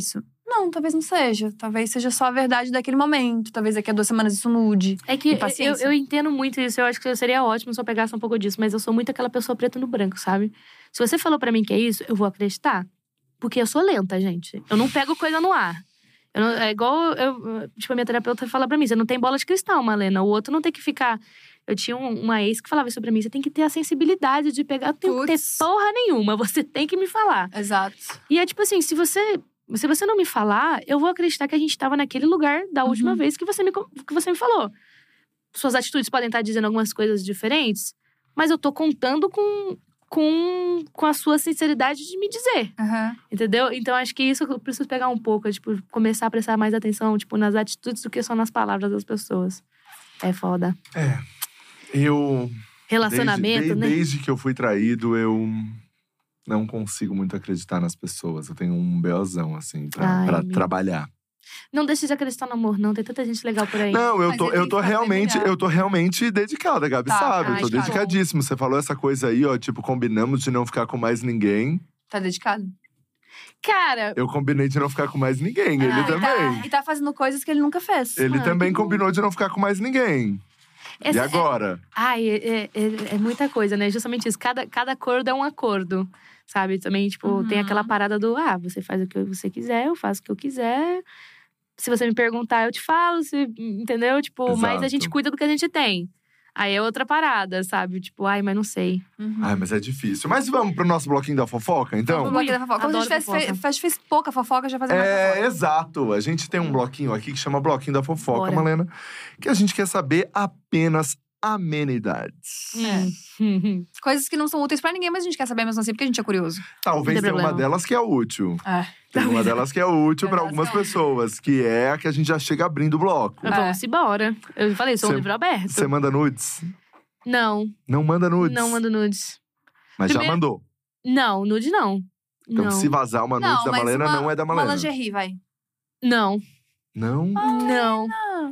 Não, talvez não seja. Talvez seja só a verdade daquele momento. Talvez daqui a duas semanas isso mude. É que E eu, paciência. eu entendo muito isso. Eu acho que seria ótimo se eu pegasse um pouco disso. Mas eu sou muito aquela pessoa preta no branco, sabe? Se você falou pra mim que é isso, eu vou acreditar. Porque eu sou lenta, gente. Eu não pego coisa no ar. Eu não, é igual, eu, tipo, a minha terapeuta fala pra mim. Você não tem bola de cristal, Malena. O outro não tem que ficar… Eu tinha um, uma ex que falava isso pra mim. Você tem que ter a sensibilidade de pegar… Eu tenho que ter Puts. porra nenhuma. Você tem que me falar. Exato. E é tipo assim, se você… Se você não me falar, eu vou acreditar que a gente tava naquele lugar da última Uhum. vez que você, me, que você me falou. Suas atitudes podem estar dizendo algumas coisas diferentes, mas eu tô contando com, com, com a sua sinceridade de me dizer, Uhum. entendeu? Então, acho que isso eu preciso pegar um pouco, é, tipo, começar a prestar mais atenção, tipo, nas atitudes do que só nas palavras das pessoas. É foda. É. Eu… Relacionamento, desde, né? Desde que eu fui traído, eu… não consigo muito acreditar nas pessoas. Eu tenho um beozão, assim, pra, Ai, pra amigo. trabalhar. Não deixe de acreditar no amor, não. Tem tanta gente legal por aí. Não, eu Mas tô, ele eu tem tô que ficar realmente, bem melhor. eu tô realmente dedicada, a Gabi Tá, sabe. ai, Eu tô que bom. dedicadíssimo. Você falou essa coisa aí, ó, tipo, combinamos de não ficar com mais ninguém. Tá dedicado? Cara, Eu combinei de não ficar com mais ninguém, ele Ah, também. E tá, e tá fazendo coisas que ele nunca fez. Ele Ah, também que bom. combinou de não ficar com mais ninguém. esse- E agora? Ai, é, é, é muita coisa, né? Justamente isso. Cada, cada acordo é um acordo, sabe? Também, tipo, Uhum. tem aquela parada do… Ah, você faz o que você quiser, eu faço o que eu quiser. Se você me perguntar, eu te falo, se, entendeu? Tipo, mas a Exato. gente cuida do que a gente tem. Aí é outra parada, sabe? Tipo, ai, mas não sei. Uhum. Ai, mas é difícil. Mas vamos pro nosso bloquinho da fofoca, Vamos então? pro bloquinho da fofoca. Como a gente Adoro fez, fofoca. fez, fez, fez pouca fofoca, já fazemos mais É, fofoca. exato. A gente tem um bloquinho aqui que chama Bloquinho da Fofoca, Bora. Malena. Que a gente quer saber apenas amenidades. Hum. Coisas que não são úteis pra ninguém, mas a gente quer saber mesmo assim, porque a gente é curioso. Talvez Não tem tenha uma problema. delas que é útil. É. Tem uma delas que é útil Tem pra delas algumas que é útil. pessoas, que é a que a gente já chega abrindo o bloco. Mas Vamos embora. Eu falei, sou um Cê- livro aberto. Você manda nudes? Não, Não manda nudes? não mando nudes. Mas já Primeiro- mandou. Não, nude não. Então, não. se vazar uma nude da mas Malena, uma, não é da uma Malena. lingerie, vai. Não, Não? não.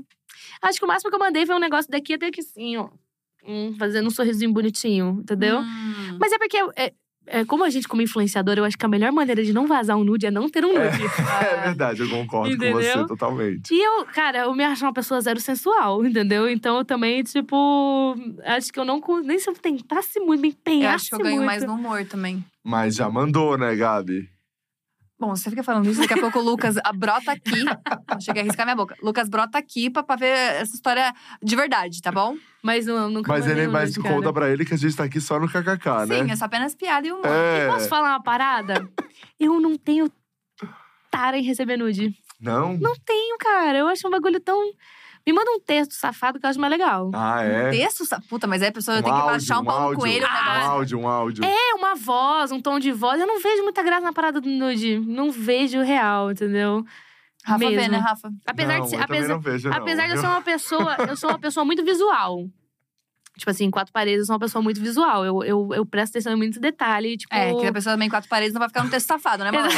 Acho que o máximo que eu mandei foi um negócio daqui até aqui assim, ó. Hum, fazendo um sorrisinho bonitinho, entendeu? Hum. Mas é porque, é, é, como a gente, como influenciadora, eu acho que a melhor maneira de não vazar um nude é não ter um nude. É verdade, eu concordo com Entendeu? você totalmente. E eu, cara, eu me acho uma pessoa zero sensual, entendeu? Então eu também, tipo, acho que eu não. con- Nem se eu tentasse muito, me Eu empenhasse acho que eu ganho muito. mais no humor também. Mas já mandou, né, Gabi? Bom, você fica falando isso, daqui a pouco o Lucas ah, brota aqui. Eu cheguei a arriscar minha boca. Lucas brota aqui pra, pra ver essa história de verdade, tá bom? Mas não, nunca Mas mandei ele um mas nude, tu cara. conta pra ele que a gente tá aqui só no kkk, né? Sim, é só apenas piada e humor. É. Posso falar uma parada? Eu não tenho tara em receber nude. Não? Não tenho, cara. Eu acho um bagulho tão… Me manda um texto safado que eu acho mais legal. Ah, Um é? texto, sa- puta, mas aí a pessoa Um tem que áudio, baixar um um pau áudio. com ele, o Um negócio. áudio, um áudio. É uma voz, um tom de voz. Eu não vejo muita graça na parada do nude. Não vejo real, entendeu? Rafa vê, mesmo. né, Rafa? Apesar não, de ser… eu também Apesar, não vejo, não. apesar de eu ser uma pessoa… Eu sou uma pessoa muito visual. Tipo assim, em quatro paredes, eu sou uma pessoa muito visual. Eu, eu, eu presto atenção em muitos detalhes. Tipo… É, que a pessoa também em quatro paredes não vai ficar no texto safado, né, mano?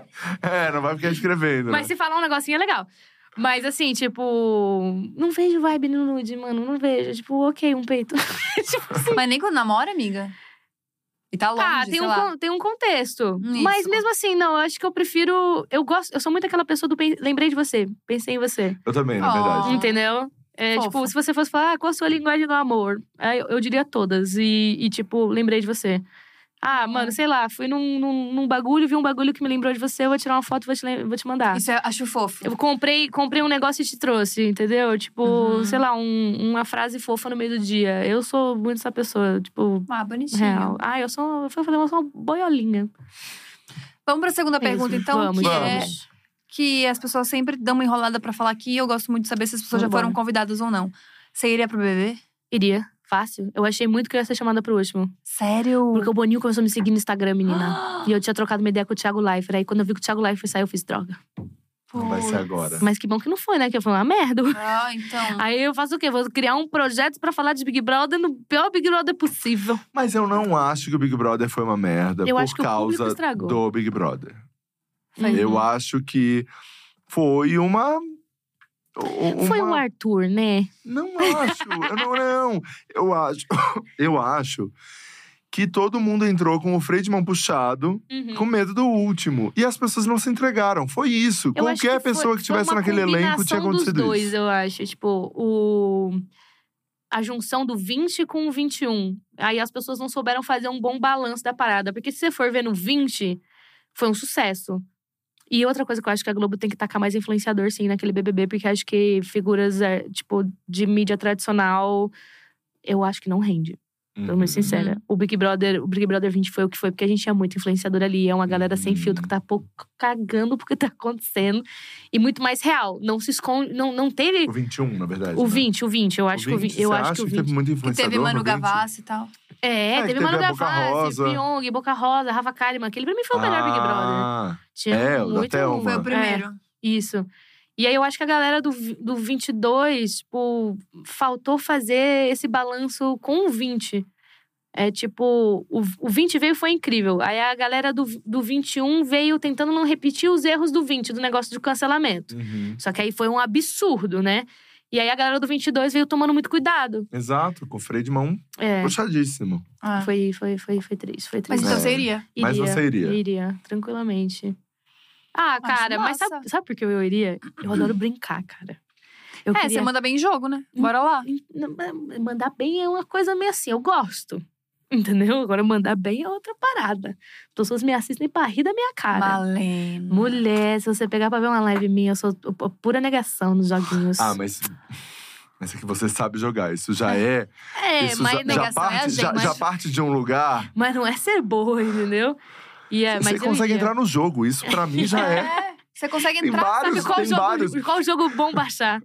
É, não vai ficar escrevendo. Mas né? se falar um negocinho é legal. Mas assim, tipo… Não vejo vibe no nude, mano. Não vejo. Tipo, ok, um peito. tipo assim. Mas nem quando namora, amiga. E tá longe, Ah, tem sei um, lá. con- tem um contexto. Isso. Mas mesmo assim, não. Eu acho que eu prefiro… Eu gosto… Eu sou muito aquela pessoa do… pen- Lembrei de você. Pensei em você. Eu também, na Oh. verdade. Entendeu? É, Fofo. tipo, se você fosse falar, ah, qual a sua linguagem do amor? Aí eu, eu diria todas. E, e, tipo, lembrei de você. Ah, mano, sei lá, fui num, num, num bagulho, vi um bagulho que me lembrou de você, eu vou tirar uma foto e vou te, lem- vou te mandar. Isso eu acho fofo. Eu comprei, comprei um negócio e te trouxe, entendeu? Tipo, Uhum. sei lá, um- uma frase fofa no meio do dia. Eu sou muito essa pessoa, tipo, Ah, bonitinho. real. Ah, eu sou, eu falei, eu sou uma boiolinha. Vamos pra segunda pergunta, Isso, então, vamos, que vamos. é… Que as pessoas sempre dão uma enrolada pra falar aqui. Eu gosto muito de saber se as pessoas já Vambora. foram convidadas ou não. Você iria pro B B B? Iria, fácil. Eu achei muito que eu ia ser chamada pro último. Sério? Porque o Boninho começou a me seguir no Instagram, menina. E eu tinha trocado uma ideia com o Thiago Leifert. Aí quando eu vi que o Thiago Leifert saiu, eu fiz droga. Não vai ser agora. Mas que bom que não foi, né? Que foi uma merda. Ah, então… Aí eu faço o quê? Vou criar um projeto pra falar de Big Brother no pior Big Brother possível. Mas eu não acho que o Big Brother foi uma merda Eu por acho que o público causa estragou. do Big Brother. Uhum. Eu acho que foi uma… uma... Foi o Arthur, né? Não acho, eu não, não. Eu acho, eu acho que todo mundo entrou com o freio de mão puxado, Uhum. com medo do último. E as pessoas não se entregaram. Foi isso. Eu acho Qualquer que foi- pessoa que foi estivesse uma naquele elenco tinha combinação acontecido dos dois, isso. eu acho. Tipo, o… a junção do vinte com o vinte e um. Aí as pessoas não souberam fazer um bom balanço da parada. Porque se você for ver no vinte, foi um sucesso. E outra coisa que eu acho que a Globo tem que tacar mais influenciador, sim, naquele B B B. Porque acho que figuras, é, tipo, de mídia tradicional… eu acho que não rende. Tô muito sincera. Uhum. O Big Brother, o Big Brother vinte foi o que foi, porque a gente tinha muito influenciador ali. É uma galera sem Uhum. filtro que tá pouco cagando porque tá acontecendo. E muito mais real. Não se esconde, não, não teve… O vinte e um, na verdade. O né? vinte, o vinte. Eu acho O que o vinte, vinte… Eu você acho acha que o teve vinte… muito Que influenciador teve Manu no vinte? Gavassi e tal. É, É, teve teve Manu a Boca Gavassi, Rosa. Pyong, Boca Rosa, Rafa Kalimann. Aquele pra mim foi o melhor Big Brother. Ah, Tinha é, o da muito… Thelma. Foi o primeiro. É, isso. E aí eu acho que a galera do, vi- do vinte e dois, tipo, faltou fazer esse balanço com o vinte. É tipo, o, o vinte veio e foi incrível. Aí a galera do, do vinte e um veio tentando não repetir os erros do vinte, do negócio de cancelamento. Uhum. Só que aí foi um absurdo, né? E aí a galera do vinte e dois veio tomando muito cuidado. Exato, com o freio de mão É, puxadíssimo. Ah. foi, foi, foi, foi triste, foi Mas triste. então É. você iria? Mas você iria? Iria, tranquilamente. Ah, cara, mas massa. sabe, sabe por que eu iria? Eu adoro brincar, cara. Eu É, queria… você manda bem em jogo, né? Bora lá. Mandar bem é uma coisa meio assim, eu gosto. Entendeu? Agora, mandar bem é outra parada. As pessoas me assistem pra rir da minha cara. Malena. Mulher, se você pegar pra ver uma live minha, eu sou p- pura negação nos joguinhos. Ah, mas… Mas é que você sabe jogar. Isso já é… É, isso mas já, já, negação é a parte, já, gente. já parte de um lugar… Mas não é ser boa, entendeu? E é, você mas eu consegue iria. entrar no jogo. Isso pra mim já é… É, você consegue Tem entrar, vários- sabe qual tem jogo… vários. Qual jogo bom baixar?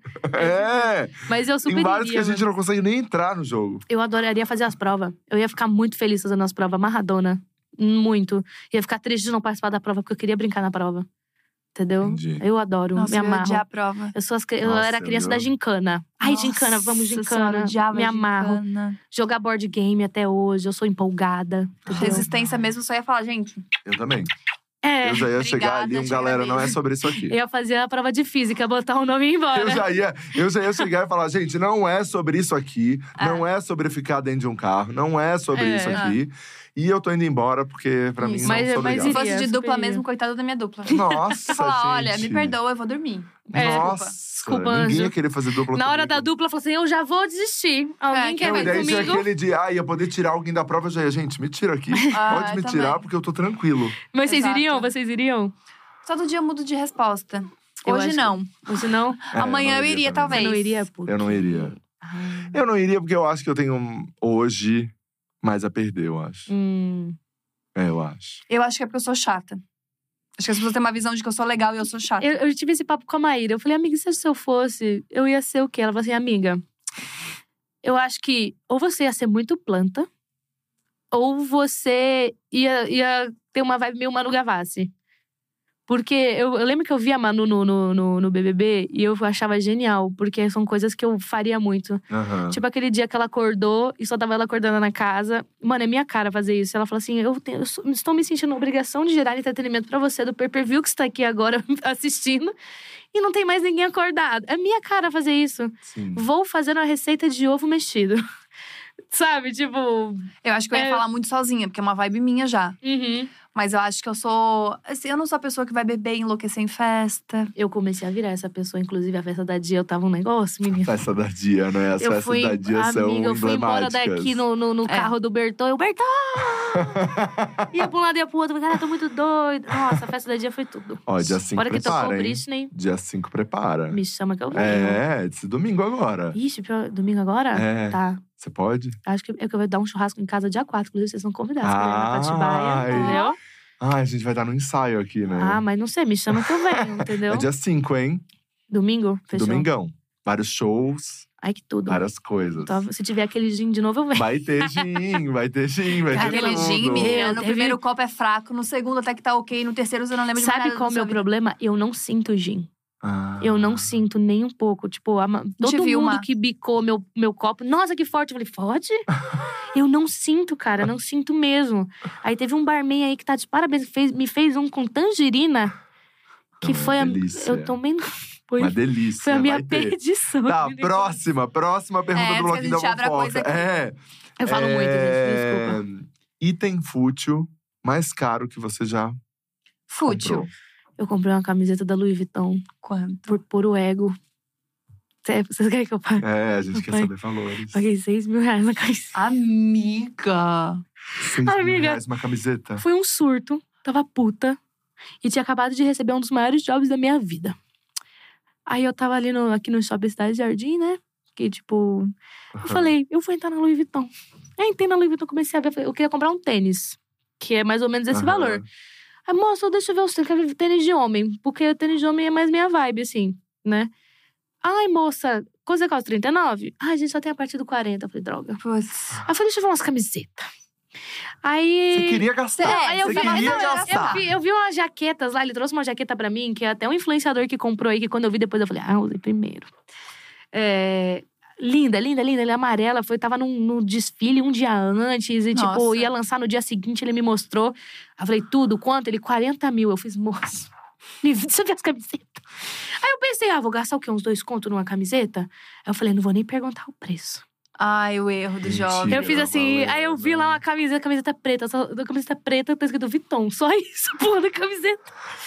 É! Mas eu super Tem vários iria, que a gente mano. não consegue nem entrar no jogo. Eu adoraria fazer as provas. Eu ia ficar muito feliz fazendo as provas. Amarradona. Muito. Ia ficar triste de não participar da prova, porque eu queria brincar na prova. Entendeu? Entendi. Eu adoro, Nossa, me eu ia amarro. odiar a prova. Eu, sou as, cri- eu Nossa, era eu criança ia- da gincana. Ai, gincana, vamos Nossa gincana. Senhora, odiava Me amarro. gincana. Jogar board game até hoje, eu sou empolgada. Entendeu? Resistência mesmo, só ia falar, gente… Eu também. É, Eu já ia chegar Obrigada, ali, um te galera, não é agradeço. sobre isso aqui. eu ia fazer a prova de física, botar o nome e ir embora. Eu já, ia, eu já ia chegar e falar, gente, não é sobre isso aqui. Ah. Não é sobre ficar dentro de um carro. Não é sobre É. isso aqui. E eu tô indo embora, porque pra mim Isso. não Mas- sou mas legal. Se iria, fosse de super dupla iria. mesmo, coitada da minha dupla. Nossa, Eu falar, gente. olha, me perdoa, eu vou dormir. É. Nossa. Desculpa, Ninguém anjo. ia querer fazer dupla Na hora comigo. da dupla, eu falei assim, eu já vou desistir. Alguém É, quer não, Não, vir e daí tinha comigo? aquele de, ah, ia poder tirar alguém da prova, eu já ia, gente, me tira aqui. Ah, Pode me eu tirar, também. porque eu tô tranquilo. Mas vocês Exato. iriam? Vocês iriam? Todo dia eu mudo de resposta. Eu Hoje acho não. Você não? É, Amanhã não eu iria, também. talvez. Você não iria? Puta. Eu não iria. Ah. Eu não iria porque eu acho que eu tenho, hoje, mais a perder, eu acho. Hum. É, eu acho. Eu acho que é porque eu sou chata. Acho que as pessoas têm uma visão de que eu sou legal e eu sou chata. Eu, eu tive esse papo com a Maíra. Eu falei, amiga, se eu fosse, eu ia ser o quê? Ela falou assim, amiga, eu acho que ou você ia ser muito planta, ou você ia, ia ter uma vibe meio Manu Gavassi. Porque eu, eu lembro que eu via a Manu no, no, no, no B B B e eu achava genial, porque são coisas que eu faria muito. Aham. Tipo aquele dia que ela acordou e só tava ela acordando na casa. Mano, é minha cara fazer isso. Ela falou assim: eu, tenho, eu sou- estou me sentindo na obrigação de gerar entretenimento pra você do pay-per-view que está aqui agora assistindo. E não tem mais ninguém acordado. É minha cara fazer isso. Sim. Vou fazer uma receita de ovo mexido. Sabe? Tipo. Eu acho que eu ia É. falar muito sozinha, porque é uma vibe minha já. Uhum. Mas eu acho que eu sou… Assim, eu não sou a pessoa que vai beber e enlouquecer em festa. Eu comecei a virar essa pessoa. Inclusive, a festa da Dia, eu tava um negócio, menina. Festa da Dia, né? As Eu festas fui, da Dia são amiga, eu fui embora emblemáticas. daqui no, no, no É. carro do Bertô. Eu, Bertô! Ia pra um lado, ia pro outro. Cara, tô muito doido. Nossa, a festa da Dia foi tudo. Ó, dia cinco Hora que tocou prepara, o hein? Britney, Dia cinco prepara. me chama que eu venho. É, esse domingo agora. Ixi, pior- domingo agora? É. Tá. Você pode? Acho que, é que eu vou dar um churrasco em casa dia quatro. Inclusive, vocês são convidados pra ir Ai. na Patibaia, entendeu? Ah, a gente vai estar no ensaio aqui, né? Ah, mas não sei, me chama que eu venho, entendeu? É dia cinco, hein? Domingo? Fechou? Domingão. Vários shows, Ai, que tudo. várias coisas. Então, se tiver aquele gin de novo, eu venho. Vai ter gin, vai ter gin, vai ter Aquele tudo. gin, menina, no Teve- primeiro copo é fraco, no segundo até que tá ok, no terceiro você não lembra de mais Sabe nada qual é o da meu sua vida. problema? Eu não sinto gin. Ah. Eu não sinto nem um pouco. Tipo, a ma- todo Te vi mundo uma. que bicou meu, meu copo. Nossa, que forte. Eu falei, forte? Eu não sinto, cara. Não sinto mesmo. Aí teve um barman aí que tá de parabéns. Fez, me fez um com tangerina. Que Não, foi a… delícia. Eu tomei… Foi, Uma delícia. foi a minha vai ter. perdição. Tá, Me próxima, próxima pergunta É, do antes que a bloquinho da gente abra a coisa fofoca. aqui. É. Eu falo muito, gente. é... Desculpa. item fútil mais caro que você já Fútil. comprou? Eu comprei uma camiseta da Louis Vuitton Quanto? por puro ego. Cê- Vocês querem que eu pague? É, a gente quer Papai. saber valores. Paguei seis mil reais na camiseta. Amiga. Seis mil Amiga. reais uma camiseta. Foi um surto. Tava puta. E tinha acabado de receber um dos maiores jobs da minha vida. Aí eu tava ali no, aqui no Shopping Cidade Jardim, né? Que tipo… Eu falei, eu vou entrar na Louis Vuitton. Aí entrei na Louis Vuitton, comecei a ver. Eu queria comprar um tênis. Que é mais ou menos esse Aham. valor. Aí, moça, deixa eu ver o seu. Eu quero ver tênis de homem. Porque o tênis de homem é mais minha vibe, assim, né? Ai, moça, coisa custa trinta e nove? Ai, a gente só tem a partir do quarenta. Eu falei, droga. Putz. Aí eu falei, deixa eu ver umas camisetas. Aí… Você queria gastar. É, Aí eu você vi, queria não, eu- gastar. Eu vi, eu vi umas jaquetas lá, ele trouxe uma jaqueta pra mim, que é até um influenciador que comprou aí, que quando eu vi depois eu falei, ah, usei primeiro. É, linda, linda, linda, ele é amarela, foi, tava num, no desfile um dia antes, e tipo, Nossa. ia lançar no dia seguinte, ele me mostrou. Aí eu falei, tudo, quanto? Ele, quarenta mil. Eu fiz, moço, me- deixa eu ver as camisetas. Aí eu pensei, ah, vou gastar o quê? Uns dois contos numa camiseta? Aí eu falei, não vou nem perguntar o preço. Ai, o erro do Mentira. jovem. Eu fiz assim, valeu, aí eu vi lá uma camiseta, camiseta preta, só, da camiseta preta tá escrito Vuitton, só isso, porra da camiseta.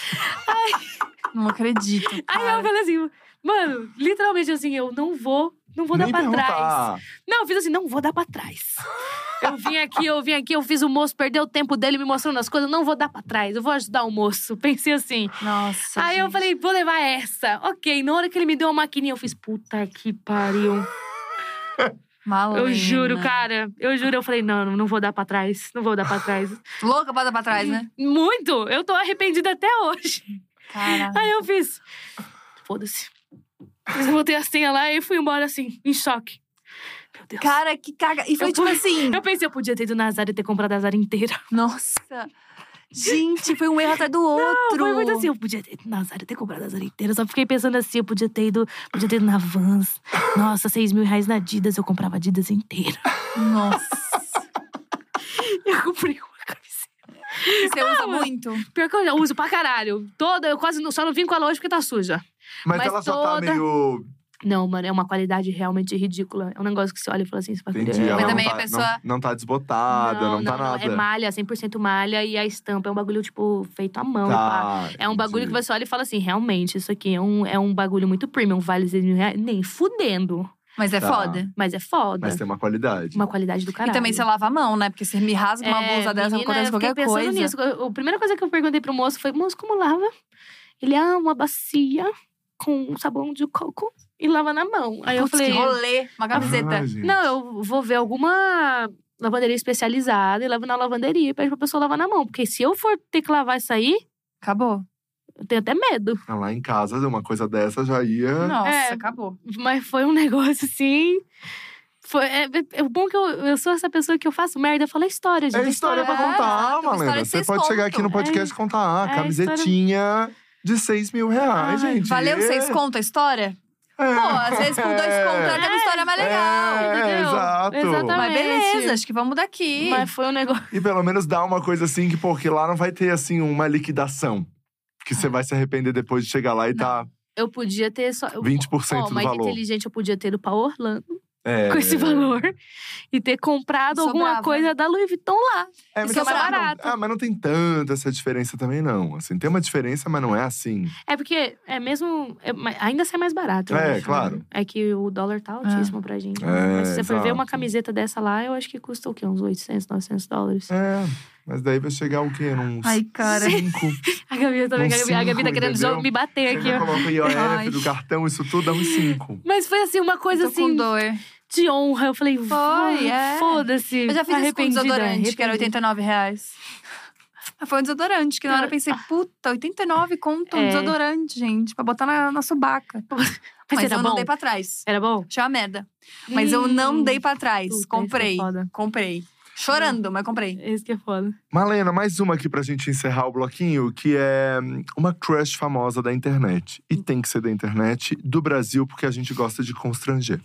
Não acredito. Aí cara. eu falei assim, mano, literalmente assim, eu não vou, não vou Nem dar pra trás. perguntar. Não, eu fiz assim, não vou dar pra trás. Eu vim aqui, eu vim aqui, eu fiz o moço perder o tempo dele me mostrando as coisas, não vou dar pra trás, eu vou ajudar o moço. Pensei assim. Nossa, Aí eu gente. falei, vou levar essa. Ok, na hora que ele me deu uma maquininha, eu fiz, puta que pariu. Malena. Eu juro, cara, eu juro, eu falei, não, não vou dar pra trás, não vou dar pra trás. Louca pra dar pra trás, né? Muito, eu tô arrependida até hoje. Caralho. Aí eu fiz, foda-se. Mas eu botei a senha lá e fui embora assim, em choque. Meu Deus. Cara, que caga. E foi Eu tipo fui- assim. Eu pensei, eu podia ter ido na Zara e ter comprado a Zara inteira. Nossa. Gente, foi um erro atrás do outro. Foi muito assim, eu podia ter ido na Zara e ter comprado a Zara inteira. Só fiquei pensando assim, eu podia ter ido, podia ter ido na Vans. Nossa, seis mil reais na Adidas, eu comprava a Adidas inteira. Nossa. Eu comprei uma camiseta. Você usa muito? Pior que eu já uso pra caralho. Toda, eu quase não, só não vim com ela hoje porque tá suja. Mas, Mas ela já tá toda- meio… Não, mano, é uma qualidade realmente ridícula. É um negócio que você olha e fala assim, você vai Entendi. querer. Ela Mas não também tá, a pessoa- não, não tá desbotada, não, tá nada. É malha, cem por cento malha. E a estampa é um bagulho, tipo, feito à mão. e pá. Tá, É um bagulho que entendi. você olha e fala assim, realmente, isso aqui é um, é um bagulho muito premium, vale seis mil reais. Nem fudendo. Mas é Tá. foda. Mas é foda. Mas tem uma qualidade. Uma qualidade do caralho. E também você lava a mão, né? Porque você me rasga uma É, blusa dessa, menina, acontece eu fiquei qualquer pensando coisa. nisso. Eu- A primeira coisa que eu perguntei pro moço foi, moço, como lava? Ele, ah, uma bacia com sabão de coco e lava na mão. Aí eu Putz, falei, que rolê. Uma camiseta. Ah, gente. não, eu vou ver alguma lavanderia especializada e levo na lavanderia e pede pra pessoa lavar na mão. Porque se eu for ter que lavar isso aí, Acabou. eu tenho até medo. Lá em casa, uma coisa dessa já ia… Nossa, É. acabou. Mas foi um negócio assim… Foi, é, é bom que eu, eu sou essa pessoa que eu faço merda, eu falo história, gente. É história pra É, contar, exato, uma Malena. história de Você vocês pode chegar aqui no contam. podcast e contar. É, Camisetinha de seis mil reais, Ai, gente. Valeu, vocês contam a história? É. Pô, às vezes com dois contos até uma história mais legal. É, entendeu? exato. Exatamente. Mas beleza, acho que vamos daqui. Mas foi um negócio… E pelo menos dá uma coisa assim, que porque lá não vai ter assim uma liquidação. Que você vai se arrepender depois de chegar lá e tá Eu podia ter só… vinte por cento Ó, do mais valor. inteligente eu podia ter ido pra Orlando É, com esse valor. E ter comprado alguma Sobrava. coisa da Louis Vuitton lá. É, mas Isso é sabe, mais não- barato. Ah, mas não tem tanta essa diferença também, não. Assim, tem uma diferença, mas não é assim. É porque é mesmo… é- mas ainda sai mais barato. eu É, acho, claro. né? É que o dólar tá altíssimo pra gente. né? É, Mas se você for ver uma exato. camiseta dessa lá, eu acho que custa o quê? Uns oitocentos, novecentos dólares. É, mas daí vai chegar o quê? Num Ai, cara. cinco. A Gabi também, Uns a Gabi, a Gabi tá cinco, querendo entendeu? me bater aqui, Você ó. coloca o I O F Ai. do cartão, isso tudo dá uns cinco. Mas foi assim, uma coisa Tô com assim, dor. de honra. Eu falei, Foi, é. foda-se. Eu já fiz isso com Arrependida, desodorante, que era arrependida. oitenta e nove reais. Mas foi um desodorante, que na hora eu pensei, puta, oitenta e nove conto um É. desodorante, gente, pra botar na, na subaca. Mas, Mas era eu bom? não dei pra trás. Era bom? Achei uma merda. Mas eu não Hum, dei pra trás. puta, Comprei. isso é foda. Comprei. Chorando, mas comprei. Esse que é foda. Malena, mais uma aqui pra gente encerrar o bloquinho, que é hum, uma crush famosa da internet. E tem que ser da internet, do Brasil, porque a gente gosta de constranger.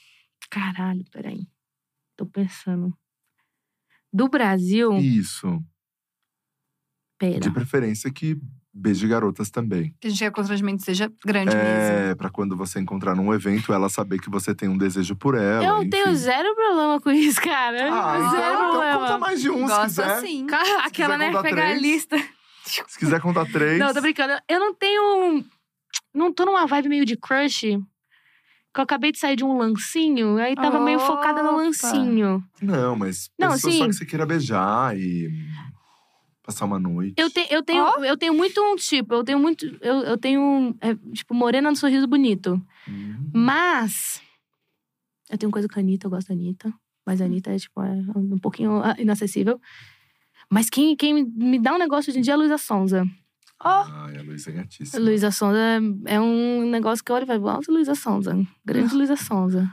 Caralho, peraí. Tô pensando. Do Brasil… Isso. De Pera. preferência que beijo de garotas também. Que a gente quer que o constrangimento seja grande mesmo. É, pra quando você encontrar num evento, ela saber que você tem um desejo por ela. Eu enfim. tenho zero problema com isso, cara. Ah, zero então, então problema. conta mais de um, se Gosto quiser. assim. Cara, Aquela, quiser né? contar Pegar a três. lista. Se quiser contar três. Não, tô brincando. Eu não tenho. Não tô numa vibe meio de crush. Que eu acabei de sair de um lancinho, aí tava meio focada no Opa. lancinho. Não, mas Não, pessoa sim. só que você queira beijar e passar uma noite. Eu, te, eu, tenho, Ó. eu tenho muito um tipo, eu tenho muito. Eu, eu tenho, é, tipo, morena no sorriso bonito. Hum. Mas. Eu tenho coisa com a Anitta, eu gosto da Anitta. Mas a Anitta é, tipo, é um pouquinho ah, inacessível. Mas quem, quem me dá um negócio hoje em dia é a Luísa Sonza. Ó. Ai, a Luísa é A gatíssima. Luísa Sonza é, é um negócio que eu olho e falo, alta Luísa Sonza. Grande Luísa Sonza.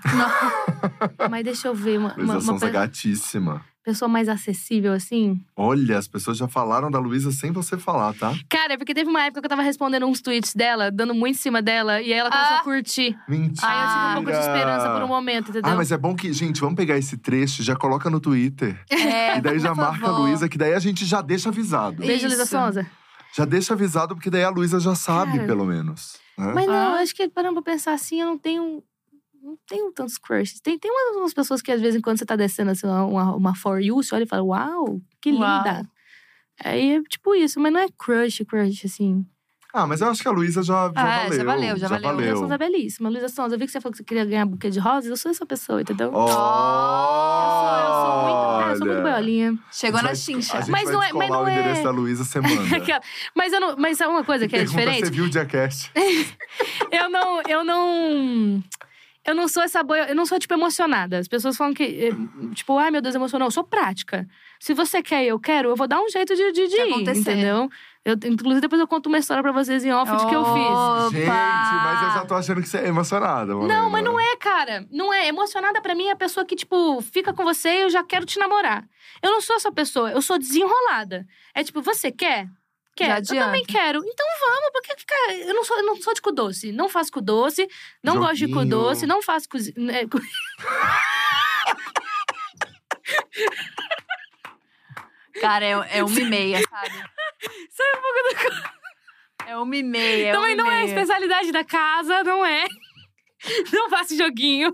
Mas deixa eu ver, uma, Luísa uma, uma Sonza é pe- gatíssima. pessoa mais acessível, assim. Olha, as pessoas já falaram da Luísa sem você falar, tá? Cara, é porque teve uma época que eu tava respondendo uns tweets dela, dando muito em cima dela, e aí ela começou Ah. a curtir. Mentira. Aí eu tive um pouco de esperança por um momento, entendeu? Ah, mas é bom que… Gente, vamos pegar esse trecho, já coloca no Twitter. É, E daí já por marca a favor. Luísa, que daí a gente já deixa avisado. Beijo, Luísa Isso. Sonza. Já deixa avisado, porque daí a Luísa já sabe, Cara. pelo menos. Né? Mas não, Ah. eu acho que parando pra pensar assim, eu não tenho. Não tenho tantos crushes. Tem, tem umas, umas pessoas que, às vezes, quando você tá descendo assim, uma, uma For You, você olha e fala, uau, que linda. Uau. Aí é tipo isso, mas não é crush, crush, assim. Ah, mas eu acho que a Luísa já, já Ah, valeu. já valeu, já valeu. Luísa Sonza é belíssima. Luísa Sonza, eu vi que você falou que você queria ganhar buquê de rosas, eu sou essa pessoa, entendeu? Oh, Eu sou, eu sou muito. Ah, eu sou muito boiolinha. Chegou na A chincha. gente Mas vai não é- mas descolar não o endereço é- da Luísa, você manda. Aquela- Mas eu não. Mas sabe uma coisa que é Pergunta diferente? se viu o Diacast. Eu não. Eu não. Eu não sou essa boia. Eu não sou, tipo, emocionada. As pessoas falam que. eh, Tipo, ai meu Deus, emocional. Eu sou prática. Se você quer e eu quero, eu vou dar um jeito de, de, de De ir, acontecer. entendeu? Eu, inclusive, depois eu conto uma história pra vocês em off de que eu fiz. Opa! Gente, mas eu já tô achando que você é emocionada. Não, mas não é, cara. Não é. Emocionada pra mim é a pessoa que, tipo, fica com você e eu já quero te namorar. Eu não sou essa pessoa, eu sou desenrolada. É tipo, você quer? Quer? Já Eu também adianta. quero. Então vamos, porque ficar. Eu não sou, eu não sou de cu doce. Não faço cu doce, não gosto de cu Joguinho. doce, não faço cozi... é, cu- Cara, é, é uma e meia, sabe? Sai um pouco do. É uma e meia, é Também uma e não é a meia. especialidade da casa, não é. Não faço joguinho.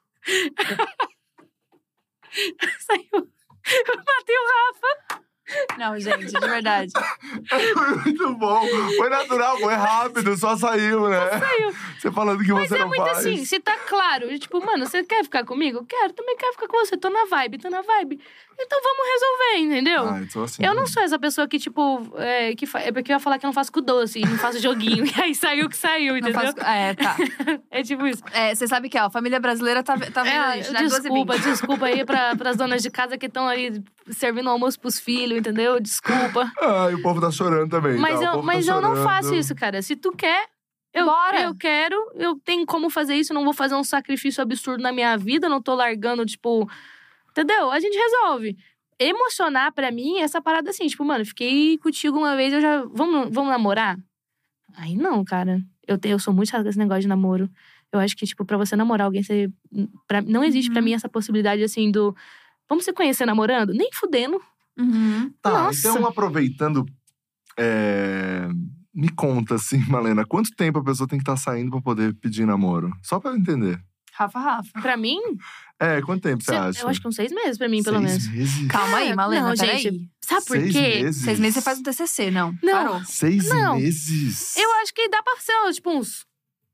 Saiu. Eu matei o Rafa. Não, gente, de verdade. Foi muito bom. Foi natural, foi rápido, só saiu, né? Saiu. Você falando que Mas você é não muito faz. assim, se tá claro. Tipo, mano, você quer ficar comigo? Eu quero, também quero ficar com você. Tô na vibe, tô na vibe. Então vamos resolver, entendeu? Ah, eu sou assim. Eu não também. sou essa pessoa que, tipo, é, que fa... é porque eu ia falar que eu não faço com doce e não faço joguinho. E aí saiu o que saiu, Não entendeu? faço... É, tá. É tipo isso. É, você sabe que, ó, a família brasileira tá, tá vendo a É, gente, né? duas e desculpa, vinte. desculpa aí pra, pras donas de casa que estão aí servindo almoço pros filhos, entendeu? Desculpa. Ah, e o povo tá chorando também. Mas, tá? O eu, povo mas tá eu não chorando. faço isso, cara. Se tu quer, eu, Bora. eu quero. Eu tenho como fazer isso. Eu não vou fazer um sacrifício absurdo na minha vida. Não tô largando, tipo… Entendeu? A gente resolve. Emocionar pra mim é essa parada assim. Tipo, mano, fiquei contigo uma vez, eu já… Vamos, vamos namorar? Aí não, cara. Eu, te, eu sou muito chata com esse negócio de namoro. Eu acho que, tipo, pra você namorar alguém, você… Pra, não existe pra Uhum. mim essa possibilidade, assim, do… Vamos se conhecer namorando? Nem fudendo. Uhum. Tá, Nossa. então aproveitando… é, Me conta, assim, Malena. Quanto tempo a pessoa tem que estar saindo pra poder pedir namoro? Só pra eu entender. Rafa, Rafa. Pra mim, É, quanto tempo você cê- acha? eu acho que uns seis meses pra mim, pelo Seis menos. meses? Calma aí, Cara, Malena, não, peraí. gente, Sabe por Seis quê? meses? Seis meses você faz um T C C, não? Não. Parou. Seis Não. meses? Eu acho que dá pra ser, tipo, uns…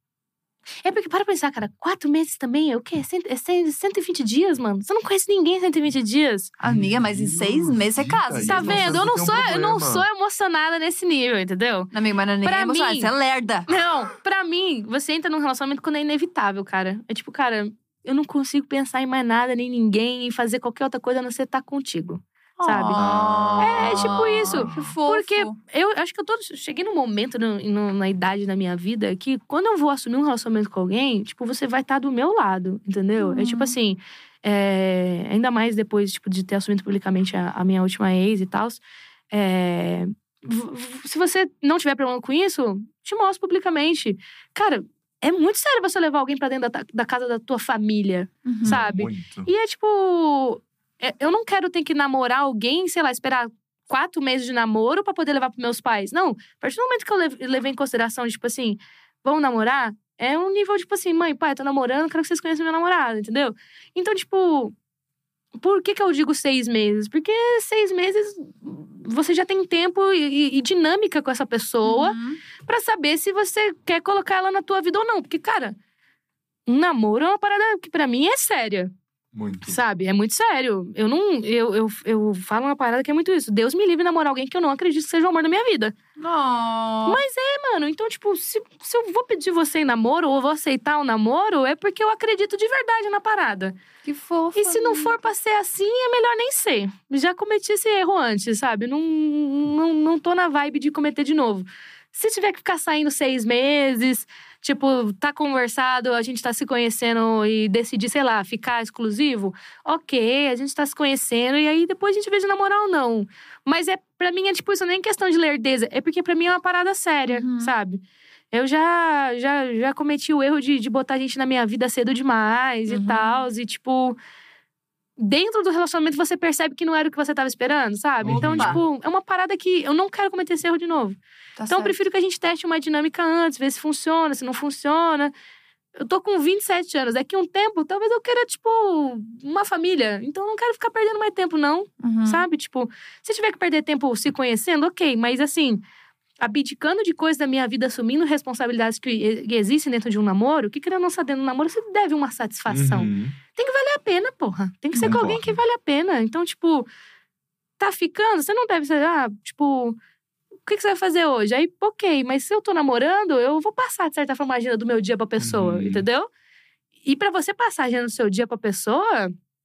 É porque, para pra pensar, cara, quatro meses também é o quê? Cento- É cem- cento e vinte dias, mano? Você não conhece ninguém em cento e vinte dias. Amiga, mas em seis meses você casa. Aí, Tá seis nossa, meses. vendo? Eu não, tem um sou, eu não problema. sou emocionada nesse nível, entendeu? Amiga, mas não é nem Pra emocionada, mim- você é lerda. Não, pra mim, você entra num relacionamento quando é inevitável, cara. É tipo, cara, eu não consigo pensar em mais nada, nem ninguém, em fazer qualquer outra coisa a não ser estar contigo. Sabe? Ah, É, tipo isso. Que fofo. Porque eu acho que eu tô, cheguei num momento no- no- na idade da minha vida que quando eu vou assumir um relacionamento com alguém, tipo, você vai estar do meu lado, entendeu? Uhum. É tipo assim, é, ainda mais depois tipo, de ter assumido publicamente a, a minha última ex e tal. É, v- v- se você não tiver problema com isso, te mostro publicamente. Cara, é muito sério você levar alguém pra dentro da, da casa da tua família, Uhum. sabe? Muito. E é tipo… é, eu não quero ter que namorar alguém, sei lá, esperar quatro meses de namoro pra poder levar pros meus pais. Não, a partir do momento que eu leve- levei em consideração, tipo assim, vamos namorar? É um nível, tipo assim, mãe, pai, tô namorando, quero que vocês conheçam minha namorada, entendeu? Então, tipo, por que que eu digo seis meses? Porque seis meses você já tem tempo e, e- e dinâmica com essa pessoa Uhum. pra saber se você quer colocar ela na tua vida ou não. Porque, cara, um namoro é uma parada que pra mim é séria. Muito. Sabe? É muito sério. Eu não. Eu, eu, eu falo uma parada que é muito isso. Deus me livre de namorar alguém que eu não acredito que seja o amor da minha vida. Não. Mas é, mano. Então, tipo, se, se eu vou pedir você em namoro ou vou aceitar o namoro, é porque eu acredito de verdade na parada. Que fofo. E se não for pra ser assim, é melhor nem ser. Já cometi esse erro antes, sabe? Não, não, não tô na vibe de cometer de novo. Se tiver que ficar saindo seis meses, tipo, tá conversado, a gente tá se conhecendo e decidir, sei lá, ficar exclusivo, ok, a gente tá se conhecendo e aí depois a gente vê de namorar ou não. Mas é, pra mim é tipo, isso não é nem questão de lerdeza, é porque pra mim é uma parada séria, Uhum. sabe? Eu já, já, já cometi o erro de, de botar gente na minha vida cedo demais Uhum. e tal, e tipo. Dentro do relacionamento você percebe que não era o que você tava esperando, sabe? Então, Opa. tipo, é uma parada que eu não quero cometer esse erro de novo. Tá Então, eu certo. prefiro que a gente teste uma dinâmica antes, ver se funciona, se não funciona. Eu tô com vinte e sete anos. Daqui a um tempo, talvez eu queira, tipo, uma família. Então, eu não quero ficar perdendo mais tempo, não. Uhum. Sabe? Tipo, se tiver que perder tempo se conhecendo, ok. Mas, assim, abdicando de coisas da minha vida, assumindo responsabilidades que, e- que existem dentro de um namoro, que querendo ou não estar dentro do namoro, você deve uma satisfação. Uhum. Tem que valer a pena, porra. Tem que ser com alguém que vale a pena. Então, tipo, tá ficando, você não deve ser, ah, tipo, o que, que você vai fazer hoje? Aí, ok, mas se eu tô namorando, eu vou passar, de certa forma, a agenda do meu dia pra pessoa, Uhum. entendeu? E pra você passar a agenda do seu dia pra pessoa,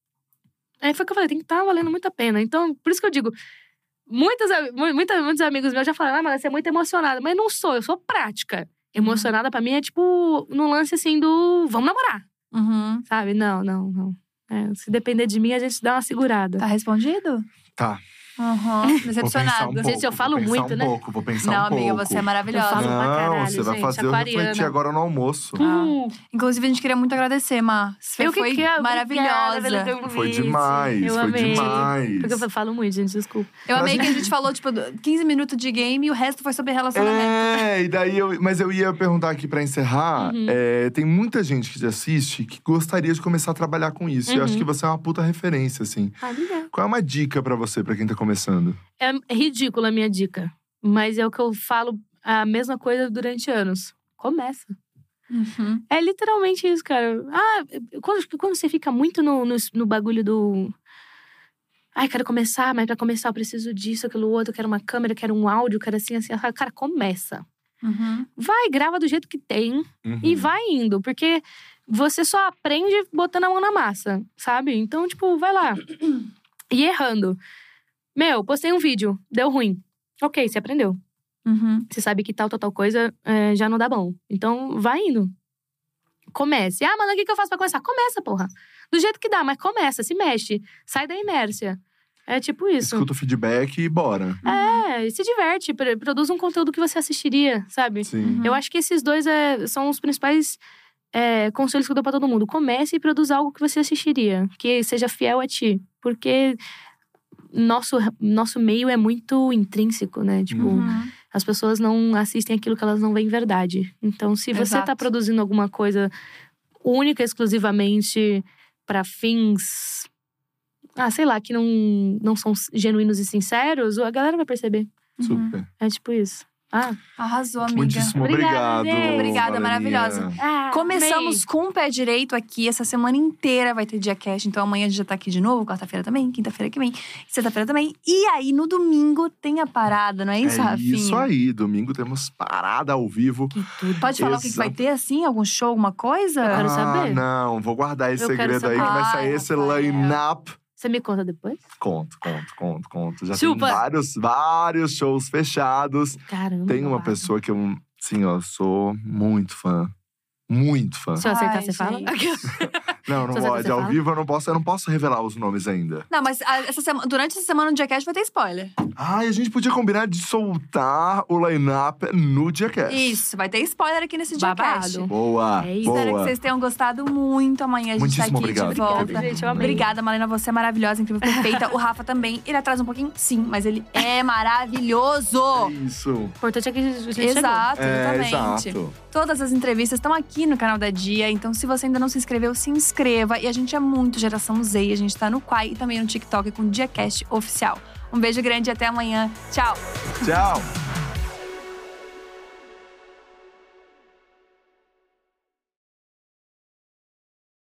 aí foi o que eu falei, tem que estar valendo muito a pena. Então, por isso que eu digo, muitas, mu- muita, muitos amigos meus já falaram, ah, mas você é muito emocionada. Mas não sou, eu sou prática. Emocionada pra mim é tipo, no lance assim do vamos namorar, Uhum. sabe? Não, não, não. É, se depender de mim, a gente dá uma segurada. Tá respondido? Tá. Uhum. Vou pensar Decepcionado. um pouco. Gente, eu falo vou pensar muito, um né? pouco, vou pensar Não, um pouco. amiga, você é maravilhosa. Eu falo pra Não, caralho, você vai gente, fazer eu aquariana. refletir agora no almoço. Hum. Inclusive, a gente queria muito agradecer, Mar. Você Eu que foi quero, maravilhosa. obrigada pelo convite. Foi demais, eu foi amei. demais. Porque eu falo muito, gente, desculpa. Eu amei que a gente falou, tipo, quinze minutos de game e o resto foi sobre relacionamento. É, e daí eu. Mas eu ia perguntar aqui pra encerrar. Uhum. é, tem muita gente que te assiste que gostaria de começar a trabalhar com isso. E eu acho Uhum. que você é uma puta referência, assim. Ah, obrigada. Qual é uma dica pra você, pra quem tá começando? É ridícula a minha dica. Mas é o que eu falo a mesma coisa durante anos. Começa. Uhum. É literalmente isso, cara. Ah, quando, quando você fica muito no, no, no bagulho do. Ai, quero começar, mas pra começar eu preciso disso, aquilo outro, eu quero uma câmera, eu quero um áudio, eu quero assim, assim. Cara, começa. Uhum. Vai, grava do jeito que tem Uhum. e vai indo. Porque você só aprende botando a mão na massa, sabe? Então, tipo, vai lá. E errando. Meu, postei um vídeo, deu ruim. Ok, você aprendeu. Uhum. Você sabe que tal, tal, tal coisa é, já não dá bom. Então, vai indo. Comece. Ah, mas o que que eu faço pra começar? Começa, porra. Do jeito que dá, mas começa, se mexe. Sai da inércia. É tipo isso. Escuta o feedback e bora. É, e se diverte. pr- Produz um conteúdo que você assistiria, sabe? Sim. Eu acho que esses dois é, são os principais é, conselhos que eu dou pra todo mundo. Comece e produz algo que você assistiria. Que seja fiel a ti. Porque nosso, nosso meio é muito intrínseco, né? Tipo, Uhum. as pessoas não assistem aquilo que elas não veem verdade. Então, se você Exato. tá produzindo alguma coisa única, exclusivamente pra fins… Ah, sei lá, que não, não são genuínos e sinceros, a galera vai perceber. Super. É tipo isso. Ah, Arrasou, amiga. Muitíssimo Obrigada, obrigado. gente. Obrigada, Valerinha. maravilhosa. ah Começamos amei. com o pé direito aqui. Essa semana inteira vai ter dia cast. Então amanhã a gente já tá aqui de novo. Quarta-feira também, quinta-feira que vem, sexta-feira também. E aí, no domingo, tem a parada, não é isso, É Rafinha? isso aí. Domingo temos parada ao vivo. Que tudo. Pode falar o que, que vai Exato. ter, assim? Algum show, alguma coisa? Eu quero ah, saber. não. Vou guardar esse Eu quero segredo aí, que saber. vai sair Ai, esse Rafael. line-up. Você me conta depois? Conto, conto, conto, conto. Já Chupa. tem vários, vários shows fechados. Caramba. Tem uma babado. pessoa que eu, sim, ó, sou muito fã. Muito fã. Se eu aceitar, Ai, você fala? gente. Não, não Só sabe pode. você Ao fala? vivo eu não posso, eu não posso revelar os nomes ainda. Não, mas a- essa sema- durante essa semana no Diacast vai ter spoiler. Ah, e a gente podia combinar de soltar o line-up no Diacast. Isso, vai ter spoiler aqui nesse Babado. Diacast. Boa, É isso. boa. Espero que vocês tenham gostado muito. Amanhã a gente tá aqui Muitíssimo obrigado. de volta. Obrigada, gente, eu amei. Obrigada, Malena. Você é maravilhosa, incrível, perfeita. O Rafa também. Ele atrasa um pouquinho, sim, mas ele é maravilhoso. Isso. O importante é que a gente, a gente Exato, É, exatamente. exato. Todas as entrevistas estão aqui no canal da Dia, então se você ainda não se inscreveu, se inscreva. E a gente é muito Geração Z, a gente tá no Quai e também no TikTok com o Diacast Oficial. Um beijo grande e até amanhã. Tchau! Tchau.